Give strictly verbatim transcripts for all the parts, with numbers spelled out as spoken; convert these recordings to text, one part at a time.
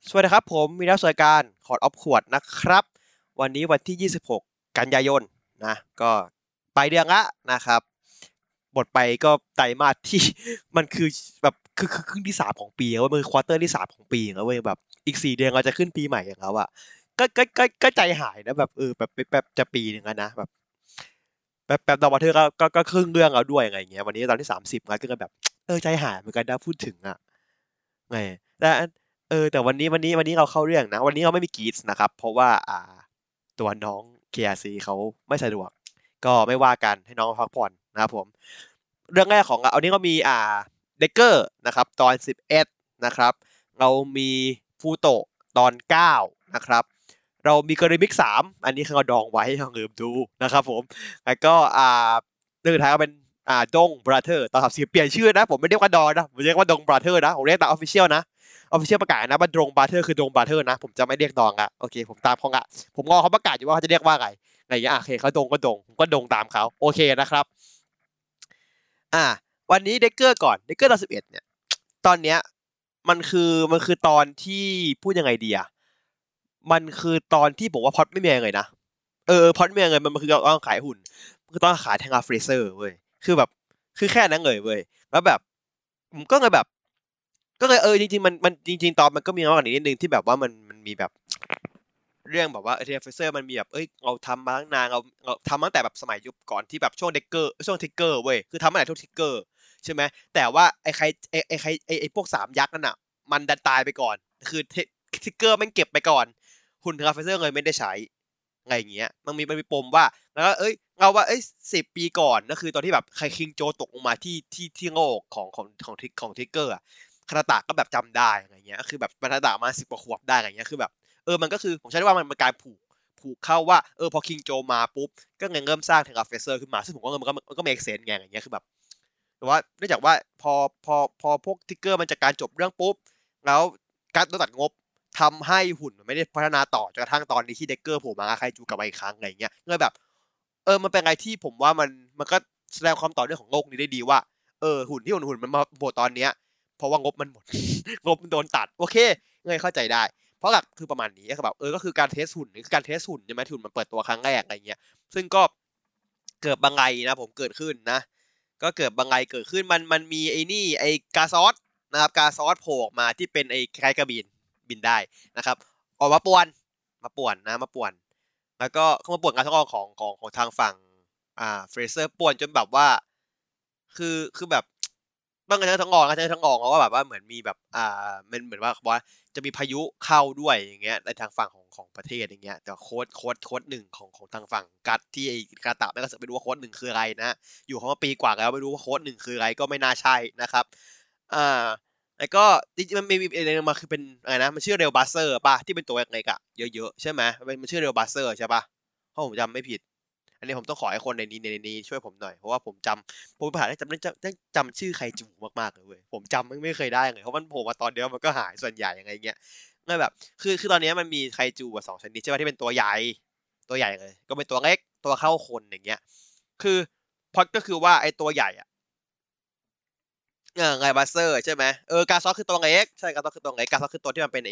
สวัสดีครับผมมีนักสวยการคอร์ดออฟขวดนะครับวันนี้วันที่ยี่สิบหกกันยายนนะก็ปลายเดือนละนะครับหมดไปก็ไตรมาสที่มันคือแบบคือคือครึ่งที่สามของปีแล้วมันคือควอเตอร์ที่สามของปีแล้วเว้ยแบบอีกสี่เดือนเราจะขึ้นปีใหม่อย่างแล้วอ่ะก็ก็ก็ก็ใจหายนะแบบเออแบบแป๊บจะปีหนึ่งแล้วนะแบบแป๊บแป๊บดอกบัตเทอร์ก็ก็ก็ครึ่งเรื่องแล้วด้วยอะไรอย่างเงี้ยวันนี้ตอนที่สามสิบแล้วก็แบบเออใจหายเหมือนกันนะพูดถึงอ่ะไงแต่ เออแต่วันนี้วันนี้วันนี้เราเข้าเรื่องนะวันนี้เราไม่มีกีสนะครับเพราะว่าอ่าตัวน้อง เค อาร์ ซี เขาไม่สะดวกก็ไม่ว่ากันให้น้องพักผ่อนนะครับผมเรื่องแรกของเราอันนี้ก็มีอ่าเดกเกอร์นะครับตอนสิบเอ็ดนะครับเรามีฟูโตะตอนเก้านะครับเรามีกริมิกสามอันนี้เราดองไว้เราลืมดูนะครับผมแล้วก็อ่าเรื่องสุดท้ายก็เป็นอ่าดงบราเธอร์ตอนสามสิบเปลี่ยนชื่อนะผมไม่เรียกว่าดอนนะผมเรียกว่าดงบราเธอร์นะผมเรียกตามออฟฟิเชียลนะ ออฟฟิเชียลประกาศนะว่าดงบาร์เทอร์คือดงบาร์เทอร์นะผมจะไม่เรียกดองละโอเคผมตามเขาละผมรอเขาประกาศอยู่ว่าเขาจะเรียกว่าอะไรอะไรอย่างเงี้ยโอเคเขาดงก็ดงผมก็ดงตามเขาโอเคนะครับอ่าวันนี้เด็กเกอร์ก่อนเด็กเกอร์ตอนสิบเอ็ดเนี่ยตอนเนี้ยมันคือมันคือตอนที่พูดยังไงดีอะมันคือตอนที่ผมว่าพอดไม่มีอะไรเลยนะเออพอดไม่มีอะไรเลยมันมันคือต้องขายหุ่นมันคือต้องขายแทงอาเฟรเซอร์เว้ยคือแบบคือแค่นั้นเลยเว้ยแล้วแบบผมก็เลยแบบ ก็เลยเออจริงๆมันมันจริงๆตอนมันก็มีมากกว่านี้นิดนึงที่แบบว่ามันมันมีแบบเรื่องแบบว่าเอเทเฟเซอร์มันมีแบบเอ้ยเราทำมาตั้งนานเราเราทำตั้งแต่แบบสมัยยุคก่อนที่แบบช่วงเด็กเกอร์ช่วงทิกเกอร์เว้ยคือทำมาตั้งแต่ทุกทิกเกอร์ใช่ไหมแต่ว่าไอ้ใครไอ้ไอ้ใครไอ้ไอ้พวกสามยักษ์นั่นอ่ะมันดันตายไปก่อนคือทิกเกอร์มันเก็บไปก่อนหุ่นเทเฟเซอร์เลยไม่ได้ใช้อะไรอย่างเงี้ยมันมีมันมีปมว่าแล้วก็เอ้ยเราว่าเอ้ยสิบปีก่อนก็คือตอนที่แบบใครคิงโจตกลงมาที่ที่ที่โลกของของของทิกของทิกเกอร์อะ คานาตะก็แบบจำได้อะไรเงี้ยคือแบบคานาตะมาสิบกว่าขวบได้อะไรเงี้ยคือแบบเออมันก็คือผมใช้ได้ว่ามันเป็นการผูกผูกเข้าว่าเออพอคิงโจมาปุ๊บก็เงเริ่มสร้างเทเลเฟเซอร์ขึ้นมาซึ่งผมก็มันก็มันก็เมคเซนไงอย่างเงี้ยคือแบบแต่ว่าเนื่องจากว่าพอพอพอพวกทิกเกอร์มันจากการจบเรื่องปุ๊บแล้วการตัดงบทำให้หุ่นมันไม่ได้พัฒนาต่อจนกระทั่งตอนนี้ที่เด็กเกอร์โผล่มาใครจูกลับมาอีกครั้งอะไรเงี้ยเลยแบบเออมันเป็นอะไรที่ผมว่ามันมันก็แสดงความต่อเนื่องของโลกนี้ได้ดีว่าเออหุ่นที่หุ่นหุ่นมันมาโผล่ตอนเนี้ย เพราะว่างบมันหมด งบมันโดนตัดโอเคเงยเข้าใจได้เพราะหลักคือประมาณนี้ก็แบบเออก็คือการเทสหุ่นนี่คือการเทสหุ่นใช่ไหมหุ่นมันเปิดตัวครั้งแรกอะไรเงี้ยซึ่งก็เกิดบางไงนะผมเกิดขึ้นนะก็เกิดบางไงเกิดขึ้นมันมันมีไอ้นี่ไอ้กาซอสนะครับกาซอสโผล่ออกมาที่เป็นไอ้คล้ายกระบินบินได้นะครับออกมาป่วนมาป่วนนะมาป่วนแล้วก็เข้ามาป่วนการทดลองของของของทางฝั่งอ่าเฟรเซอร์ป่วนจนแบบว่าคือคือแบบ บ้างก็ใช้ทั้งออกใช้ทั้งออกเขาก็แบบว่าเหมือนมีแบบอ่ามันเหมือนว่าว่าจะมีพายุเข้าด้วยอย่างเงี้ยในทางฝั่งของของประเทศอย่างเงี้ยแต่โค้ดโค้ดโค้ดหนึ่งของของทางฝั่งกัดที่ไอ้กาตะไม่ก็ไม่รู้ว่าโค้ดหนึ่งคืออะไรนะอยู่เขามาปีกว่าแล้วไม่รู้ว่าโค้ดหนึ่งคืออะไรก็ไม่น่าใช่นะครับอ่าแล้วก็จริงๆมันมีอะไรมาคือเป็นอะไรนะมันชื่อเรลบัสเซอร์ป่ะที่เป็นตัวเล็กๆอะเยอะๆใช่ไหมมันชื่อเรลบัสเซอร์ใช่ป่ะถ้าผมจำไม่ผิด อันนี้ผมต้องขอให้คนในนี้ในนี้ช่วยผมหน่อยเพราะว่าผมจำผมผ่านได้จำได้จำจำชื่อไคจูมากๆเลยเว้ยผมจำไม่ไม่เคยได้เลยเพราะมันโผล่มาตอนเดียวมันก็หายส่วนใหญ่ยังไงเงี้ยก็แบบคือคือตอนนี้มันมีไคจูสองชนิดใช่ไหมที่เป็นตัวใหญ่ตัวใหญ่เลยก็เป็นตัวเล็กตัวเข้าคนอย่างเงี้ยคือพอดก็คือว่าไอ้ตัวใหญ่อะเออไงบัสเซอร์ใช่ไหมเออกาซอสคือตัวเล็กใช่กาซอสคือตัวเล็กกาซอสคือตัวที่มันเป็นไอ้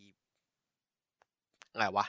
อะไรวะ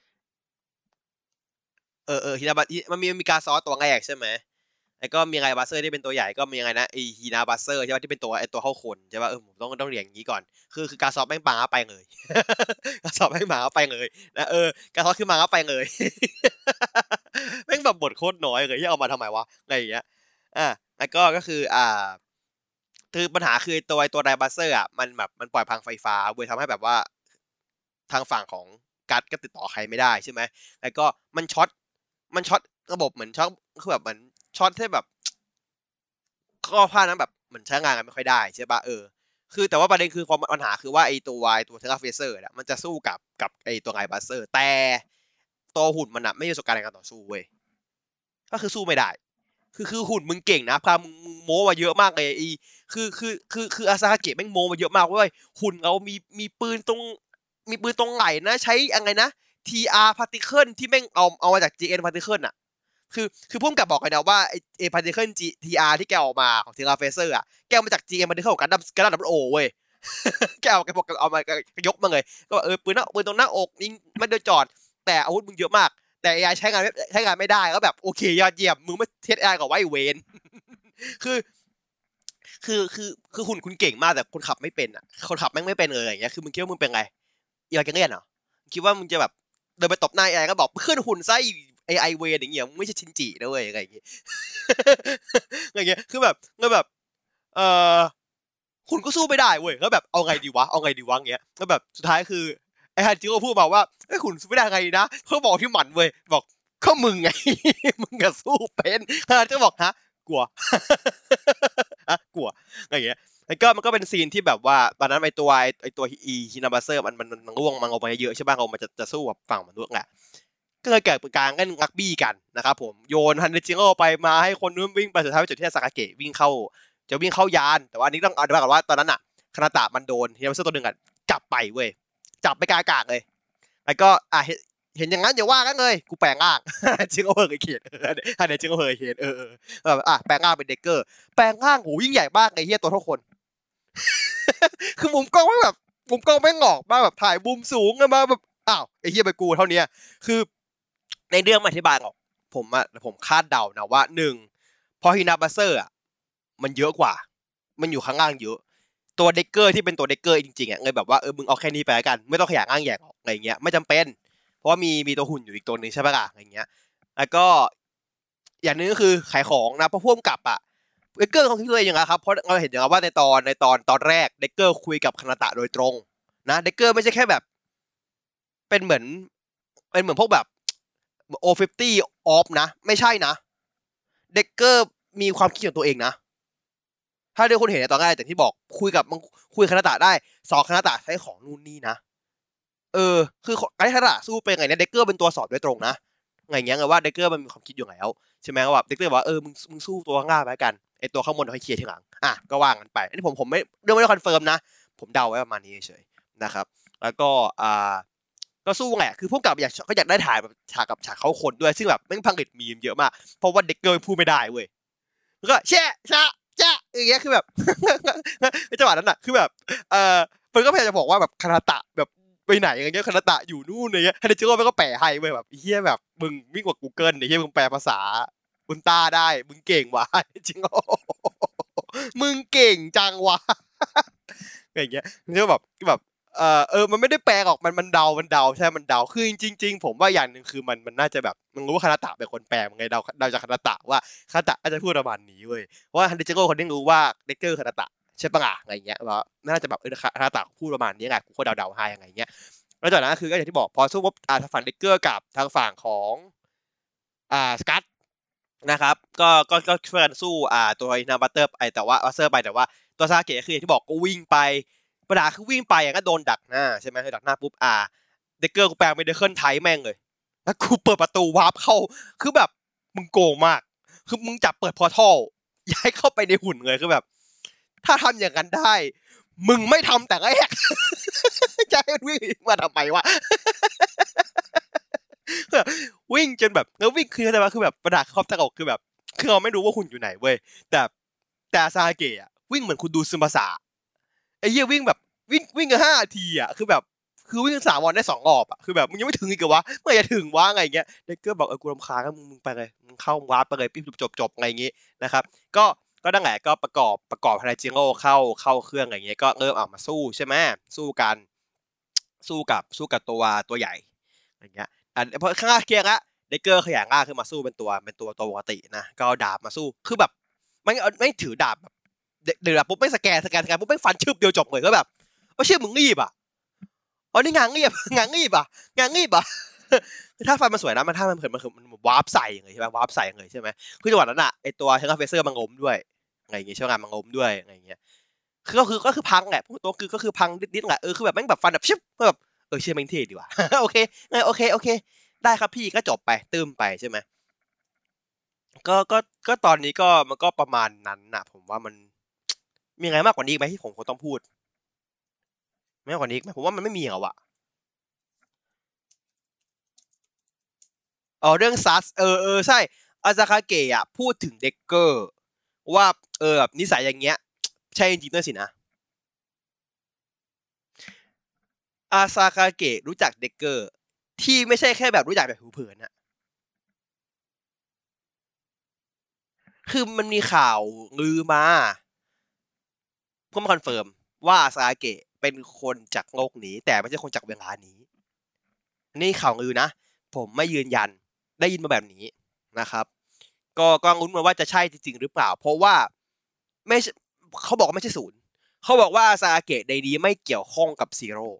เออเออฮินาบะมันมีมันมีกาซอสตัวแรกใช่ไหม แล้วก็มีไงบัสเซอร์ที่เป็นตัวใหญ่ก็มีไงนะไอฮีนาบัสเซอร์ใช่ป่ะที่เป็นตัวไอตัวเข้าคนใช่ป่ะเออผมต้องต้องเรียนอย่างนี้ก่อนคือคือการสอบแม่งปังไปเลยการสอบแม่งมาไปเลยนะเออการสอบคือมาไปเลยแม่งแบบบทโคตรน้อยเลยที่เอามาทำไมวะอะไรอย่างเงี้ยอ่ะแล้วก็ก็คืออ่าคือปัญหาคือตัวตัวไดบัสเซอร์อ่ะมันแบบมันปล่อยพลังไฟฟ้าเว้ยทำให้แบบว่าทางฝั่งของกัดก็ติดต่อใครไม่ได้ใช่ไหมแล้วก็มันช็อตมันช็อตระบบเหมือนช็อตคือแบบเหมือนช็อตให้แบบ ก็ภาคนั้นแบบเหมือนใช้งานกันไม่ค่อยได้ใช่ปะเออคือแต่ว่าประเด็นคือความปัญหาคือว่าไอตัววายตัวเทเลเฟเซอร์เนี่ยมันจะสู้กับกับไอตัวไงบัสเซอร์แต่ตัวหุ่นมันอะไม่มีประสบการณ์ในการต่อสู้เว้ยก็คือสู้ไม่ได้คือคือหุ่นมึงเก่งนะพามึงมึงโม้มาเยอะมากเลยไอคือคือคือคืออาซาฮาเกะแม่งโม้มาเยอะมากเว้ยหุ่นเรามีมีปืนตรงมีปืนตรงไหลนะใช้อะไรนะ ที อาร์ particle ที่แม่งเอาเอามาจาก จี เอ็น particle อะ คือคือพุ่มกับบอกเลยนะว่าไอเอพาร์ติเคิลจีทีอาร์ที่แกออกมาของเทเลเฟเซอร์อ่ะแกมาจากจีเอ็มพาร์ติเคิลของกันดั้มกันดั้มดับเบิลโอเว้ยแกเอาแกบอกเอามายกมาเลยก็เออปืนหน้าปืนตรงหน้าอกยิงไม่โดนจอดแต่อาวุธมึงเยอะมากแต่ เอ ไอ ใช้งานใช้งานไม่ได้ก็แบบโอเคยอดเยี่ยมมึงไม่เทส เอ ไอ กับไว้เวนคือคือคือคือหุ่นคุณเก่งมากแต่คนขับไม่เป็นอ่ะคนขับแม่งไม่เป็นเลยอย่างเงี้ยคือมึงคิดว่ามึงเป็นไงอีวาเกเลียนเหรอคิดว่ามึงจะแบบเดินไปตบหน้า เอ ไอ ก็บอกขึ้นหุ่นไส้ เอ ไอ เวนอย่างเงี้ยมึงไม่ใช่ชินจินะเว้ยอะไรอย่างเงี้ยอย่างเงี้ยคือแบบก็แบบเออคุณก็สู้ไม่ได้เว้ยแล้วแบบเอาไงดีวะเอาไงดีวะเงี้ยแล้วแบบสุดท้ายคือไอ้ฮันจิโร่พูดมาว่าไอ้คุณสู้ไม่ได้ไงนะเขาบอกที่หมันเว้ยบอกก็มึงไงมึงก็สู้เป็นฮันจิโร่บอกฮะกลัวฮะกลัวอะไรอย่างเงี้ยแล้วก็มันก็เป็นซีนที่แบบว่าตอนนั้นไอตัวไอตัวอีฮินาบาเซอร์มันมันมันร่วงมันออกมาเยอะใช่ป่ะเรามันจะจะสู้กับฝั่งมนุษย์แหละก็เลยเกิดการเล่นรักบี้กันนะครับผมโยนฮันจิโร่ไปมาให้คนนู้นวิ่งไปสุดท้ายไปจุดที่ซากาเกะวิ่งเข้าจะวิ่งเข้ายานแต่ว่าอันนี้ต้องอธิบายก่อนว่าตอนนั้นอ่ะคานาตะมันโดนฮินาบาเซอร์ตัวหนึ่งอ่ะจับไปเว้ยจับไปกลางอากาศเลยแล้วก็อ่ะเห็นอย่างนั้นอย่าว่ากันเลยกูแปลงร่างจิงโอเฮอร์เขียนเอออันนี้จิงโอเฮอร์เขียนเออเออแบบอ่ะแปลงร่างเป็นเด็กเกอร์แปลงร่างโหยิ่งใหญ่มากไอ้เหี้ยตัวเท่าคนคือมุมกล้องไม่แบบมุมกล้องไม่งอกมาแบบถ่ายมุมสูงมาแบบอ้าวไอ้เหี้ยไปกูเท่านี้คือในเรื่องมาอธิบายออกผมอะผมคาดเดานะว่าหนึ่งพอฮินาบัสเซอร์อะมันเยอะกว่า มันอยู่ข้างล่างเยอะตัวเด็กเกอร์ที่เป็นตัวเด็กเกอร์จริงๆอ่ะเลยแบบว่าเออมึงเอาแค่นี้ไปแล้วกันไม่ต้องขยายร่างแยกออกอะไรเงี้ยไม่จำเป็นเพราะว่ามีมีตัวหุ่นอยู่อีกตัวหนึ่งใช่ปะล่ะอะไรเงี้ยแล้วก็อย่างนึงก็คือขายของนะเพราะพ่วงกับอ่ะเด็กเกอร์เขาคิดตัวเองอย่างไรครับเพราะเราเห็นอย่างว่าในตอนในตอนตอนแรกเด็กเกอร์คุยกับคานาตะโดยตรงนะเด็กเกอร์ไม่ใช่แค่แบบเป็นเหมือนเป็นเหมือนพวกแบบโอฟิฟตี้ออฟนะไม่ใช่นะเด็กเกอร์มีความคิดของตัวเองนะถ้าเดี๋ยวคุณเห็นในตอนแรกแต่ที่บอกคุยกับมึงคุยคานาตะได้สองคานาตะใช้ของนู่นนี่นะเออคือไอ้คานาตะสู้เป็นไงเนี่ยเด็กเกอร์เป็นตัวสอบโดยตรงนะไงเงี้ยไงว่าเด็กเกอร์มันมีความคิดอยู่แล้วใช่ไหมว่าแบบเด็กเกอร์บอกว่าเออมึงมึงสู้ตัวข้างล่างไปกันไอตัวข้างบนเราให้เคลียร์ทีหลังอ่ะก็ว่างกันไปอันนี้ผมผมไม่เรื่องไม่ได้คอนเฟิร์มนะผมเดาไว้ประมาณนี้เฉยๆนะครับแล้วก็อ่าก็สู้แหละคือพวกกับอยากก็อยากได้ถ่ายแบบฉากกับฉากเขาคนด้วยซึ่งแบบแม่งพังกิดมีมเยอะมากเพราะว่าเด็กเกอร์พูดไม่ได้เว้ยแล้วก็แช่ชะจ้ะอย่างเงี้ยคือแบบจังหวะนั้นอ่ะคือแบบเออมันก็พยายามจะบอกว่าแบบคาราตะแบบไปไหนอย่างเงี้ยคานาตะอยู่นู่นอย่างเงี้ยฮันเดจิโร่มันก็แปลให้เว้ยแบบเฮียแบบมึงวิ่งกว่า Google เนี่ยเฮียมึงแปลภาษาอุลตร้าได้มึงเก่งว่ะจริงโอ้มึงเก่งจังวะอย่างเงี้ยมันก็แบบแบบเออเออมันไม่ได้แปลออกมันมันเดามันเดาใช่มันเดาคือจริงๆผมว่าอย่างหนึ่งคือมันมันน่าจะแบบมันรู้ว่าคานาตะเป็นคนแปลมันไงเดาเดาจากคานาตะว่าคานาตะอาจจะพูดประมาณนี้เว้ยว่าฮันเดจิโร่คนที่รู้ว่าเด็กเกอร์คานาตะใช่ปะล่ะอะไรเงี้ยว่าน่าจะแบบเออคานาตะพูดประมาณนี้ไงกูก็เดาเดาให้อะไรเงี้ยแล้วจากนั้นคือก็อย่างที่บอกพอสู้ปุ๊บอ่าทางฝั่งเด็กเกอร์กับทางฝั่งของอ่าสกัตนะครับก็ก็ก็ช่วยกันสู้อ่าตัวอินาบัตเตอร์ไปแต่ว่าบัตเตอร์ไปแต่ว่าตัวซาเกะคืออย่างที่บอกก็วิ่งไปปัญหาคือวิ่งไปก็โดนดักหน้าใช่ไหมดักหน้าปุ๊บอ่าเด็กเกอร์กูแปลงเป็นเดคเคิลไทแม่งเลยแล้วกูเปิดประตูวาร์ปเข้าคือแบบมึงโกงมากคือมึงจับเปิดพอร์ทัลย้ายเข้าไปในหุ่นเลยคือแบบ ถ้าทำอย่างนั้นได้ มึงไม่ทำแต่แรกจะให้วิ่งมาทำไมวะวิ่งจนแบบแล้ววิ่งคืออะไรวะคือแบบประดาครอบตะกคือแบบคือเราไม่รู้ว่าหุ่นอยู่ไหนเว้ยแต่แต่ซาเกะวิ่งเหมือนคุณดูซึมาสะไอ้เหี้ยวิ่งแบบวิ่งวิ่งกันห้านาทีอ่ะคือแบบคือวิ่งสามวันได้สองรอบอ่ะคือแบบมึงยังไม่ถึงอีกเหรอวะเมื่อจะถึงวะไงเงี้ยเด็กเกอร์บอกเออกูรำคาญก็มึงมึงไปเลยมึงเข้าวาร์ปไปเลยปิ๊บจบจบอะไรอย่างงี้นะครับก็ก็นั่นแหละก็ประกอบประกอบพาราจิโร่เข้าเข้าเครื่องอะไรเงี้ยก็เริ่มออกมาสู้ใช่ไหมสู้กันสู้กับสู้กับตัวตัวใหญ่อย่างเงี้ยอันพอข้างล่างเคลียร์ละเด็กเกอร์ขยายร่างขึ้นมาสู้เป็นตัวเป็นตัวตัวปกตินะก็เอาดาบมาสู้คือแบบไม่ไม่ถือดาบแบบเดือดปุ๊บไม่สแกนสแกนสแกนปุ๊บไม่ฟันชึบเดียวจบเลยก็แบบว่าเชื่อมึงรีบอ่ะอ๋อนี่งานรีบงานรีบอ่ะงานรีบอ่ะถ้าฟันมันสวยนะมันถ้ามันเผินมันคือมันวาร์ปใส่เลยใช่ไหมวาร์ปใส่เลยใช่ไหมคือจังหวะนั้นอ่ะไอตัวเชงกาเฟเซอร์มันล้มด้วยอะไรอย่างเงี้ยใช่ไหมมันล้มด้วยอะไรอย่างเงี้ยคือก็คือก็คือพังแหละพูดตรงคือก็คือพังนิดๆแหละเออคือแบบแม่งแบบฟันแบบชิบแบบเออเชื่อแม่งเท่ดีว่ะโอเคโอเคโอเคได้ครับพี่ก็จบไปตื้มไปใช่ไหมก็ก็ก็ตอนนี้ก็มันก็ประมาณนั้นนะผมว่ามันมีอะไรมากกว่านี้ไหมที่ผมคงต้องพูดไม่มากกว่านี้ไหมผมว่ามันไม่มีหรอวะอ๋อเรื่องซัสเออเออใช่อาซาคาเกะอ่ะพูดถึงเด็กเกอร์ ว่า เออแบบนิสัยอย่างเงี้ยใช่จริงๆด้วยสินะอาซาคาเกะรู้จักเด็กเกอร์ที่ไม่ใช่แค่แบบรู้จักแบบผิวเผินอะคือมันมีข่าวลือมาเพื่อมาคอนเฟิร์มว่าซาเกะเป็นคนจากโลกนี้แต่ไม่ใช่คนจากเวลานี้นี่ข่าวลือนะผมไม่ยืนยันได้ยินมาแบบนี้นะครับก็ก็ลุ้นมาว่าจะใช่จริงๆหรือเปล่าเพราะว่าไม่เขาบอกว่าไม่ใช่ศูนย์เขาบอกว่าซาเกะในนี้ไม่เกี่ยวข้องกับซีโร่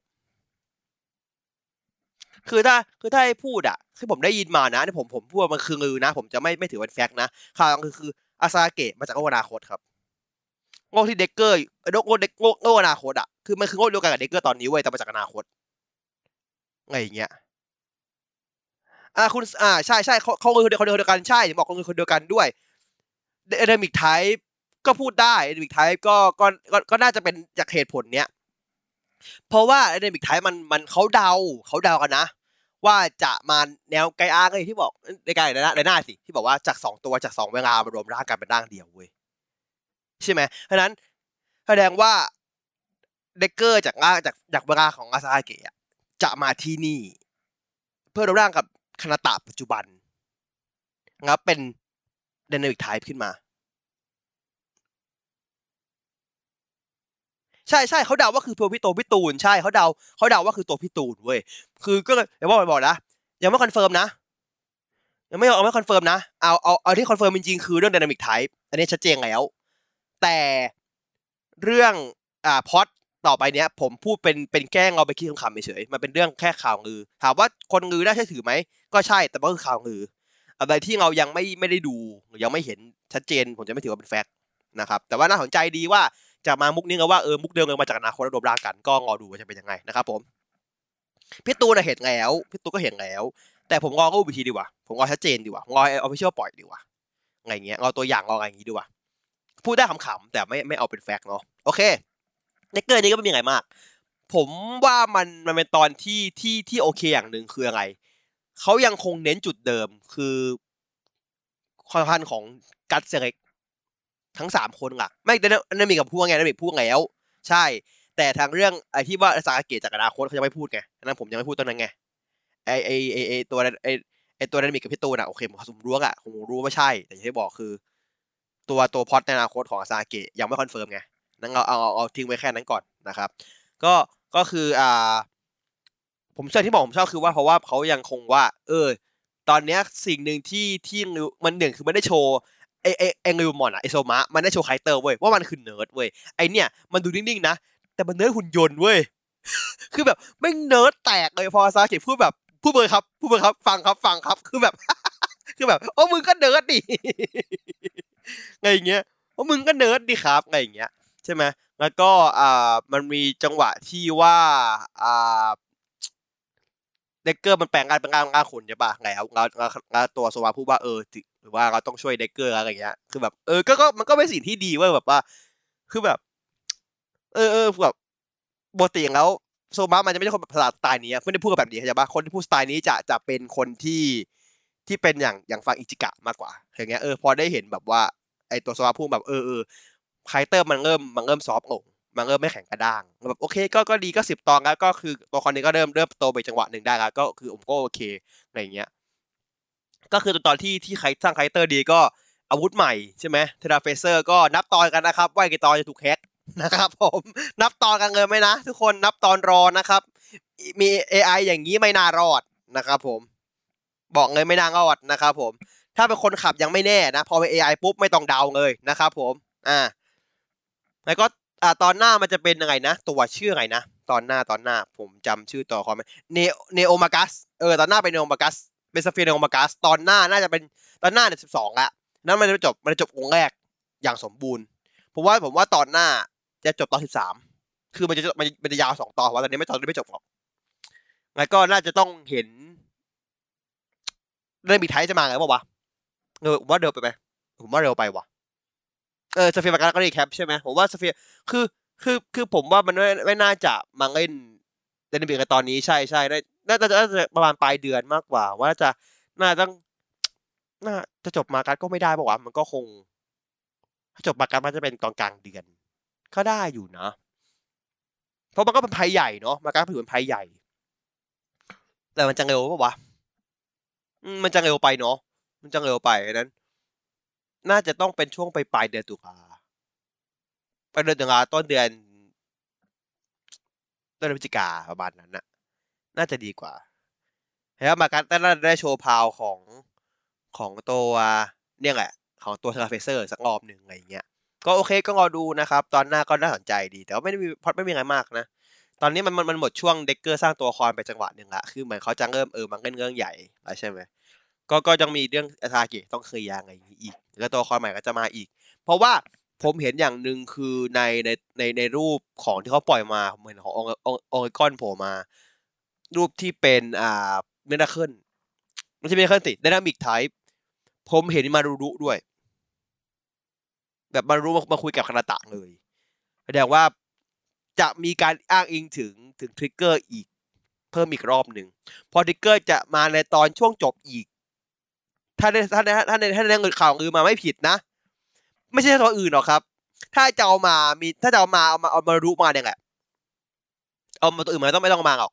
คือถ้าคือถ้าให้พูดอ่ะคือผมได้ยินมานะที่ผมผมพูดมันคือลือนะผมจะไม่ไม่ถือเป็นแฟกต์นะข่าวคือคืออาซาเกะมาจากโลกอนาคตครับ โง่ที่เด็กเกอร์โง่โง่เด็กโง่โง่อนาคตอ่ะคือมันคือโง่เดียวกันกับเด็กเกอร์ตอนนี้เว้ยแต่มาจากอนาคตอะไรอย่างเงี้ยอ่าคุณอ่าใช่ใช่เขาเขาคือคนเดียวกันใช่บอกคนคนเดียวกันด้วยเดมิกไทป์ก็พูดได้เดมิกไทป์ก็ก็ก็ก็น่าจะเป็นจากเหตุผลเนี้ยเพราะว่าเดมิกไทป์มันมันเขาเดาเขาเดากันนะว่าจะมาแนวไกอาร์ก็อย่างที่บอกในการในหน้าในหน้าสิที่บอกว่าจากสองตัวจากสองเวลามารวมร่างกันเป็นร่างเดียวเว้ยใช่ไหมเพราะนั้นแสดงว่าเด็กเกอร์จากร่างจากจากเวลาของอาซาเกะจะมาที่นี่ เพื่อรวมร่างกับคานาตะปัจจุบันงับเป็น Dynamic Type ขึ้นมาใช่ใช่เขาเดาว่าคือตัวพี่โตพี่ตูนใช่เขาเดาเขาเดาว่าคือตัวพี่ตูนเว้ยคือก็เลยอย่าบอกบอกนะยังไม่คอนเฟิร์มนะยังไม่เอาไม่คอนเฟิร์มนะเอาเอาเอาที่คอนเฟิร์มจริงๆคือเรื่อง Dynamic Type อันนี้ชัดเจนแล้วแต่เรื่องอ่าพอดต่อไปเนี้ยผมพูดเป็นเป็นแกล้งเอาไปคิดคำๆเฉยๆมันเป็นเรื่องแค่ข่าวลือถามว่าคนลือน่าเชื่อถือไหมก็ใช่แต่มันก็คือข่าวลืออะไรที่เรายังไม่ไม่ได้ดูหรือยังไม่เห็นชัดเจนผมจะไม่ถือว่าเป็นแฟกต์นะครับแต่ว่าน่าสนใจดีว่าจะมามุกนี้กันว่าเออมุกเดิมกันมาจากอนาคตแล้วรวมร่างกันก็รอดูว่าจะเป็นยังไงนะครับผมพี่ตูนเห็นแล้วพี่ตูนก็เห็นแล้วแต่ผมรอรูปอีกทีดีกว่าผมรอชัดเจนดีกว่ารอออฟฟิเชียลปล่อยดีกว่าอะไรเงี้ยรอตัวอย่างรออะไรอย่างงี้ดีกว่าพูดได้ขำๆแต่ไม่ไม่เอาเป็นแฟกต์เนาะโอเคเนกเกอร์นี้ก็ไม่มีอะไรมาก ผมว่ามันมันเป็นตอนที่ที่ที่โอเคอย่างหนึ่งคืออะไร เขายังคงเน้นจุดเดิมคือความสัมพันธ์ของกัตเซเล็กทั้งสามคนหลักไม่ได้นั่นมีกับพูดไงนั่นมีพูดแล้วใช่แต่ทางเรื่องไอ้ที่ว่าสาเกตจากอนาคตเขายังไม่พูดไงนั่นผมยังไม่พูดตอนนั้นไงไอไอไอไอตัวไอไอตัวนั้นมีกับพี่ตูนอะโอเคผมสมรู้อะผมรู้ว่าใช่แต่อย่างที่บอกคือตัวตัวพอดในอนาคตของอาซาเกะยังไม่คอนเฟิร์มไงนั่นเอาเอาเอาทิ้งไว้แค่นั้นก่อนนะครับก็ก็คืออ่า ผมเชื่อที่บอกผมชอบคือว่าเพราะว่าเขายังคงว่าเออตอนเนี้ยสิ่งหนึ่งที่ที่มันหนึ่งคือมันได้โชว์ไอไอไอเงิมอนอะไอโซมะมันได้โชว์ไคเตอร์เว้ยว่ามันคือเนิร์ดเว้ยไอเนี่ยมันดูนิ่งๆนะแต่มันเนิร์ดหุ่นยนต์เว้ยคือแบบไม่เนิร์ดแตกเลยพอซาเกะพูดแบบพูดเลยครับพูดเลยครับฟังครับฟังครับคือแบบคือแบบโอ้มึงก็เนิร์ดดิไงอย่างเงี้ยโอ้มึงก็เนิร์ดดิครับไงอย่างเงี้ยใช่ไหมแล้วก็อ่ามันมีจังหวะที่ว่าอ่า เด็กเกอร์มันแปลงร่างเป็นร่างร่างคนใช่ปะแล้วแล้วแล้วตัวโซวาพูดว่าเออหรือว่าเราต้องช่วยเด็กเกอร์อะไรอย่างเงี้ยคือแบบเออก็ก็มันก็เป็นสิ่งที่ดีเว้ยแบบว่าคือแบบเออเออแบบปกติแล้วโซมามันจะไม่ใช่คนภาษาสไตล์นี้ไม่ได้พูดแบบนี้เข้าใจปะคนที่พูดสไตล์นี้จะจะเป็นคนที่ที่เป็นอย่างอย่างฟังอิจิกะมากกว่าอย่างเงี้ยเออพอได้เห็นแบบว่าไอตัวโซวาพูดแบบเออเออคาแรคเตอร์มันเริ่มมันเริ่มซอฟต์ลงมันเริ่มไม่แข็งกระด้างแบบโอเคก็ก็ดีก็สิบตอนแล้วก็คือตัวคนนี้ก็เริ่มเริ่มโตไปจังหวะหนึ่งได้แล้วก็คือผมก็โอเคอะไรเงี้ยก็คือตอนที่ที่ใครสร้างคาแรคเตอร์ดีก็อาวุธใหม่ใช่ไหมเทราเฟเซอร์ก็นับตอนกันนะครับว่ากี่ตอนจะถูกแฮกนะครับผมนับตอนกันเลยไหมนะทุกคนนับตอนรอนะครับมี เอ ไอ อย่างนี้ไม่น่ารอดนะครับผมบอกเลยไม่น่ารอดนะครับผมถ้าเป็นคนขับยังไม่แน่นะพอเป็น เอ ไอ ปุ๊บไม่ต้องเดาเลยนะครับผมอ่า แล้วก็อ่าตอนหน้ามันจะเป็นยังไงนะตัวชื่ออะไรนะตอนหน้าตอนหน้าผมจำชื่อตัวละครไม่เนเนโอมากัสเออตอนหน้าเป็นเนโอมากัสเป็นสเฟียร์เนโอมากัสตอนหน้าน่าจะเป็นตอนหน้าเนี่ยสิบสองละนั้นมันจะจบมันจะจบองค์แรกอย่างสมบูรณ์ผมว่าผมว่าตอนหน้าจะจบตอนสิบสามคือมันจะมันมันจะยาวสองตอนว่าตอนนี้ไม่ตอนนี้ไม่จบหรอกแล้วก็น่าจะต้องเห็นเรื่องบีไทจะมาไงบอกวะเออผมว่าเร็วไปไหมผมว่าเร็วไปว่ะ เออสเฟียร์มาการก็รีแคปใช่ไหมผมว่าสเฟียร์คือคือคือผมว่ามันไม่ไม่น่าจะมาเล่นเดนบิกในตอนนี้ใช่ใช่น่าจะน่าจะประมาณปลายเดือนมากกว่าว่าจะน่าต้องน่าจะจบมาการก็ไม่ได้ป่าวะมันก็คงถ้าจบมาการมันจะเป็นกลางกลางเดือนก็ได้อยู่นะเพราะมันก็เป็นภัยใหญ่เนาะมันก็ถือเป็นภัยใหญ่แต่มันจะเร็วปะวะมันจะเร็วไปเนาะมันจะเร็วไปนั้นน่าจะต้องเป็นช่วงปลายเดือนตุลาปลายเดือนตุลาต้นเดือนต้นเดือนพฤศจิกาประมาณนั้นน่ะน่าจะดีกว่าแล้วมาการแต่น่าได้โชว์พาวของของตัวเนี่ยแหละของตัวเทอร์เฟเซอร์สักรอบหนึ่งอะไรเงี้ยก็โอเคก็รอดูนะครับตอนหน้าก็น่าสนใจดีแต่ว่าไม่ได้มีพอดไม่มีอะไรมากนะตอนนี้มันมันมันหมดช่วงเด็กเกอร์สร้างตัวละครไปจังหวะหนึ่งละคือเหมือนเขาจะเริ่มเออมันเล่นเรื่องใหญ่แล้วใช่ไหมก็ก็ยังมีเรื่องอาซากิต้องเคลียร์อะไรอย่างนี้อีกแล้วตัวละครใหม่ก็จะมาอีกเพราะว่าผมเห็นอย่างหนึ่งคือในในในในรูปของที่เขาปล่อยมาเหมือนขององค์กอนโผล่มารูปที่เป็นอ่าเมนาเคิลไม่ใช่เมนาเคิลสิไดนามิกไทป์ผมเห็นมารูรุด้วยแบบมารูมาคุยกับคานาตะเลยแสดงว่าจะมีการอ้างอิงถึงถึงทริกเกอร์อีกเพิ่มอีกรอบหนึ่งพอทริกเกอร์จะมาในตอนช่วงจบอีกถ้าในถ้าในถ้าในถ้าในเงินข่าวอือมาไม่ผิดนะไม่ใช่ตัวอื่นหรอกครับถ้าจะเอามามีถ้าจะเอามาเอามาเอามารูมาเนี่ยแหละเอามาตัวอื่นมาต้องไม่ต้องมาหรอก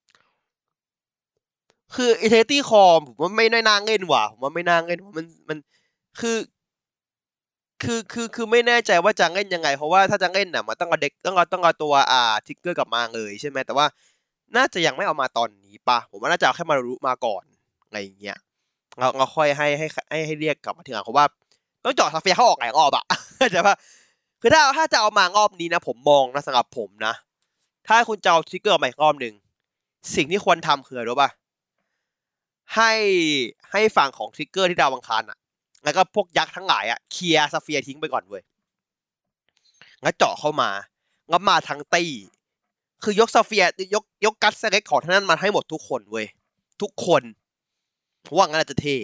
คือเอเทตี้คอมผมว่าไม่น่าเล่นว่ะผมว่าไม่น่าเล่นมันมันคือคือคือคือไม่แน่ใจว่าจะเล่นยังไงเพราะว่าถ้าจะเล่นน่ะมันต้องเอาเด็กต้องเอาต้องเอาตัวอ่าทิกเกอร์กลับมาเลยใช่ไหมแต่ว่าน่าจะยังไม่เอามาตอนนี้ปะผมว่าน่าจะเอาแค่มารุมาก่อนอะไรอย่างเงี้ยเราเราค่อยให้ให้ให้ให้เรียกกลับมาทีหลังเพราะว่าต้องเจาะซาเฟียเขาออกหลายรอบอะแต่ว่าคือถ้าถ้าจะเอามารอบนี้นะผมมองนะสำหรับผมนะถ้าคุณจะเอาทิกเกอร์มาอีกรอบหนึ่งสิ่งที่ควรทำคืออะไรรู้ป่ะให้ให้ฝั่งของทริกเกอร์ที่ดาวอังคารอะแล้วก็พวกยักษ์ทั้งหลายอะเคลียร์ซาเฟียทิ้งไปก่อนเว้ย งั้นเจาะเข้ามางั้นมาทั้งตี้คือยกซาเฟียยกยกกัสเซเล็กของท่านนั้นมาให้หมดทุกคนเว้ยทุกคนเพราะว่างั้นอาจจะเท่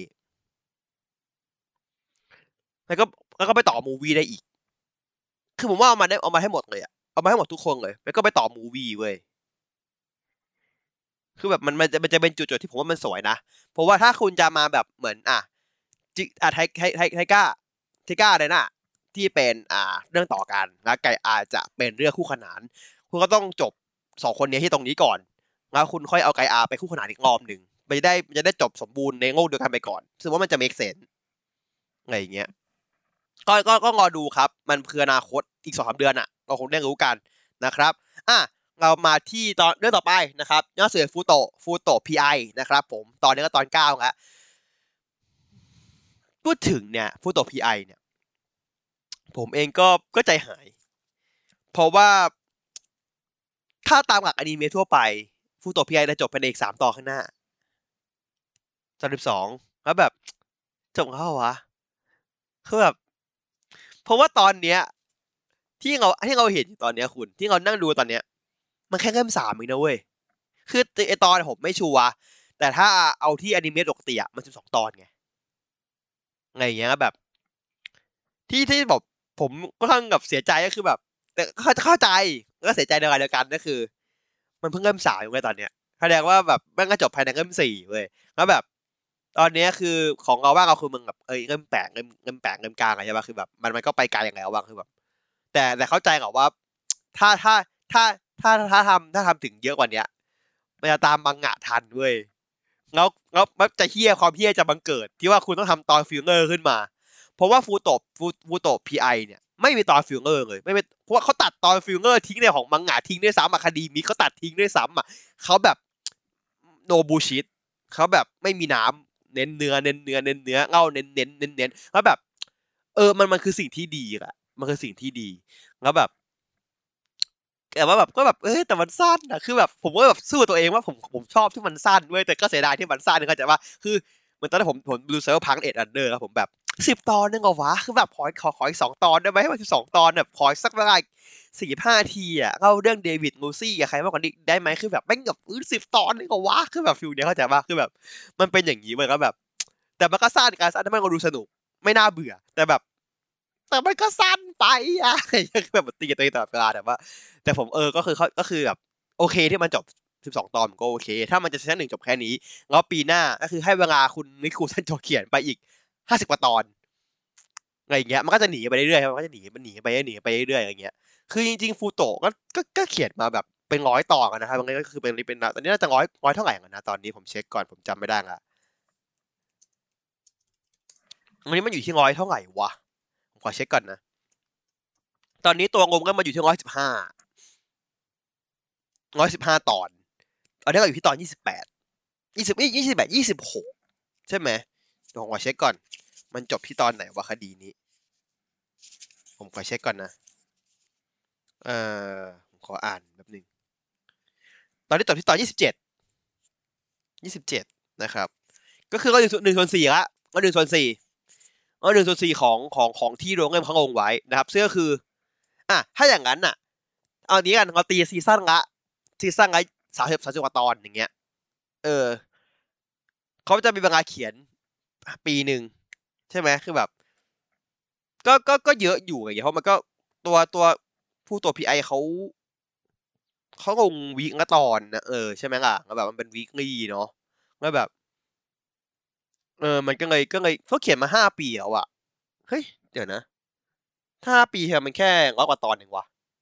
แล้วก็แล้วก็ไปต่อมูวี่ได้อีกคือผมว่าเอามาได้เอามาให้หมดเลยอะเอามาให้หมดทุกคนเลยแล้วก็ไปต่อมูวี่เว้ยคือแบบมันมันจะมันจะเป็นจุดๆที่ผมว่ามันสวยนะเพราะว่าถ้าคุณจะมาแบบเหมือนอ่ะจิอ่ะไทไทไทไทก้าไทก้าเลยนะที่เป็นอ่าเรื่องต่อกันแล้วไก่อาจจะเป็นเรื่องคู่ขนานคุณก็ต้องจบสองคนนี้ที่ตรงนี้ก่อนแล้วคุณค่อยเอาไกอาไปคู่ขนานอีกรอบหนึ่งไปได้จะได้จบสมบูรณ์ในโลกเดียวกันไปก่อนซึ่งว่ามันจะ make sense อะไรอย่างเงี้ยก็ก็ก็รอดูครับมันคืออนาคตอีกสองสามเดือนอ่ะเราคงได้รู้กันนะครับอ่ะเรามาที่ตอนเรื่องต่อไปนะครับหนังสือฟูโตฟูโตพีไอนะครับผมตอนนี้ก็ตอนเก้าแล้วพูดถึงเนี่ยฟูโตพีไอเนี่ยผมเองก็ก็ใจหายเพราะว่าถ้าตามหลักอนิเมะทั่วไปฟูโตพีไอจะจบภายในอีกสามตอนข้างหน้าสามสิบสองแล้วแบบจบเข้าวะคือแบบเพราะว่าตอนเนี้ยที่เราที่เราเห็นอยู่ตอนเนี้ยคุณที่เรานั่งดูตอนเนี้ยมันแค่เริ่มสามเองนะเว้ยคือไอตอนผมไม่ชัวร์แต่ถ้าเอาที่อนิเมะปกติอะมันสิบสองตอนไงไงอย่างเงี้ยแบบที่ที่แบบผมก็ทั้งกับเสียใจก็คือแบบแต่เข้าเข้าใจแล้วก็เสียใจในเวลาเดียวกันก็คือ มันเพิ่งเริ่มสามอยู่เลยตอนเนี้ยแสดงว่าแบบแม่งก็จบภายในเริ่มสี่เว้ยแล้วแบบตอนเนี้ยคือของเราว่าเราคือมึงแบบเอ้ยเริ่มแปลกเริ่มเริ่มแปลกเริ่มกลางอะไรใช่ปะคือแบบมันมันก็ไปไกลอย่างแล้วว่างคือแบบแต่แต่เข้าใจกับว่าถ้าถ้าถ้าถ้าถ้าทำถ้าทำถึงเยอะกว่าเนี้ยมันจะตามมังงะทันเว้ยแล้วแล้วมันจะเฮี้ยความเฮี้ยจะบังเกิดที่ว่าคุณต้องทำตอนฟิลเลอร์ขึ้นมาเพราะว่าฟูโตะฟูฟูโตะพีไอเนี่ยไม่มีตอนฟิลเลอร์เลยไม่เป็นเพราะว่าเขาตัดตอนฟิลเลอร์ทิ้งในของมังงะทิ้งด้วยซ้ำอะคดีมิเขาตัดทิ้งด้วยซ้ำอะเขาแบบโนบูชิตเขาแบบไม่มีน้ำเน้นเนื้อเน้นเนื้อเน้นเนื้อเล่าเน้นเน้นเน้นเน้นแล้วแบบเออมันมันคือสิ่งที่ดีอะมันคือสิ่งที่ดีแล้วแบบแต่ว่าแบบก็แบบเอ้ยแต่มันสั้นอะคือแบบผมก็แบบสู้ตัวเองว่าผมผมชอบที่มันสั้นเว้ยแต่ก็เสียดายที่มันสั้นเข้าใจว่าคือเหมือนตอนที่ผมผมดูเซอร์พังเอ็ดอันเดอร์ครับผมแบบสิบตอนนึงเหรอวะคือแบบขอขอขออีกสองตอนได้ไหมให้มันสิบสองตอนแบบขอสักเวลาสี่ห้าทีอะเล่าเรื่องเดวิดลูซี่กับใครมากกว่านี้ได้ไหมคือแบบแม่งแบบอื้อสิบตอนนึงเหรอวะคือแบบฟิลเนี้ยเข้าใจป่ะคือแบบมันเป็นอย่างนี้เหมือนกับแบบแต่มันก็สั้นการสั้นทำให้เราดูสนุกไม่น่าเบื่อแต่แบบ แต่มันก็สั้นไปอ่ะคือแบบตีตัวเองตลอดเวลาแต่ว่าแต่ผมเออก็คือเขาก็คือแบบโอเคที่มันจบสิบสองตอนก็โอเคถ้ามันจะซีซั่นหนึ่งจบแค่นี้แล้วปีหน้าก็คือให้เวลาคุณนิคูซันโจเขียนไปอีกห้าสิบกว่าตอนอะไรอย่างเงี้ยมันก็จะหนีไปเรื่อยๆมันก็จะหนีมันหนีไปหนีไปเรื่อยๆอย่างเงี้ยคือจริงๆฟูโตะก็ก็ก็เขียนมาแบบเป็นร้อยต่อกันนะครับมันก็คือเป็นเป็นตอนนี้น่าจะร้อยร้อยเท่าไหร่กันนะตอนนี้ผมเช็คก่อนผมจำไม่ได้ละวันนี้มันอยู่ที่ร้อยเท่าไหร่วะผมขอเช็คก่อนนะตอนนี้ตัวงงก็มาอยู่ที่ร้อยสิบห้าร้อยสิบห้าตอนตอนนี้เราอยู่ที่ตอนยี่สิบแปดยี่สิบยี่สิบแปดยี่สิบหกใช่ไหมเดี๋ยวผมขอเช็คก่อนมันจบที่ตอนไหนวะคดีนี้ผมขอเช็คก่อนนะเอ่อผมขออ่านแป๊บนึงตอนนี้จบที่ตอนยี่สิบเจ็ดยี่สิบเจ็ดนะครับก็คือก็หนึ่งหนึ่งส่วนสี่ละก็หนึ่งส่วนสี่ก็หนึ่งส่วนสี่ของของของที่โรงเรียนเขาลงไว้นะครับซึ่งก็คืออ่ะถ้าอย่างนั้นอ่ะเอานี้กันเราตีซีซั่นละซีซั่นละสามสิบสามสิบกว่าตอนอย่างเงี้ยเออเขาจะมีเวลาเขียนปีหนึ่งใช่ไหมคือแบบก็ก็ก็เยอะอยู่อย่างเงี้ยเพราะมันก็ตัวตัวผู้ตัวพีไอเขาเขาลงวีคละตอนนะเออใช่ไหมล่ะแล้วแบบมันเป็นวีคลี่เนาะแล้วแบบเออมันก็เลยก็เลยเขาเขียนมาห้าปีแล้วอะเฮ้ยเดี๋ยวนะห้าปีเธอมันแค่ร้อยกว่าตอนเองวะ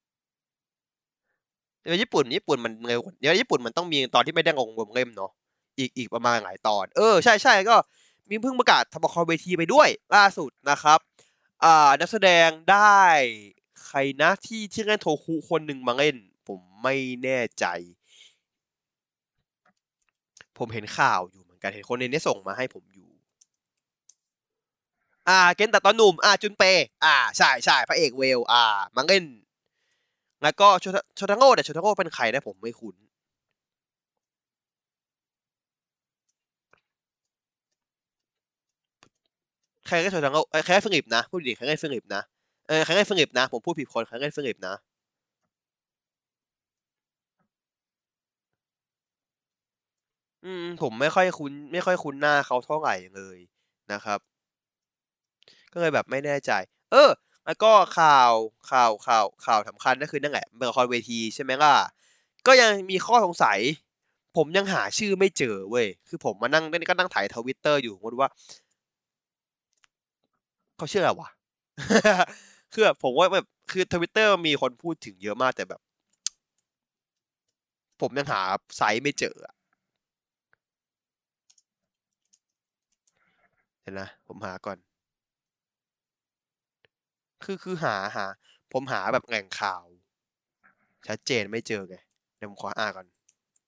เดี๋ยวญี่ปุ่นญี่ปุ่นมันเร็วเดี๋ยวญี่ปุ่นมันต้องมีตอนที่ไม่ได้ลงรวมเล่มเนาะอีกอีกประมาณหลายตอนเออใช่ใช่ก็มีเพิ่งประกาศทำละครเวทีไปด้วยล่าสุดนะครับอ่านักแสดงได้ใครนะที่ที่เล่นโทคุคนหนึ่งมาเล่นผมไม่แน่ใจผมเห็นข่าวอยู่เหมือนกันเห็นคนในนี้ส่งมาให้ผมอยู่อ่าเกนตะตอนหนุ่มอ่าจุนเปอ่าใช่ใช่พระเอกเวลอ่ามาเล่นแล้วก็โชโชทังโง่แต่โชทังโง่เป็นใครนะผมไม่คุ้นใครเล่นโชทังโง่ใครเล่นฟิลิปนะพูดดีใครเล่นฟิลิปนะเออใครเล่นฟิลิปนะผมพูดผิดคนใครเล่นฟิลิปนะอืมผมไม่ค่อยคุ้นไม่ค่อยคุ้นหน้าเขาเท่าไหร่เลยนะครับก็เลยแบบไม่แน่ใจเออแล้วก็ข่าวข่าวข่าวข่าวสำคัญก็คือนั่นแหละเป็นละครเวทีใช่ไหมล่ะก็ยังมีข้อสงสัยผมยังหาชื่อไม่เจอเว้ยคือผมมานั่งก็นั่งถ่ายทวิตเตอร์อยู่ผมดูว่า เขาชื่ออะไรวะคือแบบผมว่าแบบคือทวิตเตอร์มีคนพูดถึงเยอะมากแต่แบบผมยังหาไซต์ไม่เจออะเห็นนะผมหาก่อนคือคือหาหาผมหาแบบแหล่งข่าวชัดเจนไม่เจอไงเดี๋ยวผมขออ่านก่อน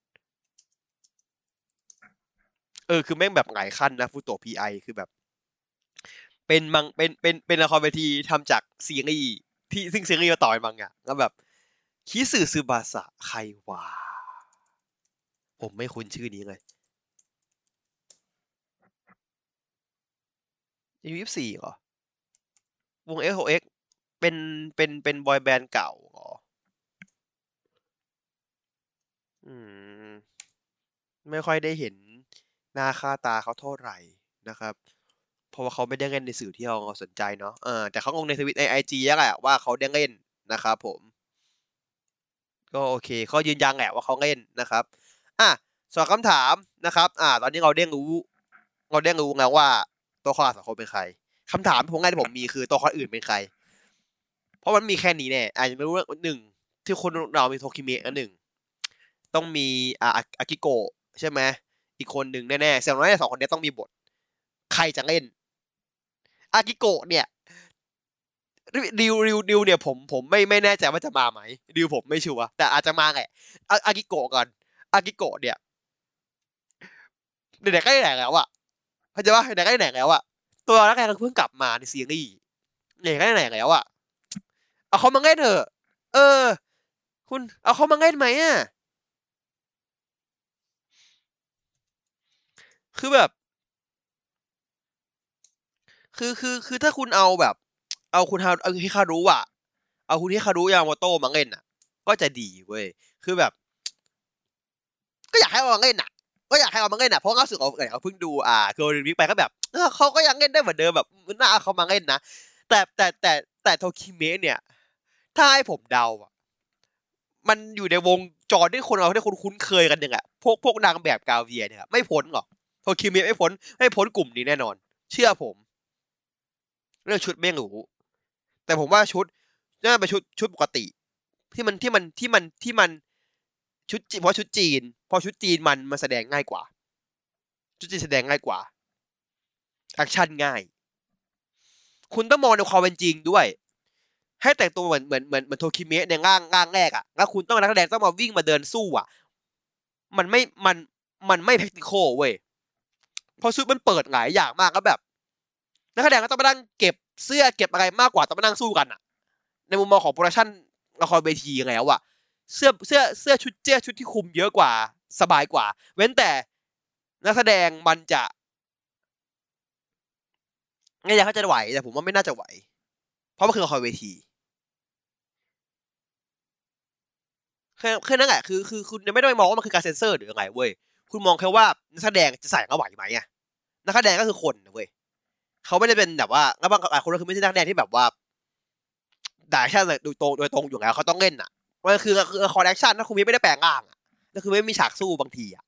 เออคือแม่งแบบหลายขั้นนะฟูโตะพีไอคือแบบเป็นมังเป็นเป็นเป็นละครเวทีทำจากซีรีส์ที่ซึ่งซีรีส์มาต่อเป็นมังงะแล้วแบบคิสึซึบาสะใครวะผมไม่คุ้นชื่อนี้เลยอายุยี่สิบสี่เหรอวง เอ็กซ์ โอ เอ็กซ์ เป็นเป็นเป็นบอยแบนด์เก่าเหรอ อืมไม่ค่อยได้เห็นหน้าค่าตาเขาเท่าไหร่นะครับเพราะว่าเขาไม่ได้เล่นในสื่อที่เราสนใจเนาะเออแต่เขาลงในทวิตในไอจีแล้วแหละว่าเขาได้เล่นนะครับผมก็โอเคเขายืนยันแหละว่าเขาเล่นนะครับอ่ะสองคำถามนะครับอ่าตอนนี้เราได้รู้เราได้รู้แล้วว่าตัวละครสองคนเป็นใครคำถามผมง่ายที่ผมมีคือตัวละครอื่นเป็นใครเพราะมันมีแค่นี้แน่อาจจะไม่รู้ว่าหนึ่งที่คนเรามีโทคิเมะอันหนึ่ง ต้องมีอ่าอากิโกะใช่ไหมอีกคนหนึ่งแน่ๆแสดงว่าสองคนนี้ต้องมีบทใครจะเล่นอากิโกะเนี่ยดิวดิวดิวเนี่ยผมผมไม่ไม่แน่ใจว่าจะมาไหมดิวผมไม่ชัวร์แต่อาจจะมาแหละอาอากิโกะก่อนอากิโกะเนี่ยเดี๋ยวๆก็ได้ไหนแล้วอะเข้าใจป่ะเดี๋ยวๆก็ได้ไหนแล้วอะตัวนักแสดงเพิ่งกลับมาในซีรีส์เดี๋ยวๆก็ได้ไหนแล้วอะเอาเขามาเล่นเถอะเออคุณเอาเขามาเล่นไหมอะคือแบบ คือคือคือถ้าคุณเอาแบบเอาคุณฮาเอาฮิคารุอ่ะเอาคุณฮิคารุยาโมโตะมาเล่นอ่ะก็จะดีเว้ยคือแบบก็อยากให้เอามาเล่นอ่ะก็อยากให้เอามาเล่นอ่ะเพราะล่าสุดเขาเขาเพิ่งดูอ่าคือโอลิมปิกไปก็แบบเออเขาก็ยังเล่นได้เหมือนเดิมแบบน่าเอาเขามาเล่นนะแต่แต่แต่แต่โทคิเมะเนี่ยถ้าให้ผมเดาอ่ะมันอยู่ในวงจรที่คนเราที่คนคุ้นเคยกันยังไงพวกพวกนางแบบกาเวียเนี่ยไม่พ้นหรอกโทคิเมะไม่พ้นไม่พ้นกลุ่มนี้แน่นอนเชื่อผมเรื่องชุดไม่รู้ แต่ผมว่าชุดน่าเป็นชุดชุดปกติที่มันที่มันที่มันที่มันชุดเพราะชุดจีนเพราะชุดจีนมันมันแสดงง่ายกว่าชุดจีนแสดงง่ายกว่าแอคชั่นง่ายคุณต้องมองในความเป็นจริงด้วยให้แต่งตัวเหมือนเหมือนเหมือนเหมือนโทคิเมะในร่างร่างแรกอ่ะแล้วคุณต้องนักแสดงต้องมาวิ่งมาเดินสู้อ่ะมันไม่มันมันไม่ practical เว้ยเพราะชุดมันเปิดหลายอย่างมากแล้วแบบนักแสดงก็ต้องมานั่งเก็บเสื้อเก็บอะไรมากกว่าต้องมานั่งสู้กันอ่ะในมุมมองของโปรดักชั่นละครเวทีแล้วอ่ะเสื้อเสื้อเสื้อชุดเจ้ชุดที่คุมเยอะกว่าสบายกว่าเว้นแต่นักแสดงมันจะไงอยากเขาจะไหวแต่ผมว่าไม่น่าจะไหวเพราะมันคือละครเวทีแค่แค่นั้นแหละคือคือคุณยังไม่ได้มองว่ามันคือการเซ็นเซอร์หรือยังไงเว้ยคุณมองแค่ว่านักแสดงจะใส่ก็ไหวไหมอ่ะนักแสดงก็คือคนนะเว้ยเขาไม่ได้เป็นแบบว่าแล้วบางคนก็คือไม่ใช่นักแสดงที่แบบว่าด่าแค่โดยตรงโดยตรงอยู่แล้วเขาต้องเล่นอ่ะมันคือคือคอร์แอคชั่นถ้าคุณไม่ได้แปลงร่างอ่ะก็คือไม่มีฉากสู้บางทีอ่ะ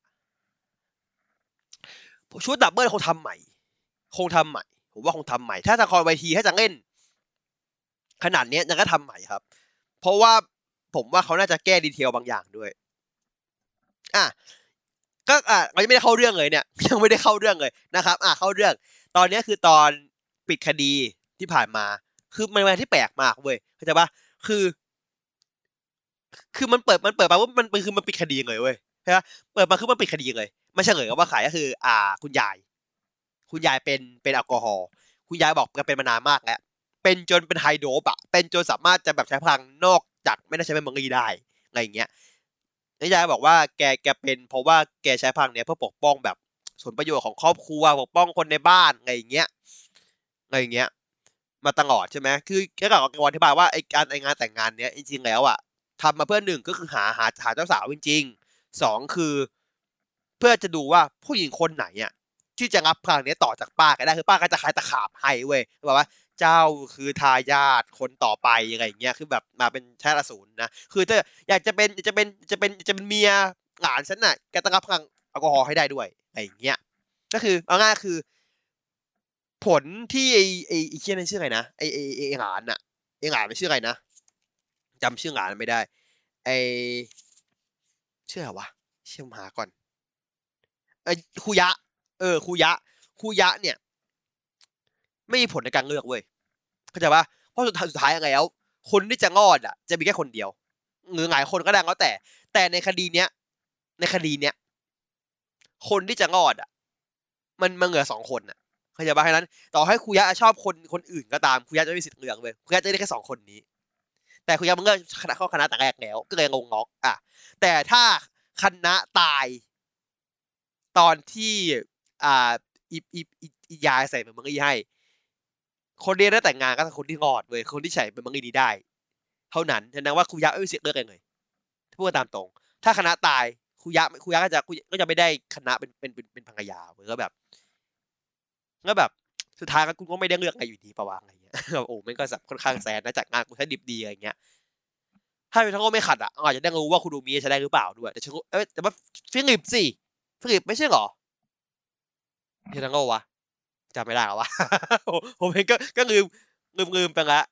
ชุดดับเบิลคงทำใหม่คงทำใหม่ผมว่าคงทำใหม่ถ้าละครเวทีถ้าจะเล่นขนาดนี้ยังก็ทำใหม่ครับเพราะว่าผมว่าเขาน่าจะแก้ดีเทลบางอย่างด้วยอ่ะก็อ่ะเรายังไม่ได้เข้าเรื่องเลยเนี่ยยังไม่ได้เข้าเรื่องเลยนะครับอ่ะเข้าเรื่องตอนนี้คือตอนปิดคดีที่ผ่านมาคือมันเป็นที่แปลกมากเว้ยเข้าใจปะคือคือมันเปิดมันเปิดมาว่ามันคือมันปิดคดีเลยเว้ยใช่ปะเปิดมาคือมันปิดคดีเลยมันเฉลยว่าขายก็คืออ่าคุณยายคุณยายเป็นเป็นแอลกอฮอล์คุณยายบอกกันเป็นมานานมากแล้วเป็นจนเป็นไฮโดรปอะเป็นจนสามารถจะแบบใช้พลังนอกจากไม่ได้ใช้เป็นมังงีได้อะไรอย่างเงี้ย นายยายบอกว่าแกแกเป็นเพราะว่าแกใช้พลังเนี้ยเพื่อปกป้องแบบผลประโยชน์ของครอบครัวปกป้องคนในบ้านอะไรอย่างเงี้ยอะไรอย่างเงี้ยมาตลอดใช่ไหมคือแกก็อธิบายว่าไอ้การไองานแต่งงานเนี้ยจริงๆแล้วอ่ะทำมาเพื่อหนึ่งก็คือหาหาหาเจ้าสาวจริงๆสองคือเพื่อจะดูว่าผู้หญิงคนไหนอ่ะที่จะรับพลังเนี้ยต่อจากป้าก็ได้คือป้าก็จะคายตะขาบให้เว้ยบอกว่าเจ้าคือทายาทคนต่อไปอะไรอย่างเงี้ยคือแบบมาเป็นชาติอสูรนะคือถ้าอยากจะเป็นจะเป็นจะเป็นจะเป็นเมียหลานฉันน่ะแกต้องรับพลังแอลกอฮอล์ให้ได้ด้วยอะไรอย่างเงี้ยก็คือเอาง่ายคือผลที่ไอไอไอเชี่ยนั่นชื่ออะไรนะไอไอไอหลานอะไอหลานมันชื่ออะไรนะจำชื่อหลานไม่ได้ไอชื่ออะไรวะเชื่อมหาก่อนไอคุยะเออคุยะคุยะเนี่ยไม่มีผลในการเลือกเว้ยเข้าใจปะเพราะสุดท้ายสุดท้ายแล้วคนที่จะรอดอ่ะจะมีแค่คนเดียวหรือหลายคนก็ได้แล้วแต่แต่ในคดีเนี้ยในคดีเนี้ยคนที่จะรอดอ่ะมันมันเหลือสองคนอ่ะเข้าใจปะฉะนั้นต่อให้คุยะชอบคนคนอื่นก็ตามคุยะจะไม่มีสิทธิ์เลือกเว้ยคุยะจะได้แค่สองคนนี้แต่คุยะมันก็คณะเข้าคณะแต่แรกแล้วก็เลยงงงอกอ่ะแต่ถ้าคณะตายตอนที่อ่าอีอีอีอียายใส่เป็นมังกี้ให้คนที่ได้แต่งงานก็คือคนที่รอดเว้ยคนที่ใส่เป็นมังกี้นี้ได้เท่านั้นฉะนั้นว่าคุยะไม่มีสิทธิ์เลือกเองเลยพูดตามตรงถ้าคณะตายคุยะคุยะก็จะก็จะไม่ได้คณะเป็นเป็นเป็นเป็นภรรยาเว้ยก็แบบก็แบบสุดท้ายกูก็ไม่ได้เลือกอะไรอยู่ดีประวังอะไรเงี้ยโอ้ไม่ก็แบบค่อนข้างแซนนะจากงานกูใช้ดิบดีอะไรเงี้ยถ้าเป็นทั้งก็ไม่ขัดอ่ะอาจจะได้รู้ว่าคุณดูมีใช้ได้หรือเปล่าด้วยแต่ฉันเอ้ยแต่ว่าฟิลิปสิฟิลิปไม่ใช่หรอเฮทังโง่วะจำไม่ได้หรอวะผมเองก็ก็ลืมลืมลืมไปละ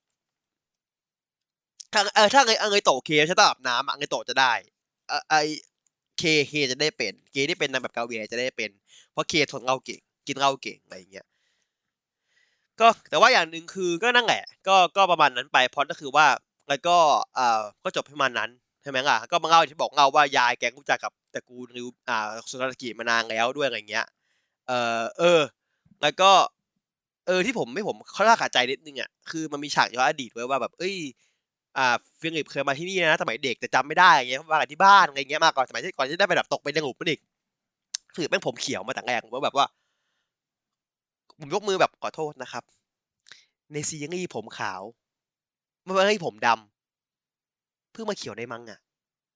ถ้าเออถ้าไงไงโตเคใช่ป่ะอาบน้ำอ่ะไงโตจะได้เออไอเคเคจะได้เป็นเคที่เป็นนางแบบกาเวียจะได้เป็นเพราะเคทนเหล้าเก่งกินเหล้าเก่งอะไรอย่างเงี้ยก็แต่ว่าอย่างหนึ่งคือก็นั่นแหละก็ก็ประมาณนั้นไปเพราะก็คือว่าแล้วก็อ่าก็จบประมาณนั้นใช่ไหมล่ะก็มาเล่าที่บอกเล่าว่ายายแกรู้จักกับตระกูลริวอ่าสุนากิมานานแล้วด้วยอะไรเงี้ยเออเออแล้วก็เออที่ผมไม่ผมเขาล่าขาดใจนิดนึงอ่ะคือมันมีฉากย้อนอดีตไว้ว่าแบบเอ้ยอ่าฟิลิปเคยมาที่นี่นะสมัยเด็กแต่จำไม่ได้อย่างเงี้ยมาที่บ้านอะไรเงี้ยมาก่อนสมัยที่ก่อนที่ได้ไปแบบตกไปในหลุมมันอีกฟิลิปแม่งผมเขียวมาแต่แรกผมว่าแบบว่าผมยกมือแบบขอโทษนะครับในซีรีส์ผมขาวไม่ว่าให้ผมดำเพิ่งมาเขียวในมังอ่ะ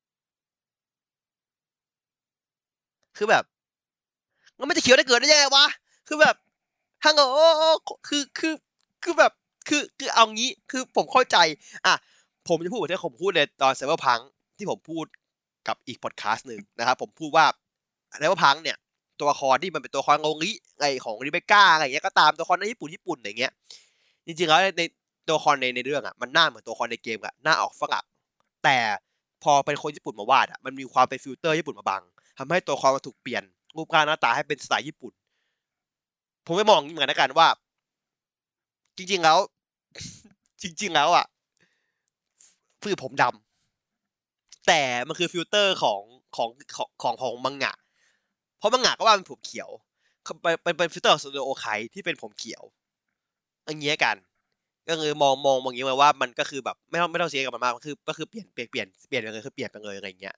คือแบบมันไม่จะเขียวได้เกิดได้ยังไงวะคือแบบฮังโอคือคือคือแบบคือคือเอางี้คือผมเข้าใจอ่ะผมจะพูดเหมือนที่ผมพูดในตอนเซเวอร์พังที่ผมพูดกับอีกพอดคาสต์หนึ่งนะครับผมพูดว่าเซเวอร์พังเนี่ยตัวละครที่มันเป็นตัวละครโงงิไอของริเบคก้าอะไรเงี้ยก็ตามตัวละครในญี่ปุ่นญี่ปุ่นอย่างเงี้ยจริงๆแล้วในตัวละครในในเรื่องอ่ะมันหน้าเหมือนตัวละครในเกมอะหน้าออกฝรั่งแต่พอเป็นคนญี่ปุ่นมาวาดอ่ะมันมีความเป็นฟิลเตอร์ญี่ปุ่นมาบังทำให้ตัวละครมันถูกเปลี่ยนรูปร่างหน้าตาให้เป็นสไตล์ญี่ปุ่นผมไม่มองเหมือนกันว่าจริงๆแล้ว จริงๆแล้วอ่ะคือผมดำแต่มันคือฟิลเตอร์ของของของของของมังงะเพราะมังงะก็ว่าเป็นผมเขียวเป็นเป็นฟิลเตอร์ของซูเนโอไคที่เป็นผมเขียวอย่างเงี้ยกันก็คือมองมองมองอย่างนี้ว่ามันก็คือแบบไม่ต้องไม่ต้องเสียกับมันมากคือก็คือเปลี่ยนเปลี่ยนเปลี่ยนเปลี่ยนไปเลยคือเปลี่ยนไปเลยอะไรเงี้ย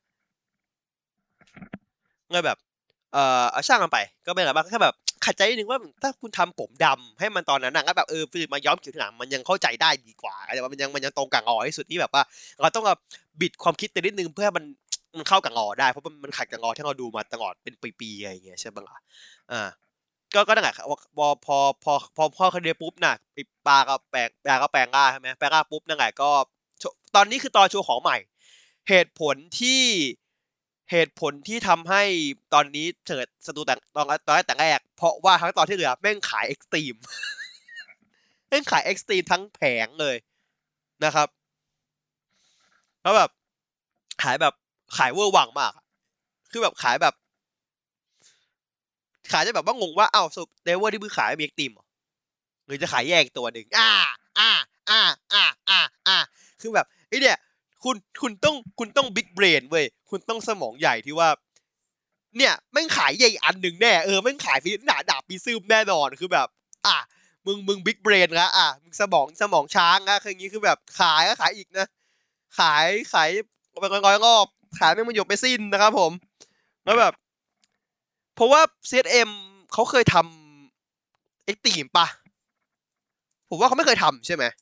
ก็แบบเอ่อเอาช่างมันไปก็ไม่อะไรบ้างแค่แบบขัดใจนิดนึงว่าถ้าคุณทำผมดำให้มันตอนนั้นนะก็แบบเออฟิลมาย้อมเขียวทีหลังมันยังเข้าใจได้ดีกว่าแต่ว่ามันยังมันยังตรงกับงอที่สุดที่แบบว่าเราต้องแบบบิดความคิดไปนิดนึงเพื่อมันมันเข้ากับงอได้เพราะมันมันขัดกับงอที่เราดูมาตลอดเป็นปีๆอะไรอย่างเงี้ยใช่ปะล่ะอ่า ก็ก็นั่นแหละครับพอพอพอพอพอคดีปุ๊บน่ะปิดปลาก็แปลงปลาก็แปลงร่างใช่ไหมแปลงร่างปุ๊บนั่นแหละก็ตอนนี้คือตอนโชว์ของใหม่เหตุผลที่เหตุผลที่ทำให้ตอนนี้เกิดศัตรูแต่ตอนตอนแรกแต่แรกเพราะว่าทั้งตอนที่เหลือแม่งขายเอ็กซ์ตรีมแม่งขายเอ็กซ์ตรีมทั้งแผงเลยนะครับแล้วแบบขายแบบขายเวอร์วังมากคือแบบขายแบบขายจะแบบว่างงว่าอ้าวสรุปเดเวอร์ที่มือขายมีเอ็กซ์ตรีมหรือจะขายแยกตัวหนึ่งอ่าอ่าอ่าอ่าอ่าอ่าคือแบบไอ้เนี่ยคุณคุณต้องคุณต้องบิ๊กเบรนเว้ยคุณต้องสมองใหญ่ที่ว่าเนี่ยแม่งขายใหญ่อันหนึ่งแน่เออแม่งขายฟีหนาดาบปีซึมแน่นอนคือแบบอ่ะมึงมึงบิ๊กเบรนละอ่ะมึงสมองสมองช้างนะคืออย่างนี้คือแบบขายก็ขายอีกนะขายขายไปร้อยๆรอบขายไม่มันหยดไปสิ้นนะครับผมแล้วแบบเพราะว่า ซี เอส เอ็ม เขาเคยทำเอ็กตีมปะผมว่าเขาไม่เคยทำใช่ไหม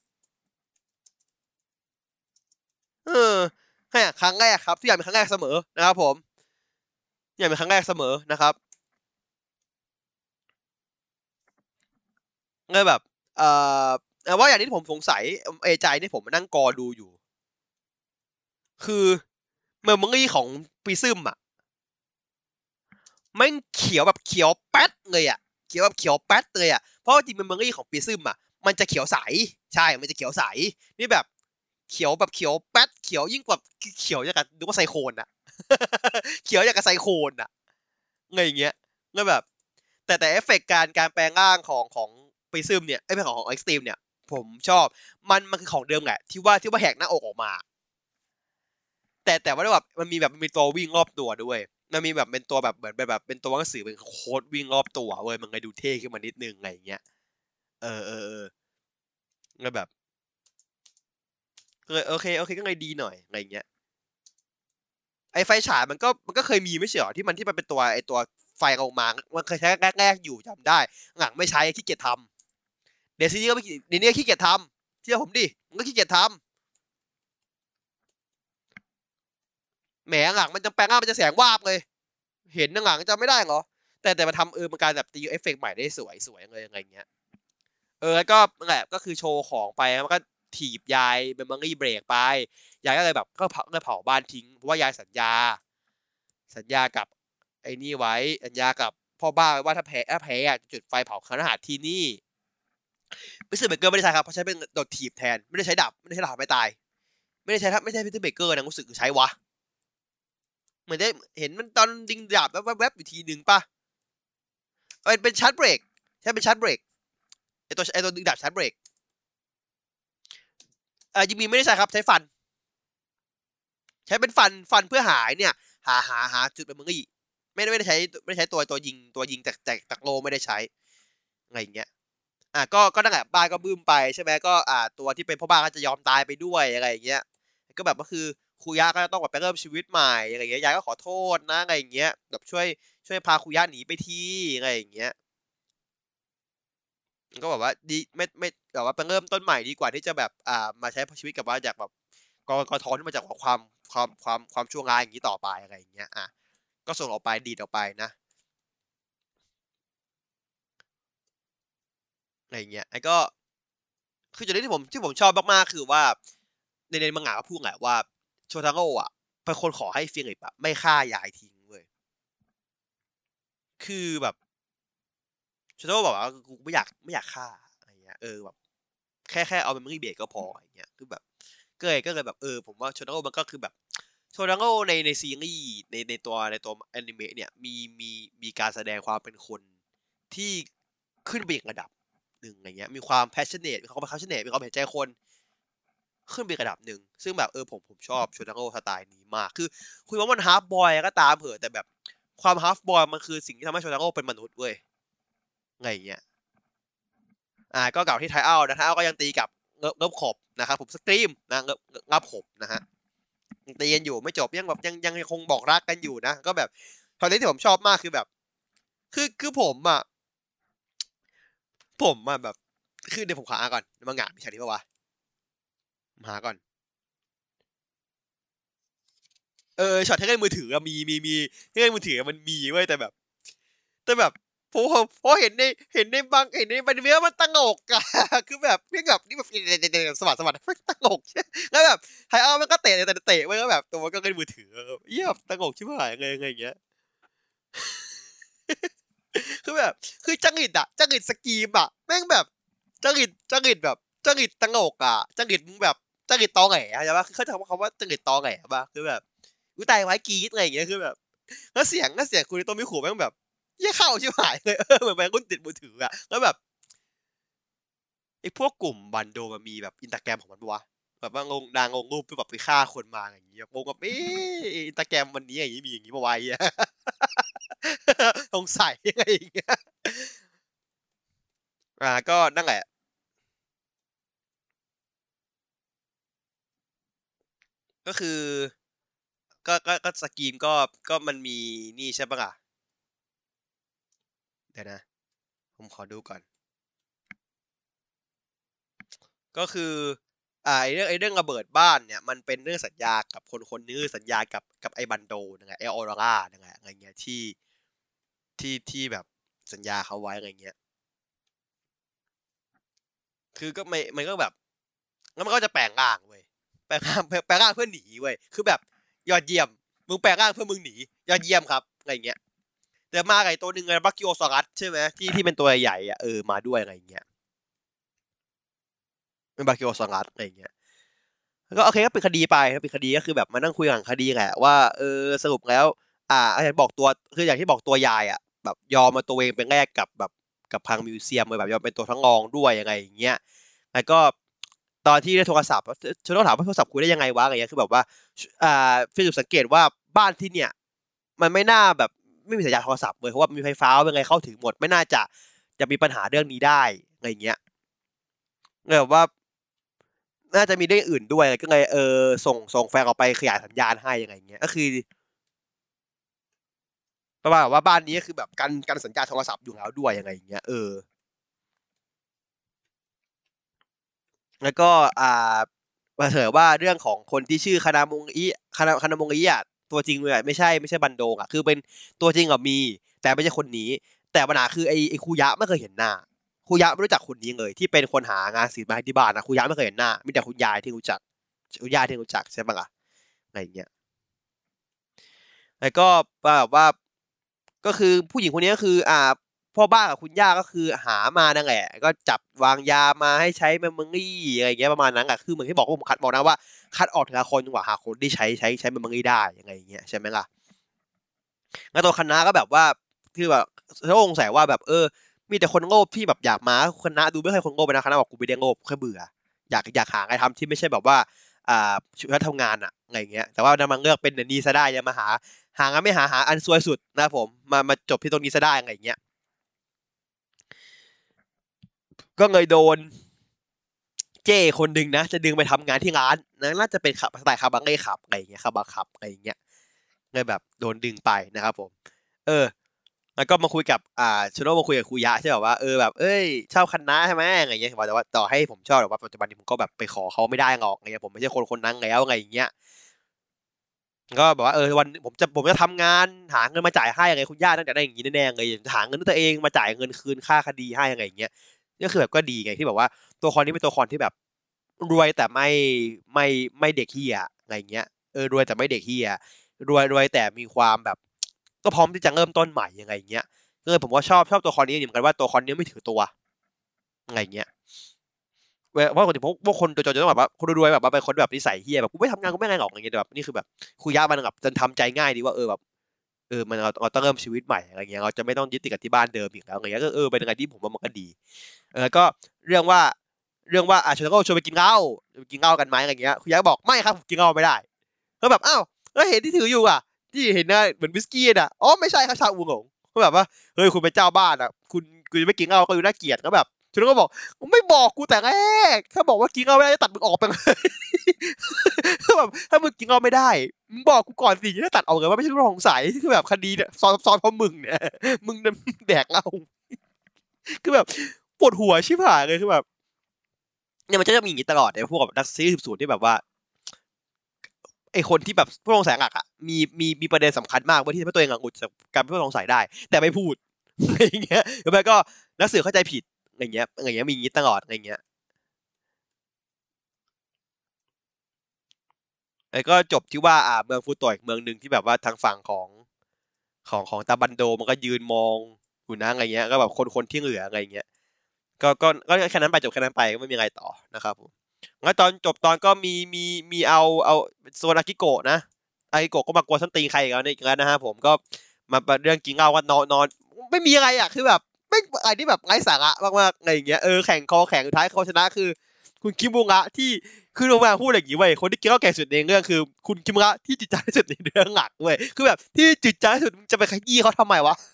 เออแค่ครั้งแรกครับทุกอย่างเป็นครั้งแรกเสมอนะครับผมทุกอย่างเป็นครั้งแรกเสมอนะครับเลยแบบเอ่อแต่ว่าอย่างที่ผมสงสัยเอใจนี่ผมมานั่งกอดูอยู่คือเมมโมรี่ของปีซึมอ่ะแม่งเขียวแบบเขียวแป๊ดเลยอ่ะเขียวแบบเขียวแป๊ดเลยอ่ะเพราะจริงเมมโมรี่ของปีซึมอ่ะมันจะเขียวใสใช่มันจะเขียวใสนี่แบบเขียวแบบเขียวแป๊ดเขียวยิ่งกว่าเขียวอย่างกับดูว่าไซโคนอ่ะเขียวอย่างกับไซโคนอ่ะไงอย่างเงี้ยแล้วแบบ แต่แต่เอฟเฟกการการแปลงร่างของของปริซึมเนี่ยไอ้เป็นของของเอ็กซ์ตรีมเนี่ยผมชอบมันมันคือของเดิมแหละที่ว่าที่ว่าแหกหน้าอกออกมาแต่แต่ว่าแบบมันมีแบบมันมีตัววิ่งรอบตัวด้วยมันมีแบบเป็นตัวแบบเหมือนเป็นแบบเป็นตัวหนังสือเป็นโค้ดวิ่งรอบตัวเว้ยมันเลยดูเท่ขึ้นมานิดนึงอะไรอย่างเงี้ยเออเออเออก็แบบเลยโอเคโอเคก็เลยดีหน่อยอะไรอย่างเงี้ยไอ้ไฟฉายมันก็มันก็เคยมีไม่ใช่หรอที่มันที่มันเป็นตัวไอ้ตัวไฟออกมามันเคยใช้แรกๆอยู่จำได้หลังไม่ใช้ขี้เกียจทำเดซินี่ก็ไม่เดนี่ขี้เกียจทำเชื่อผมดิมันก็ขี้เกียจทำ แหมหลังมันจะแปลงร่างมันจะแสงวาบเลยเห็นหลังจะไม่ได้เหรอแต่แต่มาทำเออมันการแบบตีเอฟเฟกต์ใหม่ได้สวยสวยเลยอะไรเงี้ยเออแล้วก็นั่นแหละก็คือโชว์ของไปมันก็ถีบยายเมมโมรี่เบรกไปยายก็เลยแบบก็เผาก็เผาบ้านทิ้งเพราะว่ายายสัญญาสัญญากับไอ้นี่ไว้สัญญากับพ่อบ้านว่าถ้าแพ้ถ้าแพ้จะจุดไฟเผาคฤหาสน์ที่นี่มิสเตอร์เบเกอร์ไม่ได้ใช้ครับเพราะใช้เป็นโดดถีบแทนไม่ได้ใช้ดับไม่ได้ใช้ดาบไม่ตายไม่ได้ใช้ไม่ใช่มิสเตอร์เบเกอร์นะรู้สึกใช้วะเหมือนได้เห็นมันตอนดิงดาบแวบๆอยู่ทีหนึ่งป่ะเออเป็นชาร์จเบรกใช่เป็นชาร์จเบรกไอตัวไอตัวดึงดาบชาร์จเบรกเออยิมีไม่ได้ใช้ครับใช้ฟันใช้เป็นฟันฟันเพื่อหายเนี่ยหาหาหาจุดเป็นมึงก็ไม่ได้ไม่ได้ใช้ไม่ได้ใช้ตัวตัวยิงตัวยิงจากจากจากโลไม่ได้ใช้อะไรอย่างเงี้ยอ่ะก็ก็นั่นแหละบ้านก็บึ้มไปใช่ไหมก็อ่าตัวที่เป็นพ่อบ้านก็จะยอมตายไปด้วยอะไรอย่างเงี้ยก็แบบก็คือครูยะก็ต้องแบบไปเริ่มชีวิตใหม่อะไรอย่างเงี้ยยายก็ขอโทษนะอะไรอย่างเงี้ยแบบช่วยช่วยพาครูยะหนีไปทีอะไรอย่างเงี้ย ก็แบบว่าดีไม่ไม่แบบว่าไปเริ่มต้นใหม่ดีกว่าที่จะแบบอ่ามาใช้ชีวิตกับว่าจากแบบกกทที่มาจากความความความความชั่วร้ายอย่างนี้ต่อไปอะไรอย่างเงี้ยอ่ะก็ส่งออกไปดีดออกไปนะอะไรอย่างเงี้ยไอ้ก็คือจุดที่ผมที่ผมชอบมากๆคือว่าในในมังงะก็พูดแหละว่าโชทาโร่อ่ะเป็นคนขอให้ฟิลิปอะไม่ฆ่ายายทิ้งเว้ยคือแบบโชทาโร่บอกว่ากูไม่อยากไม่อยากฆ่าอะไรเงี้ยเออแบบแค่แค่เอาเมมโมรี่เบรกก็พออย่างเงี้ยคือแบบก็เลยก็เลยแบบเออผมว่าโชทาโร่มันก็คือแบบโชดังโง่ในในซีรีส์ในในตัวในตัวแอนิเมะเนี่ยมีมีมีการแสดงความเป็นคนที่ขึ้นไปอีกระดับหนึ่งอย่างเงี้ยมีความ passionate มีความ passionate มีความเห็นใจคนขึ้นไปอีกระดับหนึ่งซึ่งแบบเออผมผมชอบโชดังโง่สไตล์นี้มากคือคุยว่ามันฮาร์ฟบอยก็ตามเถอะแต่แบบความฮาร์ฟบอยมันคือสิ่งที่ทำให้โชดังโง่เป็นมนุษย์เว้ยไงเงี้ยอ่าก็เก่าที่ไทเอานะไทเอาก็ยังตีกับเงิบเงิบขบนะครับผมสตรีมนะเงิบงับขบนะฮะยังตีกันอยู่ไม่จบยังแบบยังยังคงบอกรักกันอยู่นะก็แบบตอนนี้ที่ผมชอบมากคือแบบคือคือผมอ่ะผมอ่ะแบบคือเดี๋ยวผมขออ่านก่อนมังงะมีฉากนี้ปะวะหาก่อนเออช็อตที่เล่นมือถือมีมีมีที่เล่นมือถือมันมีเว้ยแต่แบบแต่แบบผมผมพอเห็นในเห็นในบางเห็นในบันเวมันตลกอะคือแบบเรื่องแบบนี่แบบสวัสดิ์สวัสดิ์มันตลกแล้วแบบไฮเอามันก็เตะแต่เตะมันก็แบบตัวมันก็เล่นมือถือเยี่ยมตลกชิบหายเลยอะไรอย่างเงี้ย คือแบบคือจังหิดอะจังหิดสกีมอะแม่งแบบจังหิดจังหิดแบบจังหิดตลกอะจังหิดมึงแบบจังหิดตอแหลใช่ปะคือเขาจะคำว่าจังหิดตอแหลปะคือแบบอุ้ยตายไว้กรี๊ดอะไรอย่างเงี้ยคือแบบแล้วเสียงแล้วเสียงคุณโตมิขู่แม่งแบบเยี่ยเข้าชิบหายเลยเออเหมือนไปรุ่นติดมือถืออะแล้วแบบไอ้พวกกลุ่มบันโดมันมีแบบอินสตาแกรมของมันปะวะแบบว่างงดางงรูปแบบไปฆ่าคนมาอย่างเงี้ยงงแบบเอ๊ะอินสตาแกรมวันนี้อย่างงี้มีอย่างงี้ปะวะไอ้สงสัยอะไรอย่างเงี้ยอ่าก็นั่นแหละ ก็คือก็ก็ก็สกรีมก็ก็มันมีนี่ใช่ปะล่ะเดี๋ยวนะผมขอดูก่อนก็คืออ่าไอเรื่องไอเรื่องระเบิดบ้านเนี่ยมันเป็นเรื่องสัญญากับคนคนนึงสัญญากับกับไอ้บันโดนะไงไอออร่านะไงอะไรเงี้ยที่ที่ที่แบบสัญญาเขาไว้อะไรเงี้ยคือก็ไม่มันก็แบบแล้วมันก็จะแปลงร่างเว้ยแปลงร่างแปลงร่างเพื่อหนีเว้ยคือแบบยอดเยี่ยมมึงแปลงร่างเพื่อมึงหนียอดเยี่ยมครับอะไรเงี้ยแต่มาไก่ตัวหนึ่งไงบัคกิโอซอรัสใช่ไหมที่ที่เป็นตัวใหญ่อะเออมาด้วยอะไรเงี้ย เป็นบาคิโอซองัสอะไรอย่างเงี้ยแล้วก็โอเคก็เป็นคดีไปเป็นคดีก็คือแบบมานั่งคุยกันคดีแหละว่าเออสรุปแล้วอ่าอาจารย์บอกตัวคืออย่างที่บอกตัวยายอ่ะแบบยอมมาตัวเองเป็นแรกกับแบบกับพังมิวเซียมเลยแบบยอมเป็นตัวทั้งรองด้วยยังไงอย่างเงี้ยแล้วก็ตอนที่ได้โทรศัพท์ฉันต้องถามว่าโทรศัพท์คุยได้ยังไงวะอะไรเงี้ยคือแบบว่าอ่าฟิลิปสังเกตว่าบ้านที่เนี่ยมันไม่น่าแบบไม่มีสัญญาณโทรศัพท์เลยเพราะว่ามีไฟฟ้าเป็นไงเข้าถึงหมดไม่น่าจะจะมีปัญหาเรื่องนี้ได้อะไรเงี้ยเลยแบบว่า น่าจะมีเรื่องอื่นด้วยก็เลยเออส่งส่งแฟนออกไปขยายสัญญาณให้ยังไงเงี้ยก็คือประมาณว่าบ้านนี้ก็คือแบบกันกันสัญญาณโทรศัพท์อยู่แล้วด้วยยังไงเงี้ยเออแล้วก็อ่ามาเถอะว่าเรื่องของคนที่ชื่อคานามงอิคานาคานามงอิอ่ะตัวจริงเลยไม่ใช่ไม่ใช่บันโดงอ่ะคือเป็นตัวจริงอ่ะมีแต่ไม่ใช่คนนี้แต่ปัญหาคือไอ้ไอ้คูยะไม่เคยเห็นหน้าคูยะไม่รู้จักคนนี้เลยที่เป็นคนหางานศิลป์มาให้ที่บ้านนะคูยะไม่เคยเห็นหน้ามีแต่คุณยายที่รู้จักคุณยายที่รู้จักใช่ปะล่ะอะไรเงี้ย แล้วก็แบบว่าก็คือผู้หญิงคนนี้ก็คืออ่าพ่อบ้านกับคุณย่าก็คือหามานั่นแหละก็จับวางยามาให้ใช้เมมโมรี่อะไรเงี้ยประมาณนั้นอะคือเหมือนที่บอกว่าผมคัดบอกนะว่าคัดออกทีละคนจนกว่าหาคนที่ใช้ใช้ใช้เมมโมรี่ได้ยังไงอย่างเงี้ยใช่ไหมล่ะแล้วตัวคณะก็แบบว่าคือแบบเขาสงสัยว่าแบบเออมีแต่คนโง่ที่แบบอยากมาคณะดูไม่เคยคนโง่ไปนะคณะบอกกูไม่ได้โง่แค่เบื่ออยากอยากหาอะไรทำที่ไม่ใช่แบบว่าอ่าชีวิตทำงานอะอะไรเงี้ยแต่ว่าดันมาเลือกเป็นเดนีซะได้ยังมาหา หางานไม่หาหาอันซวยสุดนะครับผมมามาจบที่ตรงนี้ซะได้อะไรอย่างเงี้ยก็เลยโดนเจ้คนหนึ่งนะจะดึงไปทำงานที่ร้านนะน่าจะเป็นขับสไตล์คาบังเล่ขับอะไรอย่างเงี้ยคาบาขับอะไรอย่างเงี้ยเลยแบบโดนดึงไปนะครับผมเออแล้วก็มาคุยกับอ่าชโนมาคุยกับคุยะใช่แบบว่าเออแบบเอ้ยชอบคันน้าใช่ไหมอะไรอย่างเงี้ยแต่ว่าต่อให้ผมชอบแต่ว่าปัจจุบันนี้ผมก็แบบไปขอเขาไม่ได้หรอกอะไรเงี้ยผมไม่ใช่คนคนนั้นแล้วอะไรอย่างเงี้ย ก็บอกว่าเออวันผมจะผมจะทำงานหาเงินมาจ่ายให้ยังไงคุณย่าต้องจะได้อย่างนี้แน่ๆเลยหาเงินด้วยตัวเองมาจ่ายเงินคืนค่าคดีให้ยังไงอย่างเงี้ยก็คือแบบก็ดีไงที่แบบว่าตัวละครนี้เป็นตัวละครที่แบบรวยแต่ไม่ไม่ไม่เด็กเฮียอะไรเงี้ยเออรวยแต่ไม่เด็กเฮียรวยรวยแต่มีความแบบก็พร้อมที่จะเริ่มต้นใหม่ยังไงอย่างเงี้ยก็เลยผมก็ชอบชอบตัวละครนี้เหมือนกันว่าตัวละครนี้ไม่ถือตัวอะไรเงี้ยเพราะปกติพวกพวกคนจนๆจะต้องแบบว่าคนรวยๆแบบว่าเป็นคนแบบนิสัยเฮี้ยแบบกูไม่ทำงานกูไม่งานหรอกอย่างเงี้ยแบบนี่คือแบบคุยยะมันแบบจนทำใจง่ายดีว่าเออแบบเออมันเราเราต้องเริ่มชีวิตใหม่อะไรเงี้ยเราจะไม่ต้องยึดติดกับที่บ้านเดิมอีกแล้วอะไรเงี้ยก็เออเป็นอะไรที่ผมว่ามันก็ดีเออก็เรื่องว่าเรื่องว่าอ่ะชวนก็ชวนไปกินเหล้าไปกินเหล้ากันไหมอะไรเงี้ยคุยยะบอกไม่ครับผมกินเหล้าไม่ได้ก็แบบอ้าวแล้วเห็นที่ถืออยู่อ่ะที่เห็นนะเหมือนวิสกี้อ่ะอ๋อไม่ใช่ครับชาอูหงก็แบบว่าเฮ้ยคุณเป็นเจ้าบ้านอ่ะคุณคุณจะไม่กินเหล้าก็ดูน่าเกลียดก็แบบชวนก็บอก ไม่บอกกูแต่แรกถ้าบอกว่ากินเอาไม่ได้จะตัดมึงออกไปเลยคือแบบถ้ามึงกินเอาไม่ได้มึงบอกกูก่อนสิจะตัดออกเลยว่าไม่ใช่เรื่องของสายคือแบบคดีเนี่ยซ้อนซ้อนเพราะมึงเนี่ยมึงแดกเราคือแบบปวดหัวชิบหายเลยคือแบบเนี่ยมันจะมีอย่างนี้ตลอดเนี่ยพวกแบบนักซีสืบสวนที่แบบว่าไอคนที่แบบผู้ต้องสงสัยหลักอ่ะมีมีมีประเด็นสำคัญมากว่าที่ทำให้ตัวเองหงุดจากการเป็นผู้ต้องสงสัยได้แต่ไม่พูดอะไรอย่างเงี้ยหรือไม่ก็นักสืบเข้าใจผิดอะไรเงี้ยอะไรเงี้ยมีอย่างนี้ตลอดอะไรเงี้ย แล้วก็จบที่ว่าอ่าเมืองฟูโตะอีกเมืองหนึ่งที่แบบว่าทางฝั่งของของของตาบันโดมันก็ยืนมองอยู่นะอะไรเงี้ยก็แบบคนคนที่เหลืออะไรเงี้ยก็ก็ก็แค่นั้นไปจบแค่นั้นไปก็ไม่มีอะไรต่อนะครับผมงั้นตอนจบตอนก็มีมีมีเอาเอาโซนอากิโกะนะอากิโกะก็มากวนส้นตีนใครอีกแล้วเนี่ยอีกแล้วนะฮะผมก็มาเรื่องกินเหล้าก็นอนนอนไม่มีอะไรอ่ะคือแบบไม่อะไรที่แบบไร้สาระมากๆอะไรอย่างเงี้ยเออแข่งคอแข่งสุดท้ายเขาชนะคือ คุณคิมุงะที่คือโรงแรมพูดอย่างนี้เว้ยคนที่คิดว่าแก่สุดในเรื่องคือคุณคิมุงะที่จิตใจที่สุดในเรื่องหลักเว้ยคือแบบที่จิตใจที่สุดมึงจะไปขยี้เขาทำไมวะ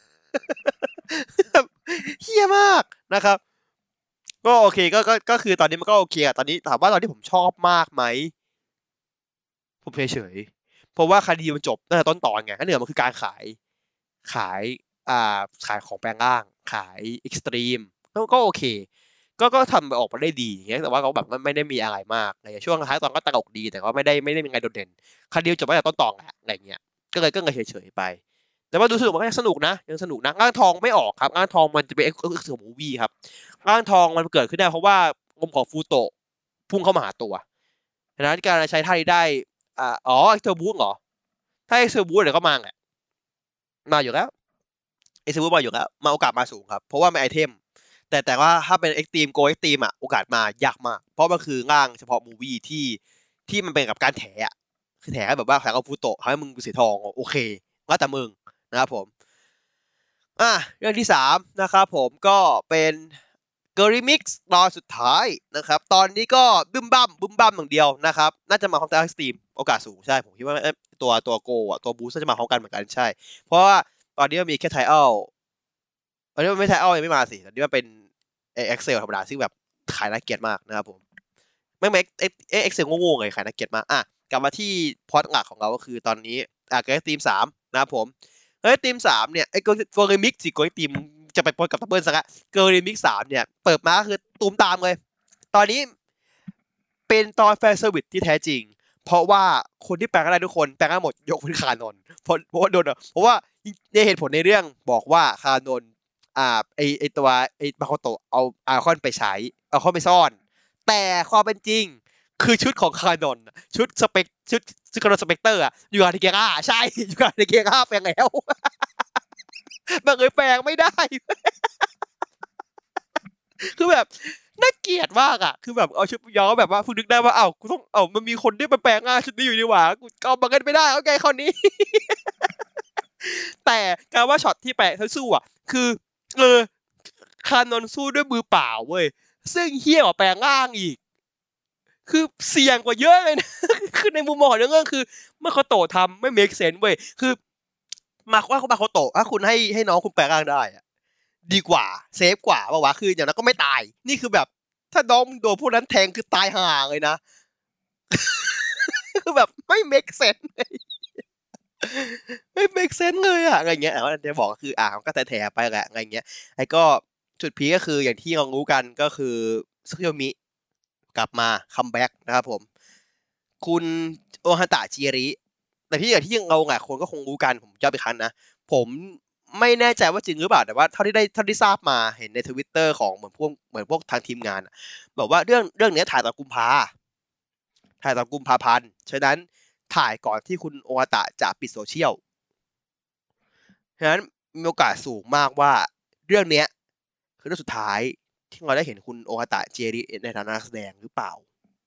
เฮี้ยมากนะครับก็โอเคก็ก็ก็คือตอนนี้มันก็โอเคอะตอนนี้ถามว่าตอนที่ผมชอบมากไหมผมเฉยๆเพราะว่าคดีมันจบตั้งแต่ต้นตอนไงถ้าเหนือมันคือการขายขายอ่าขายของแปลงร่างขายเอ็กซ์ตรีมก็ก็โอเค ก็ก็ทำออกมาได้ดีอย่างเงี้ยแต่ว่าเขาแบบไม่ได้มีอะไรมากอะไรช่วงท้ายตอนก็ตลกดีแต่ก็ไม่ได้ไม่ได้มีอะไรโดดเด่นคดีจบมาจากต้นตอนแหละอะไรเงี้ยก็เลยก็เลยเฉยๆไปแต่ว่าดูสนุกมันก็ยังสนุกนะยังสนุกนะร่างทองไม่ออกครับร่างทองมันจะเป็นเอ็กซ์เซอร์มูวี่ครับร่างทองมันเกิดขึ้นได้เพราะว่าลมของฟูโตะพุ่งเข้ามาหาตัวดังนั้นการใช้ท่านี้ได้อ่าอ๋อเอ็กซ์เทอร์บูสเหรอถ้าเอ็กซ์เทอร์บูสเดี๋ยวก็มาแหละมาอยู่แล้วเอ็กซ์เทอร์บูสมาอยู่แล้วมาโอกาสมาสูงครับเพราะว่าไม่ไอเทม แต่แต่ว่าถ้าเป็นเอ็กซ์ตรีมโกเอ็กซ์ตรีมอ่ะโอกาสมายากมากเพราะมันคือร่างเฉพาะมูวี่ที่ที่มันเป็นกับการแถอ่ะคือแถแบบว่าแถกับฟูโตะทำให้มึงเสียทองโอเคแล้วแต่มึงนะครับผมอ่ะเรื่องที่สามนะครับผมก็เป็นเกอริมิกซ์ตอนสุดท้ายนะครับตอนนี้ก็บึ้มบั้มบึ้มบั้มอย่างเดียวนะครับน่าจะมาพร้อมกับเอ็กซ์ตรีมโอกาสสูงใช่ผมคิดว่าตัวตัวโกอ่ะตัวบูสจะมาพร้อมกันเหมือนกันใช่เพราะว่าตอนนี้มันมีแค่ไทเอล อันนี้มันไม่ใช่อ้อยังไม่มาสิอันนี้มันเป็นเอ็กเซลธรรมดาซึ่งแบบขายน่าเกลียดมากนะครับผมไม่ไม่เอ็กเอ็กเซลโง่ๆเลยขายน่าเกลียดมากอ่ะกลับมาที่พอดหลักของเราก็คือตอนนี้อ่ะเกมทีมสามนะครับผมเฮ้ยทีมสามเนี่ยไอ้โกโกเรมิกสิโกทีมจะไปปนกับทับเบิลซะละเกเรมิกสามเนี่ยเปิดมาคือตูมตามเลยตอนนี้เป็นตอนแฟนเซอร์วิสที่แท้จริงเพราะว่าคนที่แปลงได้ทุกคนแปลงได้หมดยกเว้นคานนเพราะเพราะว่าโดนเพราะว่าในเหตุผลในเรื่องบอกว่าคานน อ่าไอไอตัวไอมาโคโตะเอาอาคอนไปใช้เอาคอนไปซ่อนแต่ความเป็นจริงคือชุดของคานอนชุดสเปกชุดชุดคานอนสเปกเตอร์อะอยู่กับเทเกร่าใช่อยู่กับเทเกร่าแปลงแล้วบังเอิญแปลงไม่ได้คือแบบน่าเกลียดมากอ่ะคือแบบเอาชุดย้อมแบบว่าเพิ่งนึกได้ว่าเอ้ากูต้องเอ้ามันมีคนที่มาแปลงร่างชุดนี้อยู่ดีหว่ากูเอาบังเอิญไม่ได้โอเคคราวนี้แต่การว่าช็อตที่แปะสู้อ่ะคือเออคานอนสู้ด้วยมือเปล่าเว้ยซึ่งเฮี้ยกว่าแปลงร่างอีก คือเสี่ยงกว่าเยอะเลยนะ คือในมุมมองของเรื่องคือเมื่อเขาโตทำไม่ make sense เว้ยคือมาว่าเขามาเขาโตถ้าคุณให้ให้น้องคุณแปลงร่างได้อะดีกว่าเซฟกว่าป่าวะคืออย่างนั้นก็ไม่ตายนี่คือแบบถ้าน้องโดนพวกนั้นแทงคือตายห่าเลยนะคือแบบไม่ make sense เลยไม่ make sense เลยอะอะไรเงี้ยอ่ะจะบอกก็คืออ่ะมันก็แถๆไปแหละอะไรเงี้ยไอ้ก็จุดพีคก็คืออย่างที่เรารู้กันก็คือซึคิโยมิกลับมาคัมแบ็กนะครับผม คุณโอฮาตะจิริแต่ที่อย่างที่ยังเราหลายคนก็คงรู้กันผมจะไปครั้งนะผมไม่แน่ใจว่าจริงหรือเปล่าแต่ว่าเท่าที่ได้เท่าที่ทราบมาเห็นในทวิตเตอร์ของเหมือนพวกเหมือนพวกทางทีมงานบอกว่าเรื่องเรื่องนี้ถ่ายตอนกุมภาถ่ายตอนกุมภาพันธ์ฉะนั้นถ่ายก่อนที่คุณโอฮาตะจะปิดโซเชียลฉะนั้นมีโอกาสสูงมากว่าเรื่องนี้คือเรื่องสุดท้ายที่เราได้เห็นคุณโอฮาตะเจริในฐานะนักแสดงหรือเปล่า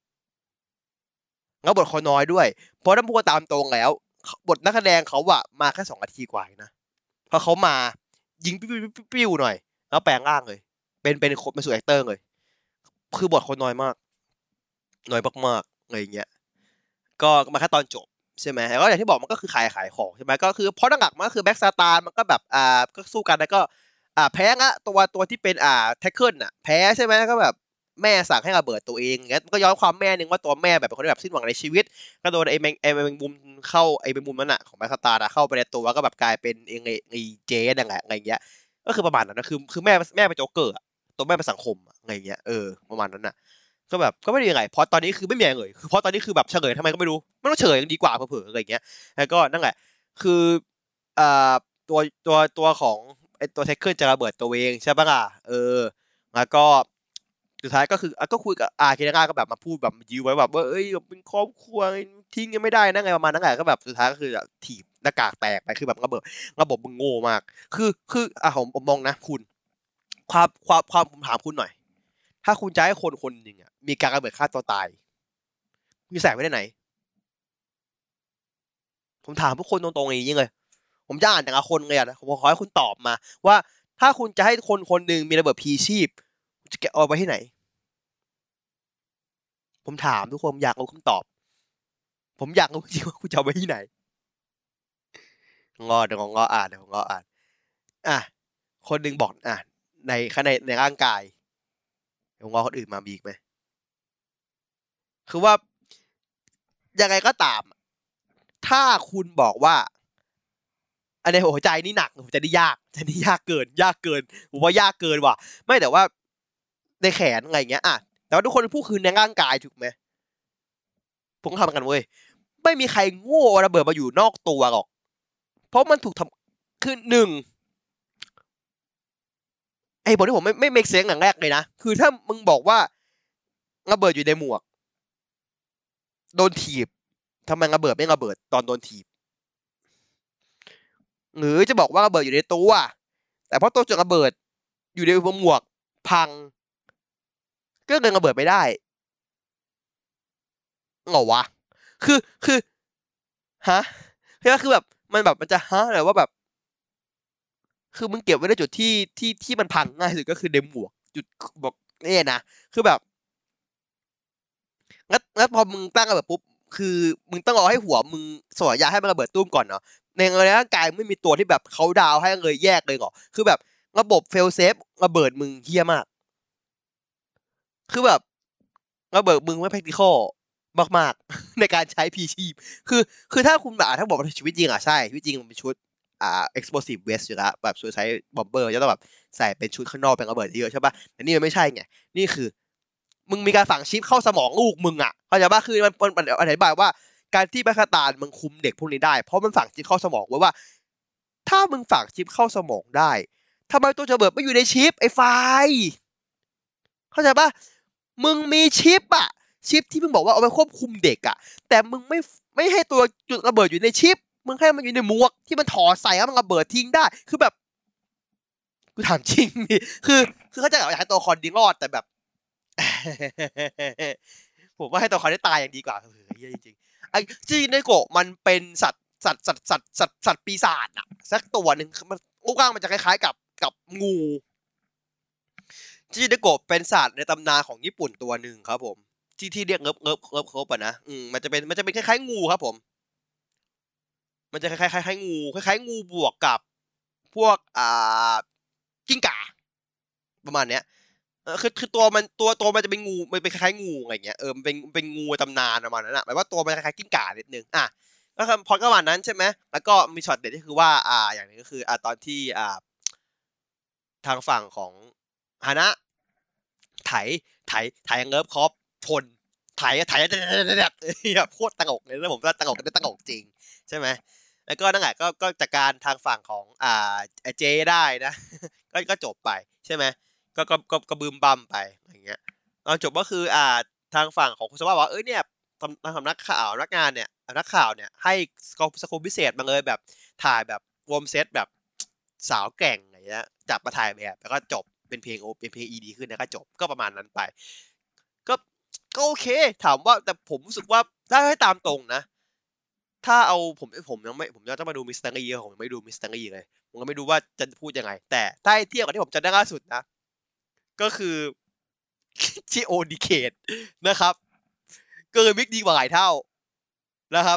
แล้วบทเขาน้อยด้วยเพราะถ้าพูดตามตรงแล้วบทนักแสดงเขาอะมาแค่สองนาทีกว่านะพอเขามายิงปิ้วๆหน่อยแล้วแปลงร่างเลยเป็นเป็นคนเป็นสูตรแอคเตอร์เลยคือบทเขาน้อยมากน้อยมากๆอะไรอย่างเงี้ยก็มาแค่ตอนจบใช่ไหมแล้วก็อย่างที่บอกมันก็คือขายขายของใช่ไหมก็คือเพราะหลักๆมันก็คือแบ็กสตาร์มันก็แบบอ่าก็สู้กันแล้วก็อ่าแพ้ละตัวตัวที่เป็นอ่าแท็กเกิลน่ะแพ้ใช่ไหมก็แบบแม่สั่งให้ระเบิดตัวเองอย่างเงี้ยมันก็ย้อนความแม่นึงว่าตัวแม่แบบเป็นคนที่แบบสิ้นหวังในชีวิตก็โดนไอ้แมงไอ้แมงมุมเข้าไอ้แมงมุมนั้นน่ะของแบ็กสตาร์เข้าไปในตัวก็แบบกลายเป็นไอ้ไอ้เจนั่นแหละอะไรอย่างเงี้ยก็คือประมาณนั้นนะคือคือแม่แม่เป็นโจ๊กเกอร์ตัวแม่เป็นสังคมอะไรอย่างเงี้ยเออประมาณนั้นน่ะ ก็แบบก็ไม่ได้ยังไงเพราะตอนนี้คือไม่มีอะไรเลยคือเพราะตอนนี้คือแบบเฉลยทำไมก็ไม่รู้ไม่ต้องเฉลยยังดีกว่าเผลอๆอะไรเงี้ยแล้วก็นั่นแหละคืออ่าตัวตัวตัวของไอตัวเทคเกิลจะระเบิดตัวเองใช่ปะล่ะเออแล้วก็สุดท้ายก็คือก็คุยกับอาเคนาก็แบบมาพูดแบบยื้อไว้แบบว่าเอ้ยเป็นครอบครัวทิ้งกันไม่ได้นะไงประมาณนั้นแหละก็แบบสุดท้ายก็คือถีบหน้ากากแตกไปคือแบบระเบิดระบบมึงโง่มากคือคืออ่ะผมผมมองนะคุณความความความผมถามคุณหน่อยถ้าคุณจะให้คนคนหนึ่งอ่ะมีการระเบิดฆ่าตัวตายมีแสงไว้ได้ไหนผมถามทุกคนตรงๆอย่างนี้เลยผมจะอ่านแต่ละคนเลยอ่ะผมขอให้คุณตอบมาว่าถ้าคุณจะให้คนคนหนึ่งมีระเบิดพลีชีพจะเก็บเอาไว้ที่ไหนผมถามทุกคนอยากรู้คำตอบผมอยากรู้จริงว่าคุณจะเอาไว้ที่ไหนงอเดี๋ยวงออ่านเดี๋ยวงออ่านอ่ะคนหนึ่งบอกอ่ะในข้างในในร่างกายเดี๋ยวงอคนอื่นมามีอีกไหมคือว่ายังไงก็ตามถ้าคุณบอกว่า อันในหัวใจนี่หนักหัวใจนี่ยากใจนี่ยากเกินยากเกินผมว่ายากเกินว่ะไม่แต่ว่าในแขนอะไรเงี้ยอ่ะแต่ว่าทุกคนพูดคือในร่างกายถูกไหมผมก็ทำกันเว้ยไม่มีใครโง่ระเบิดมาอยู่นอกตัวหรอกเพราะมันถูกทำคือหนึ่งไอ้บทที่ผมไม่ไม่เมกเซนส์อย่างแรกเลยนะคือถ้ามึงบอกว่าระเบิดอยู่ในหมวกโดนถีบทำไมระเบิดไม่ระเบิดตอนโดนถีบหรือจะบอกว่าระเบิดอยู่ในตัวแต่เพราะตัวจุดระเบิดอยู่ในหมวกพังก็เลยระเบิดไม่ได้เหรอวะคือคือฮะใช่ไหมคือแบบมันแบบมันจะฮะแต่ว่าแบบคือมึงเก็บไว้ในจุดที่ที่ที่มันพังง่ายสุดก็คือในหมวกจุดบอกเนี่ยนะคือแบบงั้นงั้นพอมึงตั้งระเบิดปุ๊บคือมึงต้องรอให้หัวมึงสวายยาให้มันระเบิดตุ้มก่อนเนาะในร่างกายไม่มีตัวที่แบบเขาดาวให้เลยแยกเลยหรอคือแบบระบบเฟลเซฟระเบิดมึงเฮี้ยมากคือแบบระเบิดมึงไม่ practical มากๆในการใช้พีชีพคือคือถ้าคุณแบบถ้าบอกว่าชีวิตจริงอ่ะใช่ชีวิตจริงมันเป็นชุดอ่า explosive vest อยู่แล้วแบบใช้บอมเบอร์จะต้องแบบใส่เป็นชุดข้างนอกเป็นระเบิดเยอะใช่ป่ะแต่นี่มันไม่ใช่ไงนี่คือมึงมีการฝังชิปเข้าสมองลูกมึงอ่ะเข้าใจป่ะคือมันมันอธิบายว่าการที่แบคตาลมึงคุมเด็กพวกนี้ได้เพราะมันฝังชิปเข้าสมองไว้ว่าถ้ามึงฝังชิปเข้าสมองได้ทำไมตัวระเบิดไม่อยู่ในชิปไอ้ไฟเข้าใจป่ะมึงมีชิปอะชิปที่มึงบอกว่าเอาไปควบคุมเด็กอะแต่มึงไม่ไม่ให้ตัวจุดระเบิดอยู่ในชิปมึงให้มันอยู่ในหมวกที่มันถอดใส่แล้วมันระเบิดทิ้งได้คือแบบกูถามจริงดิคือคือเข้าใจอยากให้ตัวคอนดีรอดแต่แบบผมว่าให้ตัวคอนได้ตายอย่างดีกว่าเฮ้ยจริงๆไอ้จีเนโกะมันเป็นสัตว์สัตว์สัตว์สัตว์สัตว์สัตว์ปีศาจอะสักตัวหนึ่งมันรูปร่างมันจะคล้ายๆกับกับงูจิเนโกะเป็นสัตว์ในตำนานของญี่ปุ่นตัวหนึ่งครับผมที่ที่เรียกเงิบเงิบเงิบเงิบอะนะอืมมันจะเป็นมันจะเป็นคล้ายๆงูครับผมมันจะคล้ายๆคล้ายๆงูคล้ายๆงูบวกกับพวกอ่ากิ้งก่าประมาณเนี้ยเออคือคือตัวมันตัวตัวมันจะเป็นงูมันเป็นคล้ายๆงูอะไรเงี้ยเออมันเป็นเป็นงูตำนานประมาณนั้นอะหมายว่าตัวมันคล้ายๆกิ้งก่านิดนึงอ่ะก็คือพอประมาณนั้นใช่ไหมแล้วก็มีช็อตเด็ดที่คือว่าอ่าอย่างนึงก็คืออ่าตอนที่อ่าทางฝั่งของฮานะ ไถไถไถเงิร์ฟคอปชนไถไถแบบโคตรตลกเลยนะผมว่าตลกได้ตลกจริงใช่ไหมแล้วก็นั่นแหละก็ก็จากการทางฝั่งของอ่าเจได้นะก็ก็จบไปใช่ไหมก็ก็ก็ก็บืมบัมไปอย่างเงี้ยตอนจบก็คืออ่าทางฝั่งของคุณสวัสดิ์ว่าเอ้ยเนี่ยทำทำนักข่าวนักงานเนี่ยนักข่าวเนี่ยให้สกอปสกูปพิเศษมาเลยแบบถ่ายแบบรวมเซตแบบสาวแก่งอะไรเงี้ยจับมาถ่ายแบบแล้วก็จบเป็นเพลงโอเป็นเพลง อี ดี ขึ้นนะก็จบก็ประมาณนั้นไปก็ก็โอเคถามว่าแต่ผมรู้สึกว่าถ้าให้ตามตรงนะถ้าเอาผมผมยังไม่ผมยังต้องมาดูมิสเตอรี่ผมยังไม่ดูมิสเตอรี่เลยผมก็ไม่รู้ว่าจะพูดยังไงแต่ถ้าให้เทียบกับที่ผมจำได้ล่าสุดนะก็คือที่โอดีเคดนะครับเกินมิกดีกว่าหลายเท่านะครับ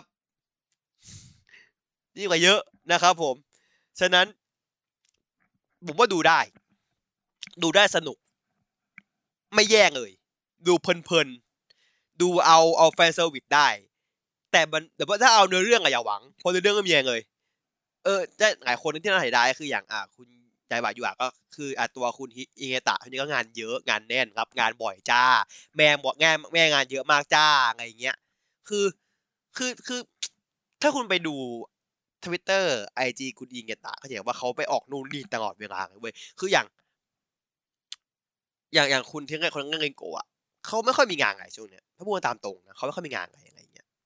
ดีกว่าเยอะนะครับผมฉะนั้นผมว่าดูได้ดูได้สนุกไม่แย่เลยดูเพลินๆดูเอาเอาแฟนเซอร์วิสได้แต่มันแต่ว่าถ้าเอาเนื้อเรื่องอะอย่าหวังเพราะเนื้อเรื่องก็มีไงเลยเออจะหลายคนที่น่าเสียดายคืออย่างอ่ะคุณใจบาอยู่อ่ะก็คืออ่ะตัวคุณอิเงตะคนนี้ก็งานเยอะงานแน่นครับงานบ่อยจ้าแม่บอกแม่แม่งานเยอะมากจ้าอะไรอย่างเงี้ยคือคือคือถ้าคุณไปดูทวิตเตอร์ไอจีคุณอิเงตะก็จะเห็นว่าเขาไปออกนู่นนี่ตลอดเวลาเลยเว้ยคืออย่าง อย่างอย่างคุณที่คนเล่นโกะเขาไม่ค่อยมีงานไงช่วงเนี้ยถ้าพูดตามตรงนะเขาไม่ค่อยมีงานไงอะไรอย่างเงี้ย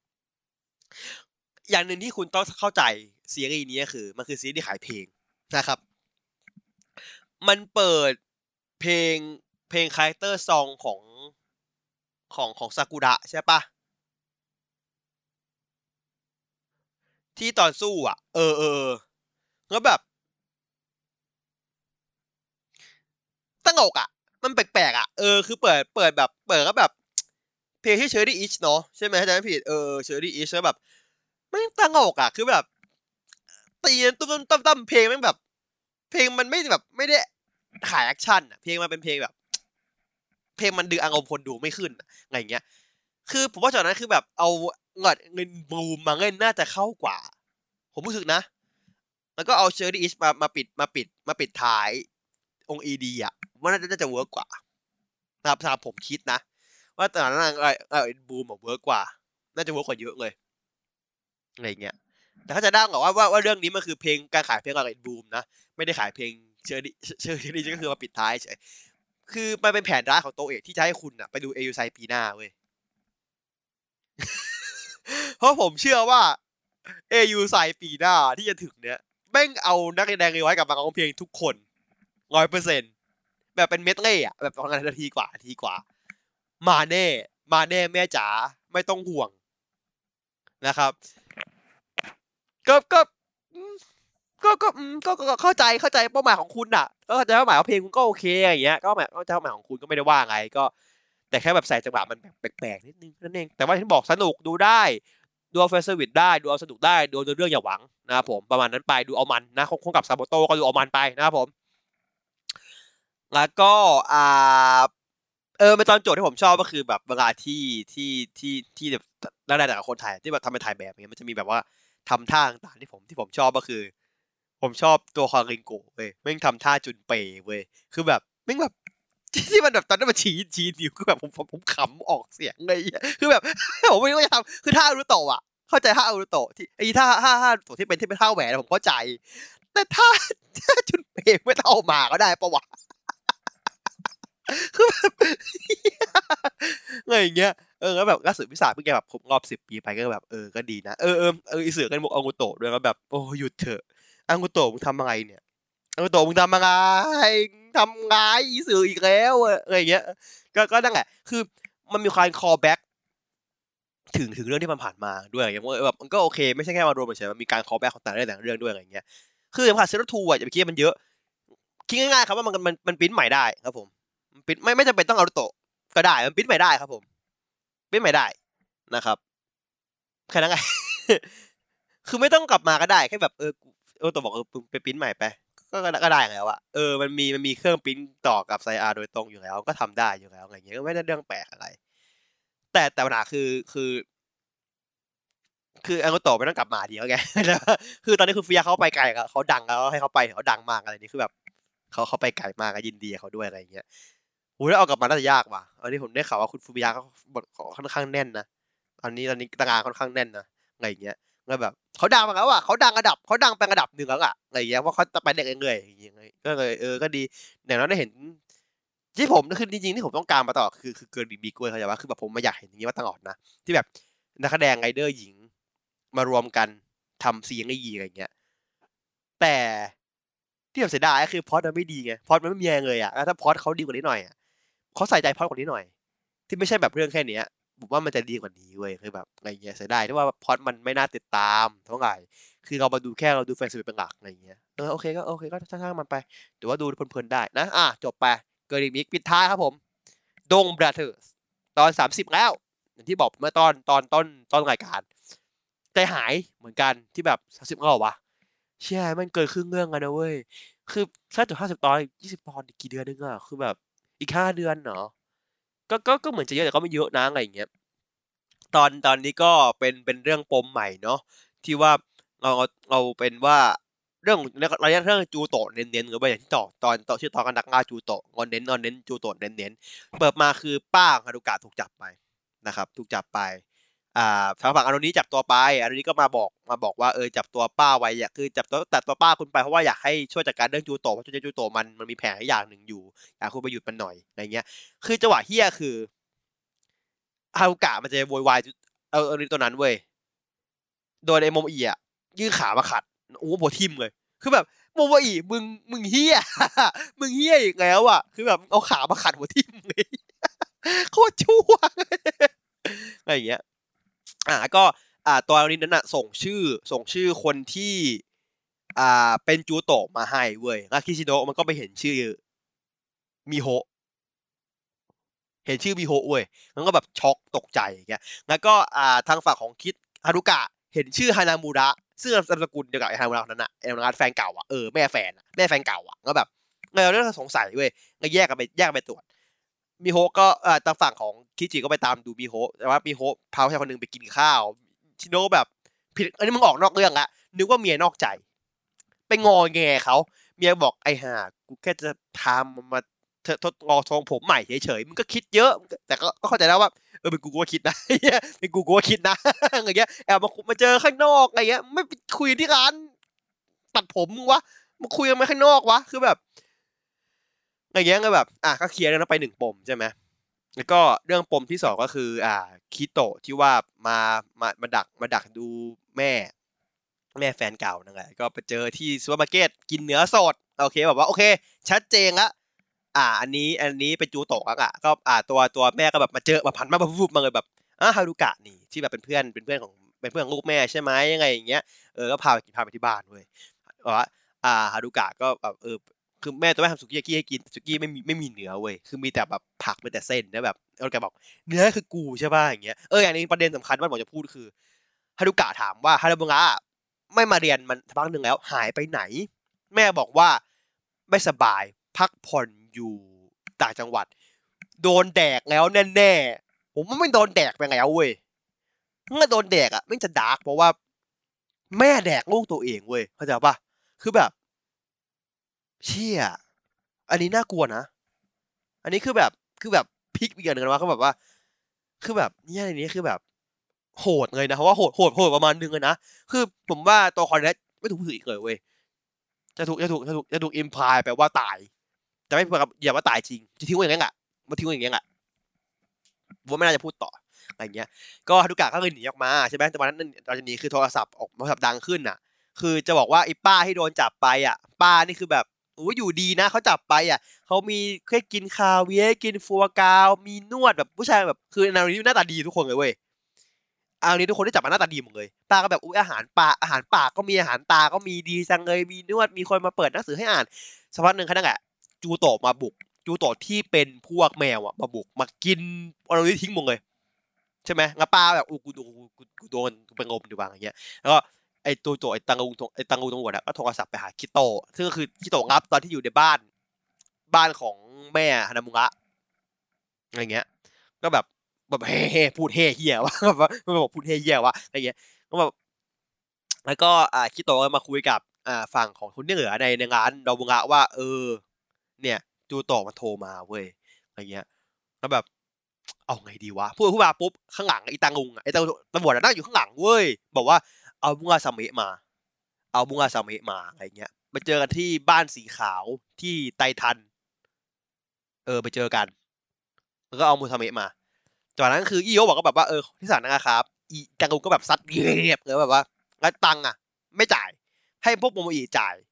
อย่างหนึ่งที่คุณต้องเข้าใจซีรีส์นี้คือมันคือซีรีส์ที่ขายเพลงนะครับมันเปิดเพลงเพลงคาแรคเตอร์ซองของของของซากุระใช่ปะที่ตอนสู้อ่ะเออเออแล้วแบบตลกอ่ะมันแปลกๆอ่ะเออคือเปิดเปิดแบบเปิดก็แบบเพลงที่เชอร์รี่อิชเนาะใช่ไหมถ้าจำไม่ผิดเออเชอร์รี่อิชแล้วแบบไม่ตลกอ่ะคือแบบ ตีตุ้มตุ้มตุ้มเพลงมันแบบเพลงมันไม่แบบไม่ได้ขายแอคชั่นอะเพลงมันเป็นเพลงแบบเพลงมันดึงอารมณ์คนดูไม่ขึ้นอะไรอย่างเงี้ยคือผมว่าจากนั้นคือแบบเอาเงินเงินบูมมาเล่นน่าจะเข้ากว่าผมรู้สึกนะแล้วก็เอาเชอร์รี่อิชมามาปิดมาปิดมาปิดท้ายองค์อีดีอ่ะว่าน่าจะน่าจะเวิร์กกว่านะครับสำหรับผมคิดนะว่าตอนนั้นไอ้ไอ้บูมอะเวิร์กกว่าน่าจะเวิร์กกว่าเยอะเลยอะไรอย่างเงี้ย แต่เขาจะได้บอกว่าว่าว่าเรื่องนี้มันคือเพลงการขายเพลงของเอ็ดบูมนะไม่ได้ขายเพลงเชอร์รี่เชอร์รี่ก็คือมาปิดท้ายเฉยคือมันเป็นแผนร้ายของโตเอกที่จะให้คุณอะไปดูเอยูไซปีหน้าเว้ยเพราะผมเชื่อว่าเอยูไซปีหน้าที่จะถึงเนี้ยแม่งเอานักแสดงไว้กับมาร้องเพลงทุกคนร้อยเปอร์เซ็นต์แบบเป็นเมดเล่อะแบบประมาณนาทีกว่านาทีกว่ามาแน่มาแน่แม่จ๋าไม่ต้องห่วงนะครับก็ก็ ก็ก็อืมก็ก็เข้าใจเข้าใจเป้าหมายของคุณอ่ะก็เข้าใจเป้าหมายของเพลงคุณก็โอเคอย่างเงี้ยก็หมายเข้าใจเป้าหมายของคุณก็ไม่ได้ว่าไงก็แต่แค่แบบใส่จังหวะมันแปลกๆนิดนึงนั่นเองแต่ว่าที่บอกสนุกดูได้ดูเอาเฟสเซอร์วิสได้ดูเอาสนุกได้ดูเรื่องอย่าหวังนะครับผมประมาณนั้นไปดูเอามันนะคงกับซาโบโตก็ดูเอามันไปนะครับผมแล้วก็อ่าเออเป็นตอนโจทย์ที่ผมชอบก็คือแบบเวลาที่ที่ที่ที่แบบแล้วแต่ละคนถ่ายที่แบบทำเป็นถ่ายแบบเงี้ยมันจะมีแบบว่าทำท่าต่างๆที่ผมที่ผมชอบก็คือ ผมชอบตัวคาริงโกะเว้ยแม่งทำท่าจุนเปย์เว้ยคือแบบแม่งแบบที่มันแบบตอนนั้นมันชี้ชี้นิ้วคือแบบผมผมผมขำออกเสียงเลยคือแบบผมไม่รู้จะทำคือท่าอุรุโตะอ่ะเข้าใจท่าอุรุโตะที่ไอ้ท่าท่าท่าตัวที่เป็นที่เป็นท่าแหวนผมเข้าใจแต่ท่าท่าจุนเปย์ไม่ต้องเอามาก็ได้ปะวะคือแบบอะไรอย่างเงี้ยเออแล้วแบบล่าสุดพิศาจเพิ่งแกแบบครบรอบสิบปีไปก็แบบเออก็ดีนะเออเออเอออีเสือกันบอกอากุโตะด้วยก็แบบโอ้หยุดเถอะอากุโตะมึงทำอะไรเนี่ย เออโตมึงทำอะไรทำร้ายอีสื่ออีกแล้วอะไรอย่างเงี้ยก็ก็นั่นแหละคือมันมีการ call back ถึงถึงเรื่องที่มันผ่านมาด้วยอย่างเงี้ยแบบมันก็โอเคไม่ใช่แค่มารวมเฉยมันมีการ call back ของแต่ละเรื่องแต่ละเรื่องด้วยอะไรอย่างเงี้ยคือผ่านซีรีส์ทูอ่ะอย่าไปคิดมันเยอะคิดง่ายๆครับว่ามันมันมันปริ้นใหม่ได้ครับผมมันปริ้นไม่ไม่จำเป็นต้องเอาโตะก็ได้มันปริ้นใหม่ได้ครับผมปริ้นใหม่ได้นะครับแค่นั้นไงคือไม่ต้องกลับมาก็ได้แค่แบบเออเออตัวบอกเออไปปริ้นใหม่ไป ก็ก็ได้แล้วอะเออมันมีมันมีเครื่องปริ้นต่อกับไซอาร์โดยตรงอยู่แล้วก็ทำได้อยู่แล้วอะไรเงี้ยก็ไม่ได้เรื่องแปลกอะไรแต่แต่ปัญหาคือคือคืออังโกโตะไม่ต้องกลับมาดีแล้วไงคือตอนนี้คือฟิยาเขาไปไกลแล้วเขาดังแล้วให้เขาไปเขาดังมากอะไรนี้คือแบบเขาเขาไปไกลมากก็ยินดีเขาด้วยอะไรเงี้ยโอ้ยเอากลับมาน่าจะยากว่ะอันนี้ผมได้ข่าวว่าคุณฟูมิยะเขาบทค่อนข้างแน่นนะตอนนี้ตอนนี้ตางานค่อนข้างแน่นนะอะไรเงี้ยก็แบบเขาดังมาแล้วอ่ะเขาดังระดับเขาดังเป็นระดับหนึ่งแล้วอ่ะอะไรเงี้ยว่าเขาจะไปได้เรื่อยๆอย่างเงี้ยก็เลยเออก็ดีอย่างน้อยได้เห็น ที่ผมคือจริงๆที่ผมต้องการมาตลอดคือคือเกิร์ลบิ๊กบิ๊กเว้ยเขาใจว่าคือแบบผมมาอยากเห็นอย่างนี้มาตลอดนะที่แบบนักแสดงไรเดอร์หญิงมารวมกันทำซีรีส์อะไรเงี้ยแต่ที่แบบเสียดายก็คือพอดมันไม่ดีไงพอดมันไม่มีอะไรเลยอ่ะถ้าพอดเขาดีกว่านี้หน่อยอ่ะเขาใส่ใจพอดกว่านี้หน่อยที่ไม่ใช่แบบเรื่องแค่นี้ผมว่ามันจะดีกว่านี้เว้ยคือแบบอะไรเงี้ยเสียดายที่ว่าพอดมันไม่น่าติดตามเท่าไหร่คือเรามาดูแค่เราดูแฟนซีเป็นหลักอะไรเงี้ยเออโอเคก็โอเคก็ช่างๆมันไปหรือว่าดูเพลินๆได้นะอ่ะจบไปเกิร์ลมิกปิดท้ายครับผมดงบราเธอร์สตอนสามสิบแล้วอย่างที่บอกเมื่อตอนตอนต้นต้นรายการใจหายเหมือนกันที่แบบสามสิบแล้วเหรอวะเชื่อมันเกินครึ่งเรื่องกันนะเว้ยคือถ้าจบห้าสิบตอนยี่สิบตอนอีกกี่เดือนนึงอะคือแบบอีกห้าเดือนเหรอก็ก็ก็เหมือนจะเยอะแต่ก็ไม่เยอะนะอะไรอย่างเงี้ยตอนตอนนี้ก็เป็นเป็นเรื่องปมใหม่เนาะที่ว่าเราเราเป็นว่าเรื่องเราเรียกเรื่องจูโตะเน้นๆหรือว่าอย่างที่ต่อตอนต่อชื่อตอนกันดักงาจูโตะงอนเน้นงอนเน้นจูโตะเน้นๆเปิดมาคือป้าฮารุกะถูกจับไปนะครับถูกจับไปอ่าทางฝั่งอารุนี้จับตัวไปอารุนี้ก็มาบอกมาบอกว่าเออจับตัวป้าไว้อยากคือจับตัวตัดตัวป้าคุณไปเพราะว่าอยากให้ช่วยจัดการเรื่องจูโตะเพราะจูโตะมันมันมีแผลอย่างหนึ่งอยู่อยากคุณไปหยุดมันหน่อยอะไรเงี้ยคือจังหวะเฮี้ยคือฮารุกะมันจะโวยวายเอาอารุนี้ตัวนั้นเว้ยโดนไอ้โมโมอิอ่ะยื่นขามาขัดโอ้โหหัวทิ่มเลยคือแบบโมโมอิมึงมึงเฮี้ยมึงเฮี้ยอีกแล้วอ่ะคือแบบเอาขามาขัดหัวทิ่มเลยโคตรชั่วอะไรอย่างเงี้ย อ่าก็อ่าตัวนี้นั้นน่ะส่งชื่อส่งชื่อคนที่อ่าเป็นจูโตะมาให้เว้ยแล้วคิชิโนะมันก็ไปเห็นชื่อมิโฮะเห็นชื่อมิโฮะเว้ยมันก็แบบช็อกตกใจอย่างเงี้ยแล้วก็อ่าทางฝั่งของคิดฮารุกะเห็นชื่อฮานามูระซึ่งนามสกุลเดียวกับไอ้ฮานามูระนั้นน่ะไอ้ฮานามูระแฟนเก่าอ่ะเออแม่แฟนอะแม่แฟนเก่าอ่ะก็แบบเราเริ่มสงสัยเว้ยก็แยกกันไปแยกกันไปตรวจมิโฮะก็อ่าทางฝั่งของคิจิก็ไปตามดูมิโฮะแต่ว่ามิโฮะพาผู้ชายคนหนึ่งไปกินข้าวชิโนะแบบผิดอันนี้มึงออกนอกเรื่องละนึกว่าเมียนอกใจไปงอแงเขาเมียบอกไอ้ห่ากูแค่จะพามันมาทดงอทรงผมใหม่เฉยๆมึงก็คิดเยอะแต่ก็เข้าใจแล้วว่าเออเป็นกูกูก็คิดนะเป็นกูกูก็คิดนะอะไรเงี้ยแอบมามาเจอข้างนอกอะไรเงี้ยไม่ไปคุยที่ร้านตัดผมมึงวะมาคุยกันมาข้างนอกวะคือแบบอะไรเงี้ยก็แบบอ่ะก็เคลียร์แล้วไปหนึ่งปมใช่ไหม แล้วก็เรื่องปมที่สองก็คืออ่าคิโตะที่ว่ามามามาดักมาดักดูแม่แม่แฟนเก่านั่นแหละก็ไปเจอที่ซูเปอร์มาร์เก็ตกินเนื้อสดโอเคแบบว่าโอเคชัดเจนละอ่าอันนี้อันนี้เป็นจูโตะอ่ะก็อ่าตัวตัวแม่ก็แบบมาเจอมาพันมาบุบมาเลยแบบอ่าฮารุกะนี่ที่แบบเป็นเพื่อนเป็นเพื่อนของเป็นเพื่อนของลูกแม่ใช่ไหมยังไงอย่างเงี้ยเออก็พาไปกินพาไปที่บ้านเว้ยว่าอ่าฮารุกะก็แบบเออ คือแม่ตัวแม่ทำสุกี้ยากิให้กินสุกี้ไม่มีไม่มีเนื้อเว้ยคือมีแต่แบบผักมีแต่เส้นแล้วแบบแล้วแกบอกเนื้อคือกูใช่ป่ะอย่างเงี้ยเอออย่างนี้ประเด็นสำคัญว่าผมจะพูดคือฮารุกะถามว่าฮารุบุงะไม่มาเรียนมันพักหนึ่งแล้วหายไปไหนแม่บอกว่าไม่สบายพักผ่อนอยู่ต่างจังหวัดโดนแดกแล้วแน่ๆผมว่าไม่โดนแดกไปแล้วเว้ยเมื่อโดนแดกอ่ะไม่จะดาร์กเพราะว่าแม่แดกลูกตัวเองเว้ยเข้าใจป่ะคือแบบเชี่ยอันนี้น่ากลัวนะ อันนี้คือแบบคือแบบพลิกอีกอย่างหนึ่งนะว่าเขาแบบว่าคือแบบเนี่ยในนี้คือแบบโหดเลยนะเพราะว่าโหดโหดโหดประมาณนึงเลยนะคือผมว่าตัวคอนเนตไม่ถูกพูดอีกเลยเว้ยจะถูกจะถูกจะถูกจะถูกอิมพายแปลว่าตายจะไม่แบบอย่าว่าตายจริงจะทิ้งไว้อย่างนั้นอ่ะมาทิ้งไว้อย่างนั้นอ่ะผมว่าไม่น่าจะพูดต่ออะไรเงี้ยก็ฮารุกะก็เลยหนีออกมาใช่ไหมแต่วันนั้นตอนจะหนีคือโทรศัพท์ออกโทรศัพท์ดังขึ้นอ่ะคือจะบอกว่าไอ้ป้าที่โดนจับไปอ่ะป้านี่คือแบบโอ้อยู่ดีนะเขาจับไปอ่ะ เขามีแค่กินคาเวียร์กินฟัวกราวมีนวดแบบผู้ชายแบบคือนานี้หน้าตาดีทุกคนเลยเว้ยอันนี้ทุกคนที่จับมาหน้าตาดีหมดเลยป้าก็แบบอุ้ยอาหารปากอาหารปากก็มีอาหารตาก็มีดีจังเลยมีนวดมีคนมาเปิดหนังสือให้อ่านสักพักหนึ่งแค่นั้นแหละจูโตะมาบุกจูโตะที่เป็นพวกแมวอ่ะมาบุกมากินอานี้ทิ้งหมดเลยใช่ไหมงั้นป้าแบบอู้กูโดนกูกูโดนกูไปงมดีกว่าอย่างเงี้ยแล้วก็ไอ้ตัวโจไอ้ตังกูไอ้ตังกูตำรวจอะก็โทรศัพท์ไปหาคิโตะซึ่งก็คือคิโตะรับตอนที่อยู่ในบ้านบ้านของแม่ฮานามุงะ อะไรเงี้ยก็แบบแบบเฮ่ๆพูดเฮ่เฮียวะแบบว่าบอกพูดเฮ่เฮียวะอะไรเงี้ยก็แบบแล้วก็อ่าคิโตะก็มาคุยกับอ่าฝั่งของคนที่เหลือในในร้านดอบุงะว่าเออเนี่ยจูโตะมาโทรมาเว้ยอะไรเงี้ยแล้วแบบเอาไงดีวะพูดพูดมาปุ๊บข้างหลังไอ้ตังลุงอะไอ้ตังตำรวจนั่งอยู่ข้างหลังเว้ยบอกว่าเอาบุงะซาเมะมาเอาบุงะซาเมะมาอะไรเงี้ยไปเจอกันที่บ้านสีขาวที่ไตทันเออไปเจอกันแล้วก็เอามูซาเมะมา จากนั้นคืออีโยบอกก็แบบว่าเออที่สั่งนะครับอีจังกุก็แบบซัดเงียบเลยแบบว่าแล้วตังค์อ่ะไม่จ่ายให้พวกโมโมอิจ่าย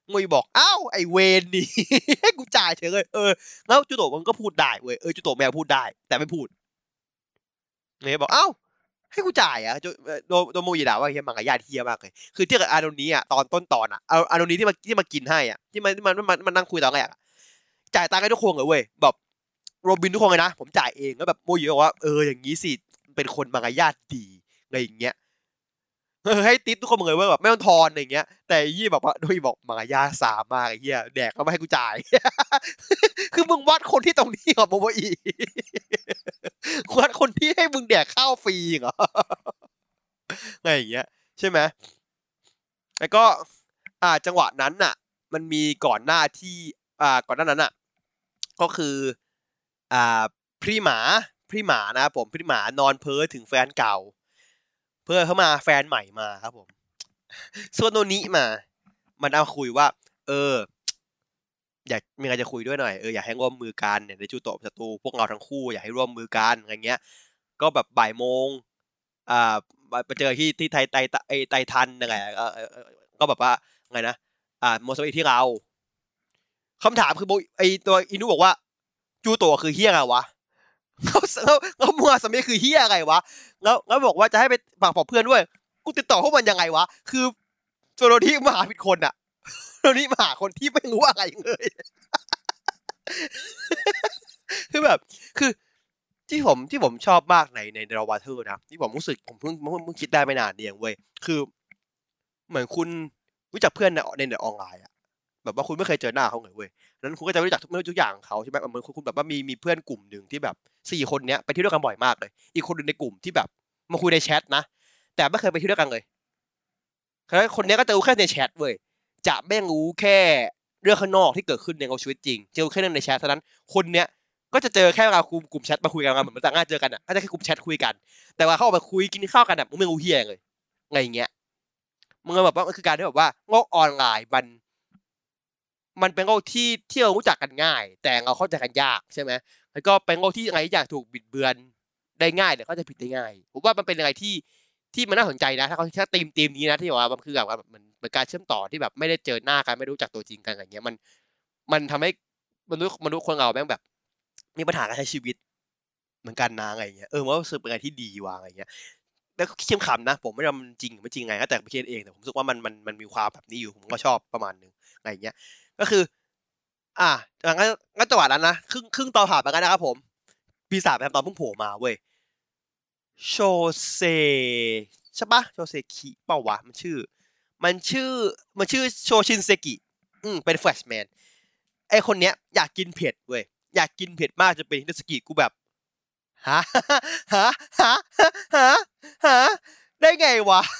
โมยบอกอ้าวไอเวนนี่ ให้กูจ่ายเฉยเลยเออแล้วจูโตะมันก็พูดได้เว้ยเออจูโตะแมวพูดได้แต่ไม่พูดเนี่ยบอกอ้าวให้กูจ่ายอ่ะโดโดโดโมยด่าว่าเฮียมังกรญาติเฮียมากเลยคือที่กับอาโนนี้อ่ะตอนต้นตอนอ่ะอาอาโนนี้ที่มาที่มากินให้อ่ะที่มันมันมันมันนั่งคุยตอนแรกจ่ายตังค์ให้ทุกคนเลยเว้ยแบบโรบินทุกคนเลยนะผมจ่ายเองแล้วแบบโมยบอกว่าเอออย่างนี้สิเป็นคนมังกรญาติดีอะไรอย่างเงี้ยเออให้ติ๊บทุกคนเลยว่าแบบไม่ต้องทอนอะไรอย่างเงี้ยแต่ยี่บอกว่าโดยบอกมังกรญาติสามมากไอ้เหี้ยแดกก็ไม่ให้กูจ่ายคือมึงวัดคนที่ตรงนี้กับโมโมอีวัดคนที่ให้มึงแดกข้าวฟรีเหรออะไรอย่างเงี้ยใช่ไหมแล้วก็อ่าจังหวะนั้นน่ะมันมีก่อนหน้าที่อ่าก่อนหน้านั้นน่ะก็คืออ่าพริหมาพริหมานะครับผมพริหมานอนเพ้อถึงแฟนเก่าเพื่อเข้ามาแฟนใหม่มาครับผมส่วนโนนี้มามันเอาคุยว่าเอออยากมีอะไรจะคุยด้วยหน่อยเอออยากให้ร่วมมือกันเนี่ยในจูโตะศัตรูพวกเราทั้งคู่อยากให้ร่วมมือกันอะไรเงี้ยก็แบบบ่ายโมงอ่าไปเจอที่ที่ไทไทไอไททันนั่นแหละเออก็แบบว่าไงนะอ่าโมโซอิที่เราคำถามคือโบไอตัวอินุบอกว่าจูโตะคือเฮียอะไรวะเขาเขาเขามัวสมัยคือเฮียอะไรวะแล้วแล้วบอกว่าจะให้ไปฝากบอกเพื่อนด้วยกูติดต่อพวกมันยังไงวะคือโจโรที่มาหาผิดคนอะโจโรที่มาหาคนที่ไม่รู้อะไรเลยคือแบบคือที่ผมที่ผมชอบมากในในดราวาเทอร์นะที่ผมรู้สึกผมเพิ่งเพิ่งคิดได้ไม่นานนี่เองเว้ยคือเหมือนคุณรู้จักเพื่อนในในเน็ตออนไลน์อะแบบว่าคุณไม่เคยเจอหน้าเขาเลยเว้ยนั้นคุณก็จะไม่รู้จักไม่รู้ทุกอย่างของเขาใช่ไหมเหมือนคุณคุณแบบว่ามีมีเพื่อนกลุ่มหนึ่งที่แบบสี่คนเนี้ยไปเที่ยวด้วยกันบ่อยมากเลยอีกคนหนึ่งในกลุ่มที่แบบมาคุยในแชทนะแต่ไม่เคยไปเที่ยวด้วยกันเลยเพราะฉะนั้นคนเนี้ยก็จะรู้แค่ในแชทเว้ยจะไม่รู้แค่เรื่องข้างนอกที่เกิดขึ้นในชีวิตจริงจะรู้แค่เรื่องในแชทเท่านั้นคนเนี้ยก็จะเจอแค่เรากลุ่มกลุ่มแชทมาคุยกันเหมือนต่างงานเจอกันอ่ะก็จะแค่กลุ่มแชทคุยกันแต่ว่าเข้าไปคุยกินข้าวกันอ่ะมึงไม่รู้เฮียเลยไงอย่างเงี้ยมึงแบบว่ามันคือการที่แบบว่าโลกออนไลน์มันมันเป็นโลกที่ที่เรารู้จักกันง่ายแต่เราเข้าใจกันยากใช่ไหมแล้วก็เป็นโลกที่อะไรอย่างถูกบิดเบือนได้ง่ายหรือเข้าใจผิดได้ง่ายผมว่ามันเป็นอะไรที่ที่มันน่าสนใจนะถ้าเขาถ้าตีมตีมนี้นะที่บอกว่ามันคือแบบว่าเหมือนเหมือนการเชื่อมต่อที่แบบไม่ได้เจอหน้ากันไม่รู้จักตัวจริงกันอย่างเงี้ยมันมันทำให้มนุษย์มนุษย์คนเราแม่งแบบมีปัญหาการใช้ชีวิตเหมือนกันนะอะไรอย่างเงี้ยเออมันก็รู้สึกเป็นอะไรที่ดีว่ะอะไรอย่างเงี้ยแล้วก็คิดขำนะผมไม่รู้มันจริงหรือไม่จริงไงก็แต่ไปคิดเองแต่ผมรู้สึกว่ามันมันมันมีความแบบนี้อยู่ผมก็ชอบประมาณนึงอะไรอย่างเงี้ยก็คือ อ่ะงั้นงั้นจังหวะนั้นนะครึ่งครึ่งตอนผ่านไปกันนะครับผมปีศาจประจำตอนเพิ่งโผล่มาเว้ยโชเซใช่ปะโชเซคิเปล่าวะมันชื่อมันชื่อมันชื่อโชชินเซกิอืมเป็นแฟลชแมนไอคนเนี้ยอยากกินเผ็ดเว้ยอยากกินเผ็ดมากจนเป็นฮินเดสกิกูแบบฮะฮะฮะฮะฮะได้ไงวะ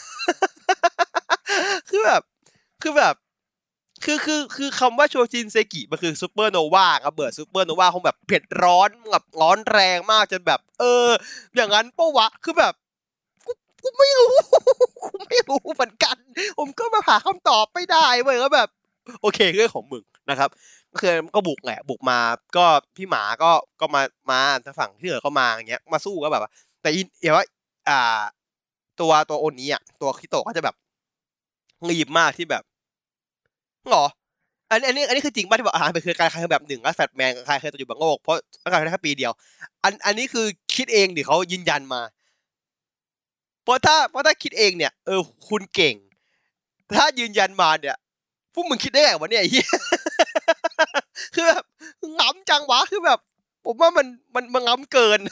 คือแบบคือแบบ คือคือคือคำว่าโชจินเซกิมันคือซูเปอร์โนวาครับเบิร์ดซูเปอร์โนวาคงแบบเผ็ดร้อนแบบร้อนแรงมากจนแบบเอออย่างนั้นปะวะคือแบบกูกูไม่รู้กูไม่รู้เหมือนกันผมก็มาหาคำตอบไม่ได้เว้ยก็แบบโอเคเรื่องของมึงนะครับก็คือก็บุกแหละบุกมาก็พี่หมาก็ก็มามาทางฝั่งที่เหลือก็มาอย่างเงี้ยมาสู้ก็แบบแต่อีเดี๋ยวว่าอ่าตัวตัวโอนี้อ่ะตัวคิโตะก็จะแบบรีบมากที่แบบหรอ อันนี้อันนี้อันนี้คือจริงป่ะที่บอกอาหารเป็นคือการคลายแบบหนึ่งแล้วแฟตแมนคลายเคยตัวอยู่บางโลกเพราะการคลายแค่ปีเดียวอันอันนี้คือคิดเองหรือเขายืนยันมาเพราะถ้าเพราะถ้าคิดเองเนี่ยเออคุณเก่งถ้ายืนยันมาเนี่ยพวกมึงคิดได้ไงวะเนี่ยไอ้เหี้ยคือแบบง้ำจังวะคือแบบผมว่ามันมันมันง้ำเกิน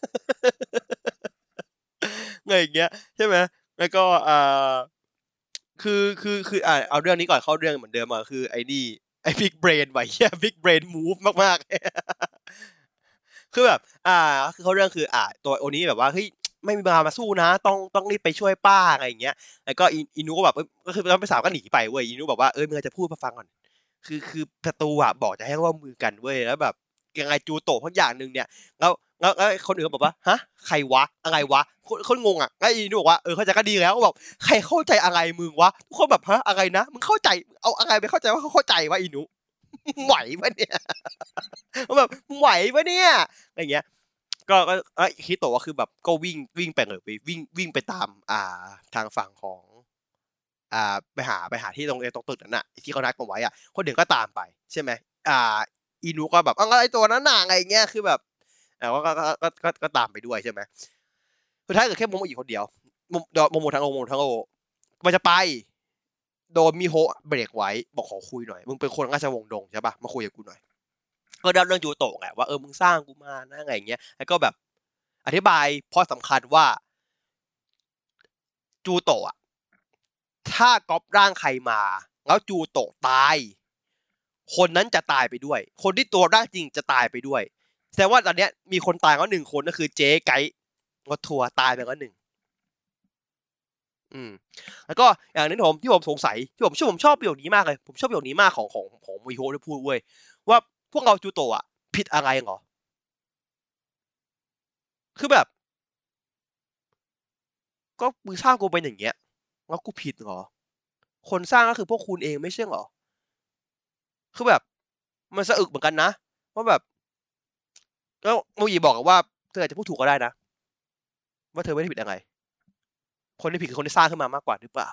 ไงอย่างเงี้ยใช่ไหมแล้วก็อ่าคือคือคืออ่าเอาเรื่องนี้ก่อนเข้าเรื่องเหมือนเดิมอ่ะคือไอ้นี่ไอ้บิ๊กเบรนไว้เหี้ยบิ๊กเบรนมูฟมากๆ คือแบบอ่าคือเขาเรื่องคืออ่าตัวโอนี้แบบว่าเฮ้ยไม่มีเวลามาสู้นะต้องต้องรีบไปช่วยป้าอะไรอย่างเงี้ยแล้วก็อินูก็แบบก็คือตอนไปสาวก็หนีไปเว้ยอินูบอกว่าเออมึงจะพูดมาฟังก่อนคือคือศัตรูอ่ะบอกจะให้ร่วมมือกันเว้ยแล้วแบบยังไงจูโตะทั้งอย่างหนึ่งเนี่ยแล้วแล้วแล้วคนอื่นก็บอกว่าฮะใครวะอะไรวะคนคนงงอ่ะแล้วอินูบอกว่าเออเข้าใจก็ดีแล้วบอกใครเข้าใจอะไรมึงวะทุกคนแบบฮะอะไรนะมึงเข้าใจเอาอะไรไปเข้าใจว่าเขาเข้าใจวะอินูไหวปะเนี่ยแบบไหวปะเนี่ยอะไรเงี้ย ก็ก็เอ้ยฮิโตะก็คือแบบก็วิ่งวิ่งไปเลยไปวิ่งวิ่งไปตามอ่าทางฝั่งของอ่าไปหาไปหาที่ตรงตรงตึกนั้นน่ะที่เขานัดกันไว้อ่ะคนอื่นก็ตามไปใช่ไหมอ่าอีนูก็แบบอ้าวไอ้ตัวนั้นน่ะไงเงี้ยคือแบบอ่าก็ก็ก็ก็ก็ตามไปด้วยใช่ไหมสุดท้ายเกิดแค่โมโมอีกคนเดียวโมโมโมทั้งโอโมทั้งโอมันจะไปโดนมีโฮเบรกไว้บอกขอคุยหน่อยมึงเป็นคนราชวงศ์ดงใช่ปะมาคุยกับกูหน่อยก็เล่าเรื่องจูโตะไงว่าเออมึงสร้างกูมานะไงเงี้ยแล้วก็แบบอธิบายเพราะสำคัญว่าจูโตะถ้าก๊อปร่างใครมาแล้วจูโตะตายคนนั้นจะตายไปด้วยคนที่ตัวร่างจริงจะตายไปด้วยแสดงว่าตอนนี้มีคนตายก็หนึ่งคนก็คือเจ๊ไกด์รถทัวร์ตายไปก็หนึ่งอืมแล้วก็อย่างนึงผมที่ผมสงสัยที่ผมชอบผมชอบประโยคนี้มากเลยผมชอบประโยคนี้มากของของของมิโฮะที่พูดเว้ยว่าพวกเราจูโตะผิดอะไรเหรอคือแบบก็มึงสร้างกูเป็นอย่างเงี้ยแล้วกูผิดเหรอคนสร้างก็คือพวกคุณเองไม่ใช่เหรอคือแบบมันสะอึกเหมือนกันนะว่าแบบแล้วโมยีบอกว่าเธออาจจะพูดถูกก็ได้นะว่าเธอไม่ได้ผิดอะไรคนที่ผิดคือคนที่สร้างขึ้นมามากกว่าหรือเปล่า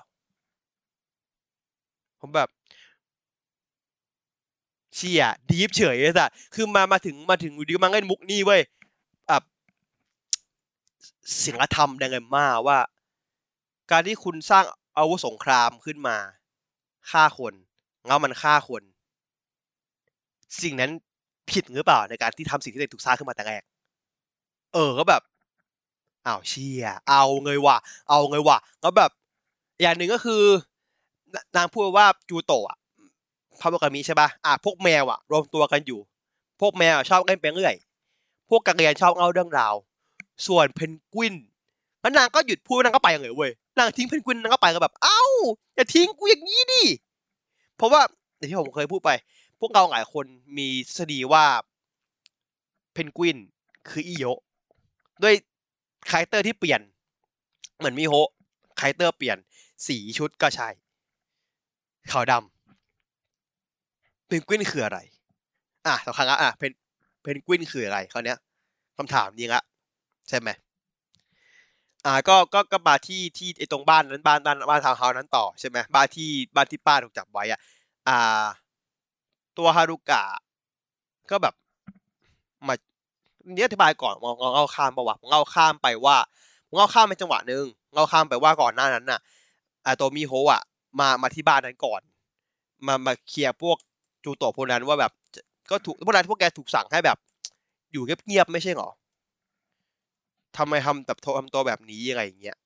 ผมแบบเชี่ยดีฟเฉยเลยสัสคือมามาถึงมาถึงอยู่ดีก็มาเล่นมุกนี่เว้ยอ่ะศีลธรรมแดงเงินมาว่าการที่คุณสร้างอาวุธสงครามขึ้นมาฆ่าคนแล้วมันฆ่าคนสิ่งนั้นผิดหรือเปล่าในการที่ทำสิ่งที่ตัวเองถูกสร้างขึ้นมาแต่แรกเออก็แบบอ้าวเชี่ยเอาเงยว่ะเอาเงยว่ะแล้วแบบอย่างหนึ่งก็คือนางพูดว่าจูโตะพาโบกามิใช่ป่ะอ่ะพวกแมวอ่ะรวมตัวกันอยู่พวกแมวชอบเล่นไปเรื่อยพวกกระเรียนชอบเล่าเรื่องราวส่วนเพนกวินแล้วนางก็หยุดพูดนางก็ไปเลยเว้ยนางทิ้งเพนกวินนางก็ไปก็แบบเอ้าอย่าทิ้งกูอย่างนี้ดิเพราะว่าอย่างที่ผมเคยพูดไปพวกเราหลายคนมีทฤษฎีว่าเพนกวินคืออิโยะด้วยคาแรคเตอร์ที่เปลี่ยนเหมือนมิโฮะคาแรคเตอร์เปลี่ยนสีชุดก็ใช่ขาวดำเพนกวินคืออะไรอ่ะสำคัญละอ่ะเพนเพนกวินคืออะไรคราวเนี้ยคำถามนี้ละใช่ไหมอ่าก็ก็ก็มาที่ที่ไอ้ตรงบ้านนั้นบ้านบ้านบ้านทาวน์เฮาส์นั้นต่อใช่ไหมบ้านที่บ้านที่ป้าถูกจับไว้อ่ะอ่าตัวฮารุกะก็แบบมาเนี่ยอธิบายก่อนมองเล่าข้ามปะวะมองเล่าข้ามไปว่ามองเล่าข้ามไปจังหวะหนึ่งเล่าข้ามไปว่าก่อนหน้านั้นน่ะอ่าตัวมิโฮะอ่ะมามาที่บ้านนั้นก่อนมามาเคลียร์พวกจูโตะพวกนั้นว่าแบบก็ถูกพวกนั้นพวกแกถูกสั่งให้แบบอยู่เงียบๆไม่ใช่หรอทำไมทำแบบทำตัวแบบนี้อะไรอย่างเงี้ย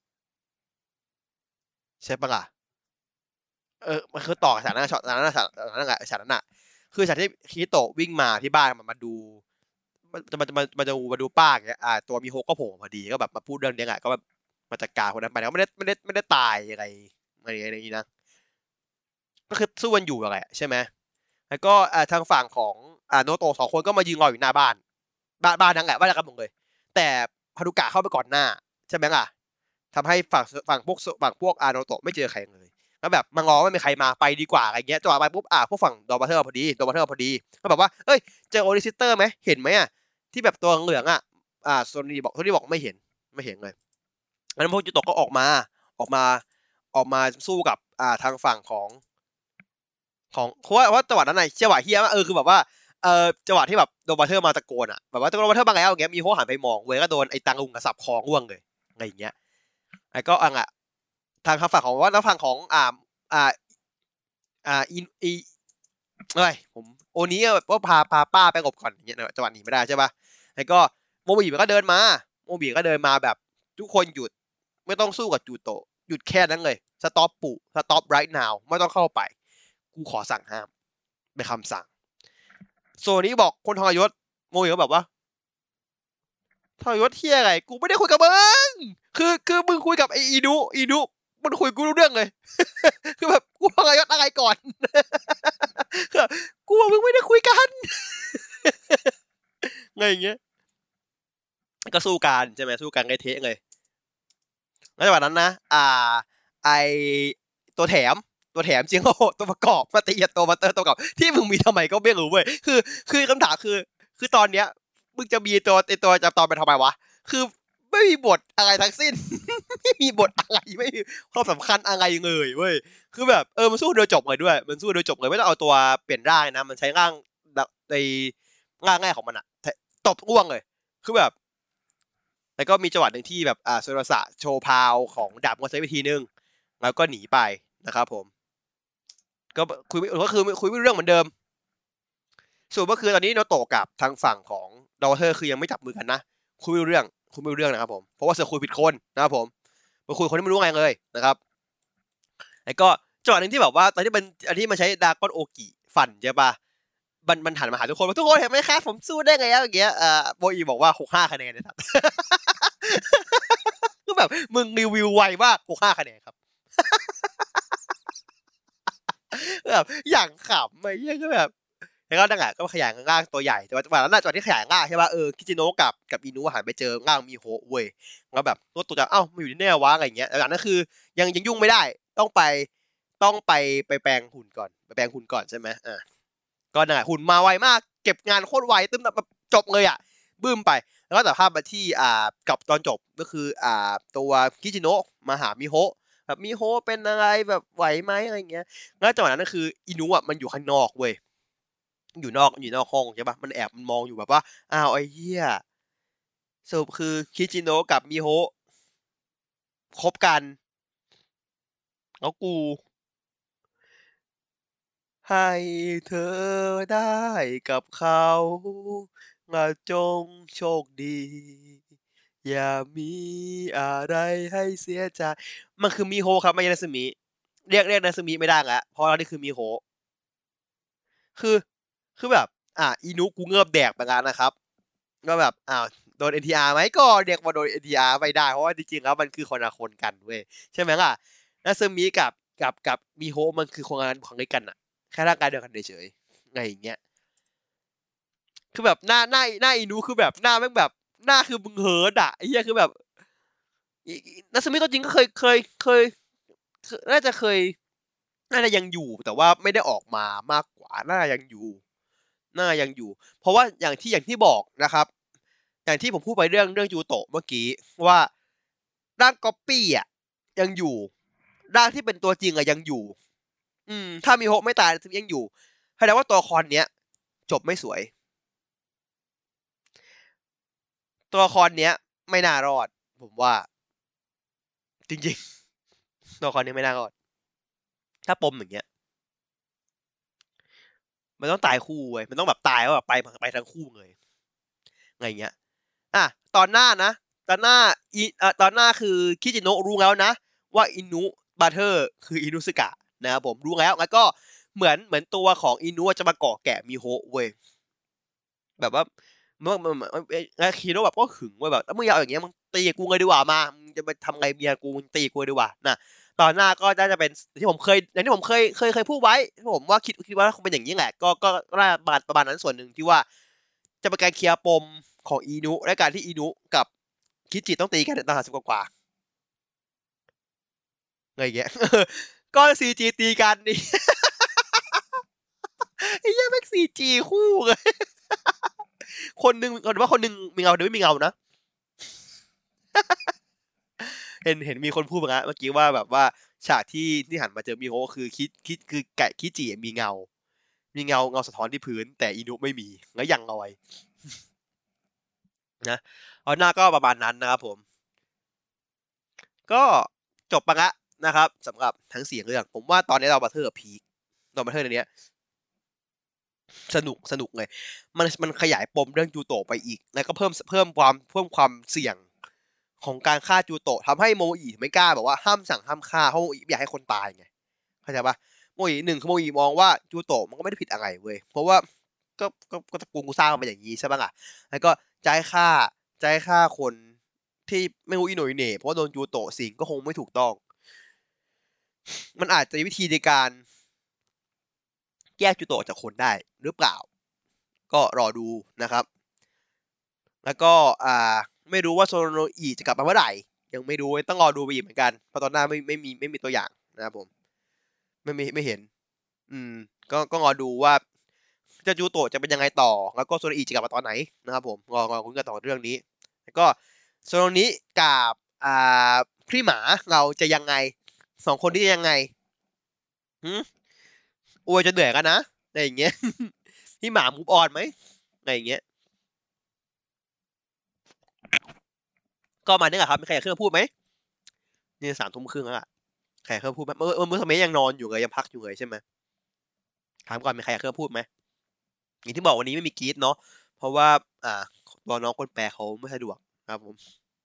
ใช่ปะล่ะ เออมันคือต่อฉากนั้นช็อตนั้นฉากนั้นแหละฉากนั้นน่ะคือฉากที่คิโตะวิ่งมาที่บ้านมันมาดูมันจะมันจะมันจะมาดูป้าอย่างเงี้ยอ่าตัวมีโฮก็โผล่พอดีก็แบบมาพูดเรื่องนี้แหละก็แบบมาจัดการคนนั้นไปแล้วไม่ได้ไม่ได้ไม่ได้ตายอะไรอะไรอย่างนี้นะก็คือสู้กันอยู่อะไรใช่ไหมแล้วก็อ่าทางฝั่งของอ่าโนโตะสองคนก็มายืนรออยู่หน้าบ้านบ้านบ้านนั่งแหละบ้านกันหมดเลยแต่ฮารุกะเข้าไปก่อนหน้าใช่ไหมล่ะทำให้ฝั่งฝั่งพวกฝั่งพวกอาโนโตะไม่เจอใครเลยแล้วแบบมางอไม่มีใครมาไปดีกว่าอะไรเงี้ยจังหวะไปปุ๊บอ่ะพวกฝั่งดอบัตเทอร์พอดีดอบัตเทอร์พอดีก็แบบว่าเอ้ยเจอโอริซิเตอร์ไหมเห็นไหมอ่ะที่แบบตัวเหลืองอ่ะอ่าโซนี่บอกโซนี่บอกไม่เห็นไม่เห็นเลยแล้วพวกจุโตะก็ออกมาออกมาออกมาสู้กับอ่าทางฝั่งของของเพราะว่าว่าจังหวะนั้นไงจังหวะเฮียมากเออคือแบบว่าเออจังหวะที่แบบโดบัตเทอร์มาตะโกนอ่ะแบบว่าโดบัตเทอร์มาแล้วอย่างเงี้ยมีโฮหันไปมองเว้ยก็โดนไอ้ตังลุงกระสับคอร่วงเลยอะไรอย่างเงี้ยแล้วก็อังอ่ะทางฝั่งของว่าแล้วฝั่งของอ่าอ่าอ่าอีอีเอ้ยผมโอนี้แบบว่าพาพาป้าไปกบก่อนอย่างเงี้ยจังหวะหนีไม่ได้ใช่ป่ะแล้วก็โมบิมันก็เดินมาโมบิก็เดินมาแบบทุกคนหยุดไม่ต้องสู้กับจูโตะหยุดแค่นั้นเลยสต็อปปุสต็อป right now ไม่ต้องเข้าไปกูขอสั่งห้ามเป็นคำสั่งโซนี้บอกคนทรยศโมบิก็แบบว่าทรยศเที่ยอะไรกูไม่ได้คุยกับมึงคือคือมึงคุยกับไออีดูอีดูมันคุยกูรู้เรื่องเลยคือแบบกูทรยศอะไรก่อนกูว่ามึงไม่ได้คุยกันไงอย่างเงี้ยก็สู้กันใช่ไหมสู้กันไงเทะเลยแล้วจังหวะนั้นนะอ่าไอตัวแถมตัวแถมจริงโอ้ตัวประกอบมาตีตัวมาเตอร์ตัวประกอบที่มึงมีทำไมก็ไม่รู้เว้ยคือคือคำถามคือคือตอนเนี้ยมึงจะมีตัวไอตัวจับตอนไปทำไมวะคือไม่มีบทอะไรทั้งสิ้นไม่มีบทอะไรไม่มีความสำคัญอะไรเลยเว้ยคือแบบเออมันสู้โดยจบเลยด้วยมันสู้โดยจบเลยไม่ต้องเอาตัวเปลี่ยนร่างนะมันใช้ร่างในร่างแรกของมันอะตบร่วงเลยคือแบบแล้วก็มีจังหวะหนึ่งที่แบบอ่าโซโรสะโชว์พาวของดาบมอนเซไปทีนึงแล้วก็หนีไปนะครับผมก็คุยก็คือคุยไม่เรื่องเหมือนเดิมส่วนก็คือตอนนี้โนโตะกับทางฝั่งของดอเทอร์คือยังไม่จับมือกันนะคุยไม่เรื่องคุยไม่เรื่องนะครับผมเพราะว่าเสือคุยผิดคนนะครับผมมาคุยคนที่ไม่รู้ไงเลยนะครับแล้วก็จังหวะหนึ่งที่แบบว่าตอนที่มันอันที่มันใช้ดากอนโอกิฟันใช่ปะมันมันหันมาหาทุกคนว่าทุกคนเห็นไหมครับผมสู้ได้ไงอย่างเงี้ยอ่าโบอีบอกว่าหกห้าคะแนนนะครับก็แบบมึงรีวิวไวมากหกห้าคะแนนครับแบบอย่างขำไอ้เหี้ยก็แบบแล้วก็นั่งอ่ะก็ขยายร่างตัวใหญ่แต่ว่าจังหวะนั้นจังหวะที่ขยายร่างใช่ป่ะเออคิจิโนะกับกับอินุหันไปเจอร่างมีโฮเว้ยแล้วแบบตัวตัวจะเอ้ามาอยู่ที่แน่วะอะไรเงี้ยแต่จากนั้นคือยังยังยุ่งไม่ได้ต้องไปต้องไปไปแปลงหุ่นก่อนไปแปลงหุ่นก่อนใช่ไหมอ่าก็นั่นแหละหุ่นมาไวมากเก็บงานโคตรไวตึ้มแบบจบเลยอ่ะบึ้มไปแล้วก็ตัดภาพมาที่อ่ากับตอนจบก็คืออ่าตัวคิจิโนะมาหามิโฮะแบบมิโฮะเป็นอะไรแบบไหวไหมอะไรเงี้ยแล้วจังหวะนั้นก็คืออินุอ่ะมันอยู่ข้างนอกเว้ยอยู่นอกอยู่นอกห้องใช่ปะมันแอบมันมองอยู่แบบว่าอ้าวไอ้เหี้ยสรุปคือคิจิโนะกับมิโฮะคบกันแล้วกูให้เธอได้กับเขางาจงโชคดีอย่ามีอะไรให้เสียใจมันคือมิโฮะครับไม่ใช่นาซึมิเรียกเรียกนาซึมิไม่ได้แล้วเพราะเรานี่คือมิโฮะคือคือแบบอ่ะอินุกูเงือบแดกไปแล้วนะครับ ก็แบบอ้าวโดน เอ็น ที อาร์ ไหมก็เรียกว่าโดน เอ็น ที อาร์ ไม่ได้เพราะว่าจริงๆแล้วมันคือคนละคนกันเว้ยใช่ไหมล่ะนาซึมิกับกับกับมิโฮะมันคือคนละคนกันอะแค่ร่างกายเดียวกันเฉยๆไงอย่างเงี้ยคือแบบหน้าหน้าหน้าอินูคือแบบหน้าแม่งแบบหน้าคือมึงเฮิร์ตอะไอ้เหี้ยคือแบบนาซึมิตัวจริงก็เคยเคยเคยน่าจะเคยน่าจะยังอยู่แต่ว่าไม่ได้ออกมามากกว่าน่าจะยังอยู่น่าจะยังอยู่เพราะว่าอย่างที่อย่างที่บอกนะครับ อย่างที่ผมพูดไปเรื่องเรื่องจูโตะเมื่อกี้ว่าร่างก๊อปปี้อ่ะยังอยู่ร่างที่เป็นตัวจริงอ่ะยังอยู่อืมถ้ามีโฮไม่ตายซึยังอยู่แสดงว่าตัวละครเนี้ยจบไม่สวยตัวละครเนี้ยไม่น่ารอดผมว่าจริงๆตัวละครนี้ไม่น่ารอดถ้าปมอย่างเงี้ยมันต้องตายคู่เว้ยมันต้องแบบตายว่าแบบไปไปทั้งคู่เลยไงเงี้ยอ่ะตอนหน้านะตอนหน้าอีเอ่อตอนหน้าคือคิจิโนะรู้แล้วนะว่าอินุบาเทอร์คืออินุสึกะนะครับผมรู้แล้วแล้วก็เหมือนเหมือนตัวของอินุจะมาเกาะแกะมิโฮะเว้ยแบบว่าเมื่อมันแล้วคิโนะแบบก็หึงเว้ยแบบมึงอย่าเอาอย่างเงี้ยมึงตีกูเลยดีกว่ามามึงจะไปทำไงเมียกูมึงตีกูดีกว่านะตอนหน้าก็น่าจะเป็นที่ผมเคยอย่างที่ผมเคยเคยเคยพูดไว้ผมว่าคิดคิดว่าคงเป็นอย่างนี้แหละก็ก็น่าประมาณประมาณนั้นส่วนหนึ่งที่ว่าจะเป็นการเคลียร์ปมของอินุและการที่อินุกับคิจิต้องตีกันตอนหาสิบกว่าไงเงี้ยก็ซีจีตีกันนี่ไอ้ยังแม็กซีจีคู่เลยคนหนึ่งคนว่าคนหนึ่งมีเงาเดี๋ยวไม่มีเงานะเห็นเห็นมีคนพูดมาเมื่อกี้ว่าแบบว่าฉากที่ที่หันมาเจอมีโฮคือคิดคิดคือไก่คิจิมีเงามีเงาเงาสะท้อนที่พื้นแต่อินุไม่มีแล้วยังลอยนะเอาหน้าก็ประมาณนั้นนะครับผมก็จบไปละนะครับสำหรับทั้งสี่เรื่องผมว่าตอนนี้เราบัตเทอร์พีคเราบัตเทอร์ในนี้สนุกสนุกเลยมันมันขยายปมเรื่องจูโตะไปอีกแล้วก็เพิ่มเพิ่มความเพิ่มความเสี่ยงของการฆ่าจูโตะทำให้โมอีไม่กล้าแบบว่าห้ามสั่งห้ามฆ่าเพราะโมอีไม่อยากให้คนตายไงเข้าใจปะโมอีหนึ่งคือโมอีมองว่าจูโตะมันก็ไม่ได้ผิดอะไรเว้ยเพราะว่าก็ก็ก็ตระกูลกูสร้างมาอย่างนี้ใช่ปะล่ะแล้วก็จะให้ฆ่าจะให้ฆ่าคนที่ไม่รู้อีโหน่อยเหน่เพราะว่าโดนจูโตะสิงก็คงไม่ถูกต้องมันอาจจะมีวิธีในการแยกจูโตะจากคนได้หรือเปล่าก็รอดูนะครับ แล้วก็อ่าไม่รู้ว่าโซโนอีจะกลับมาเมื่อไหร่ยังไม่รู้ต้องรอดูไปอีกเหมือนกันเพราะตอนหน้าไม่ไม่มีไม่มีตัวอย่างนะครับผมไม่มีไม่เห็นอืมก็ก็รอดูว่าเจ้าจูโตะจะเป็นยังไงต่อแล้วก็โซโนอีจะกลับมาตอนไหนนะครับผมรอรอคุณกันต่อเรื่องนี้แล้วก็โซโนนิกับอ่าพี่หมาเราจะยังไงสองคนที่จะยังไงหืมอวยจะเหนื่อยกันนะอะไรอย่างเงี้ย พี่หมามูฟออนไหมอะไรอย่างเงี้ยก็มาเนี่ยแหละครับมีใครอยากขึ้นมาพูดไหมนี่สามทุ่มครึ่งแล้วอะใครอยากขึ้นมาพูดไหมเมื่อเมื่อเมื่อสมัยยังนอนอยู่เลยยังพักอยู่เลยใช่ไหมถามก่อนมีใครอยากขึ้นมาพูดไหมอย่างที่บอกวันนี้ไม่มีกรีดเนาะเพราะว่าอ่าตัวน้องคนแปลเขาไม่สะดวกครับผม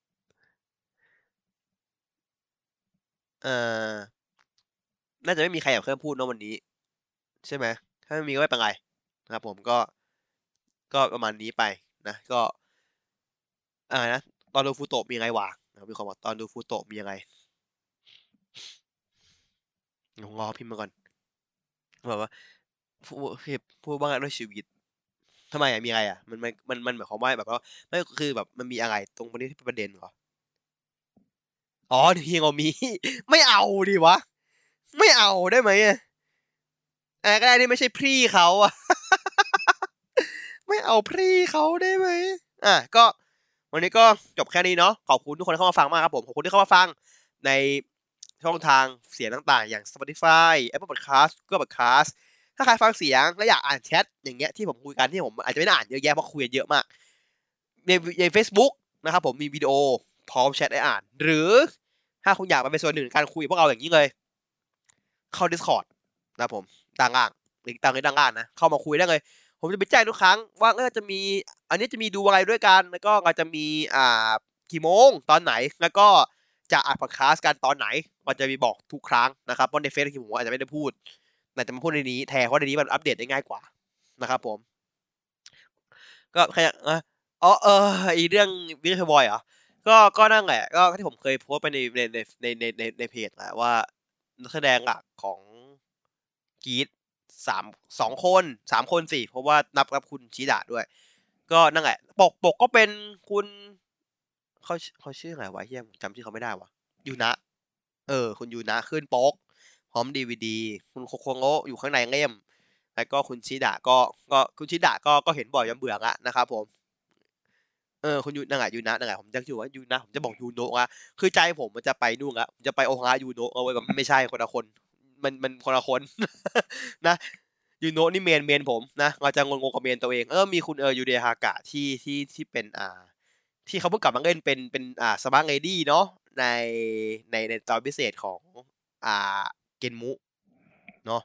เอ่อน่าจะไม่มีใครอยากขึ้นมาพูดเนาะวันนี้ใช่ไหมถ้าไม่มีก็ไม่เป็นไรนะครับผมก็ก็ประมาณนี้ไปนะก็อ่านะตอนดูฟูโตะมีอะไรวะนะครับมีคนบอกตอนดูฟูโตะมีอะไรงงอพิมพ์มาก่อนแบบว่าพูดพูดว่าไงด้วยชีวิต ทำไมอะมีอะไรอะมันมันมันมันหมายความว่าแบบว่าไม่คือแบบมันมีอะไรตรงประเด็นที่เป็นประเด็นเหรออ๋อเฮียงอมีไม่เอาดิวะไม่เอาได้ไหมอะอะไรก็ได้ที่ไม่ใช่พี่เขาอะไม่เอาพี่เขาได้ไหมอ่ะก็วันนี้ก็จบแค่นี้เนาะขอบคุณทุกคนที่เข้ามาฟังมากครับผมขอบคุณที่เข้ามาฟังในช่องทางเสียงต่างๆอย่าง Spotify Apple Podcast Google Podcast ถ้าใครฟังเสียงและอยากอ่านแชทอย่างเงี้ยที่ผมคุยกันที่ผมอาจจะไม่ได้อ่านเยอะแยะเพราะคุยกันเยอะมากในใน Facebook นะครับผมมีวิดีโอพร้อมแชทให้อ่านหรือถ้าคุณอยากมาเป็นส่วนหนึ่งในการคุยกับพวกเราอย่างนี้เลยเข้า Discord นะครับผมด้านล่างลิงก์ตามในด้านล่างนะเข้ามาคุยได้เลยผมจะไปแจ้งทุกครั้งว่าเออจะมีอันนี้จะมีดูอะไรด้วยกันแล้วก็เราจะมีอ่ากี่โมงตอนไหนแล้วก็จะอัดพอดแคสต์กันตอนไหนก็จะมีบอกทุกครั้งนะครับเพราะในเฟซที่ผมอาจจะไม่ได้พูดแต่จะมาพูดในนี้แทนเพราะในนี้มันอัปเดตได้ง่ายกว่านะครับผมก็แค่อ่ะอ๋อเออไอเรื่องวิกเตอร์บอยเหรอก็ก็นั่นแหละก็ที่ผมเคยโพสต์ไปในในในในในในในเพจแหละว่านักแสดงหลักของกรีดสามสองคนสามคนสิเพราะว่านับกับคุณชิดะด้วยก็นั่นแหละปกปกก็เป็นคุณเขาเขาชื่ออะไรวะเฮียผมจำชื่อเขาไม่ได้วะยูนะเออคุณยูนะขึ้นปกพร้อมดีวีดีคุณโคโคโงะอยู่ข้างในเล่มแล้วก็คุณชิดะก็ก็คุณชิดะก็ก็เห็นบ่อยจนเบื่อละนะครับผม เออคุณยูนั่นแหละยูนะนั่นแหละผมจะอยู่ว่ายูนะผมจะบอกยูโนะอะคือใจผมมันจะไปนู่นละจะไปโอฮาระยูโนะเอาไว้แบบไม่ใช่คนละคนมันมันคนละคนนะยูโนะนี่เมนเมนผมนะเราจะงงๆกับเมนตัวเองเออมีคุณเออยูเดฮากะที่ที่ที่เป็นอ่าที่เขาเพิ่งกลับมาเล่นเป็นเป็นอ่าสมาร์ทเลดี้เนาะในในในตอนพิเศษของอ่าเกนมุเนาะ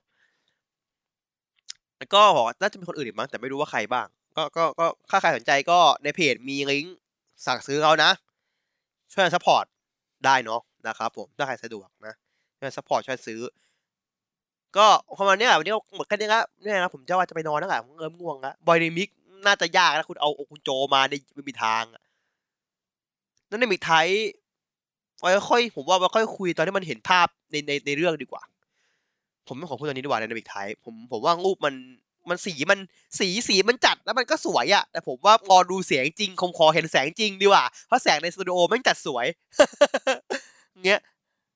แล้วก็บอกว่าน่าจะมีคนอื่นอีกมั้งแต่ไม่รู้ว่าใครบ้างก็ก็ก็ถ้าใครสนใจก็ในเพจมีลิงก์สั่งซื้อเขานะ ช่วยซัพพอร์ตได้เนาะนะครับผมถ้าใครสะดวกนะช่วยซัพพอร์ตช่วยซื้อก็ประมาณนี้แหละวันนี้ก็หมดแค่นี้ละเนี่ยนะผมจะว่าจะไปนอนแล้วแหละผมเริ่มง่วงแล้วบอยในมิกน่าจะยากนะคุณเอาโอคุณโจมาในไม่มีทางอะนั่นในมิกไทยไว้ค่อยผมว่าไว้ค่อยคุยตอนที่มันเห็นภาพในในในเรื่องดีกว่าผมไม่ขอพูดตอนนี้ดีกว่าในมิกไทยผมผมว่ารูปมันมันสีมันสีสีมันจัดแล้วมันก็สวยอะแต่ผมว่ารอดูเสียงจริงคงขอเห็นแสงจริงดีกว่าเพราะแสงในสตูดิโอมันจัดสวยเงี้ย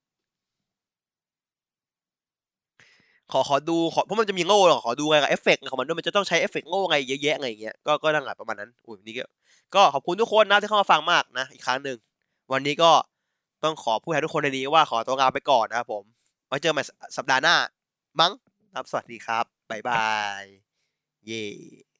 ขอขอดูขอเพราะมันจะมีโง่หรอขอดูไงกับเอฟเฟกต์ของมันด้วยมันจะต้องใช้เอฟเฟกต์โง่ไงเยอะแยะไงอย่างเงี้ยก็ก็นั่งแหละประมาณนั้นอุ้ยวันนี้ก็ก็ขอบคุณทุกคนนะที่เข้ามาฟังมากนะอีกครั้งหนึ่งวันนี้ก็ต้องขอพูดให้ทุกคนในนี้ว่าขอตัวลาไปก่อนนะครับผมไว้เจอกันใหม่สัปดาห์หน้ามั้งครับสวัสดีครับบ๊ายบายเย่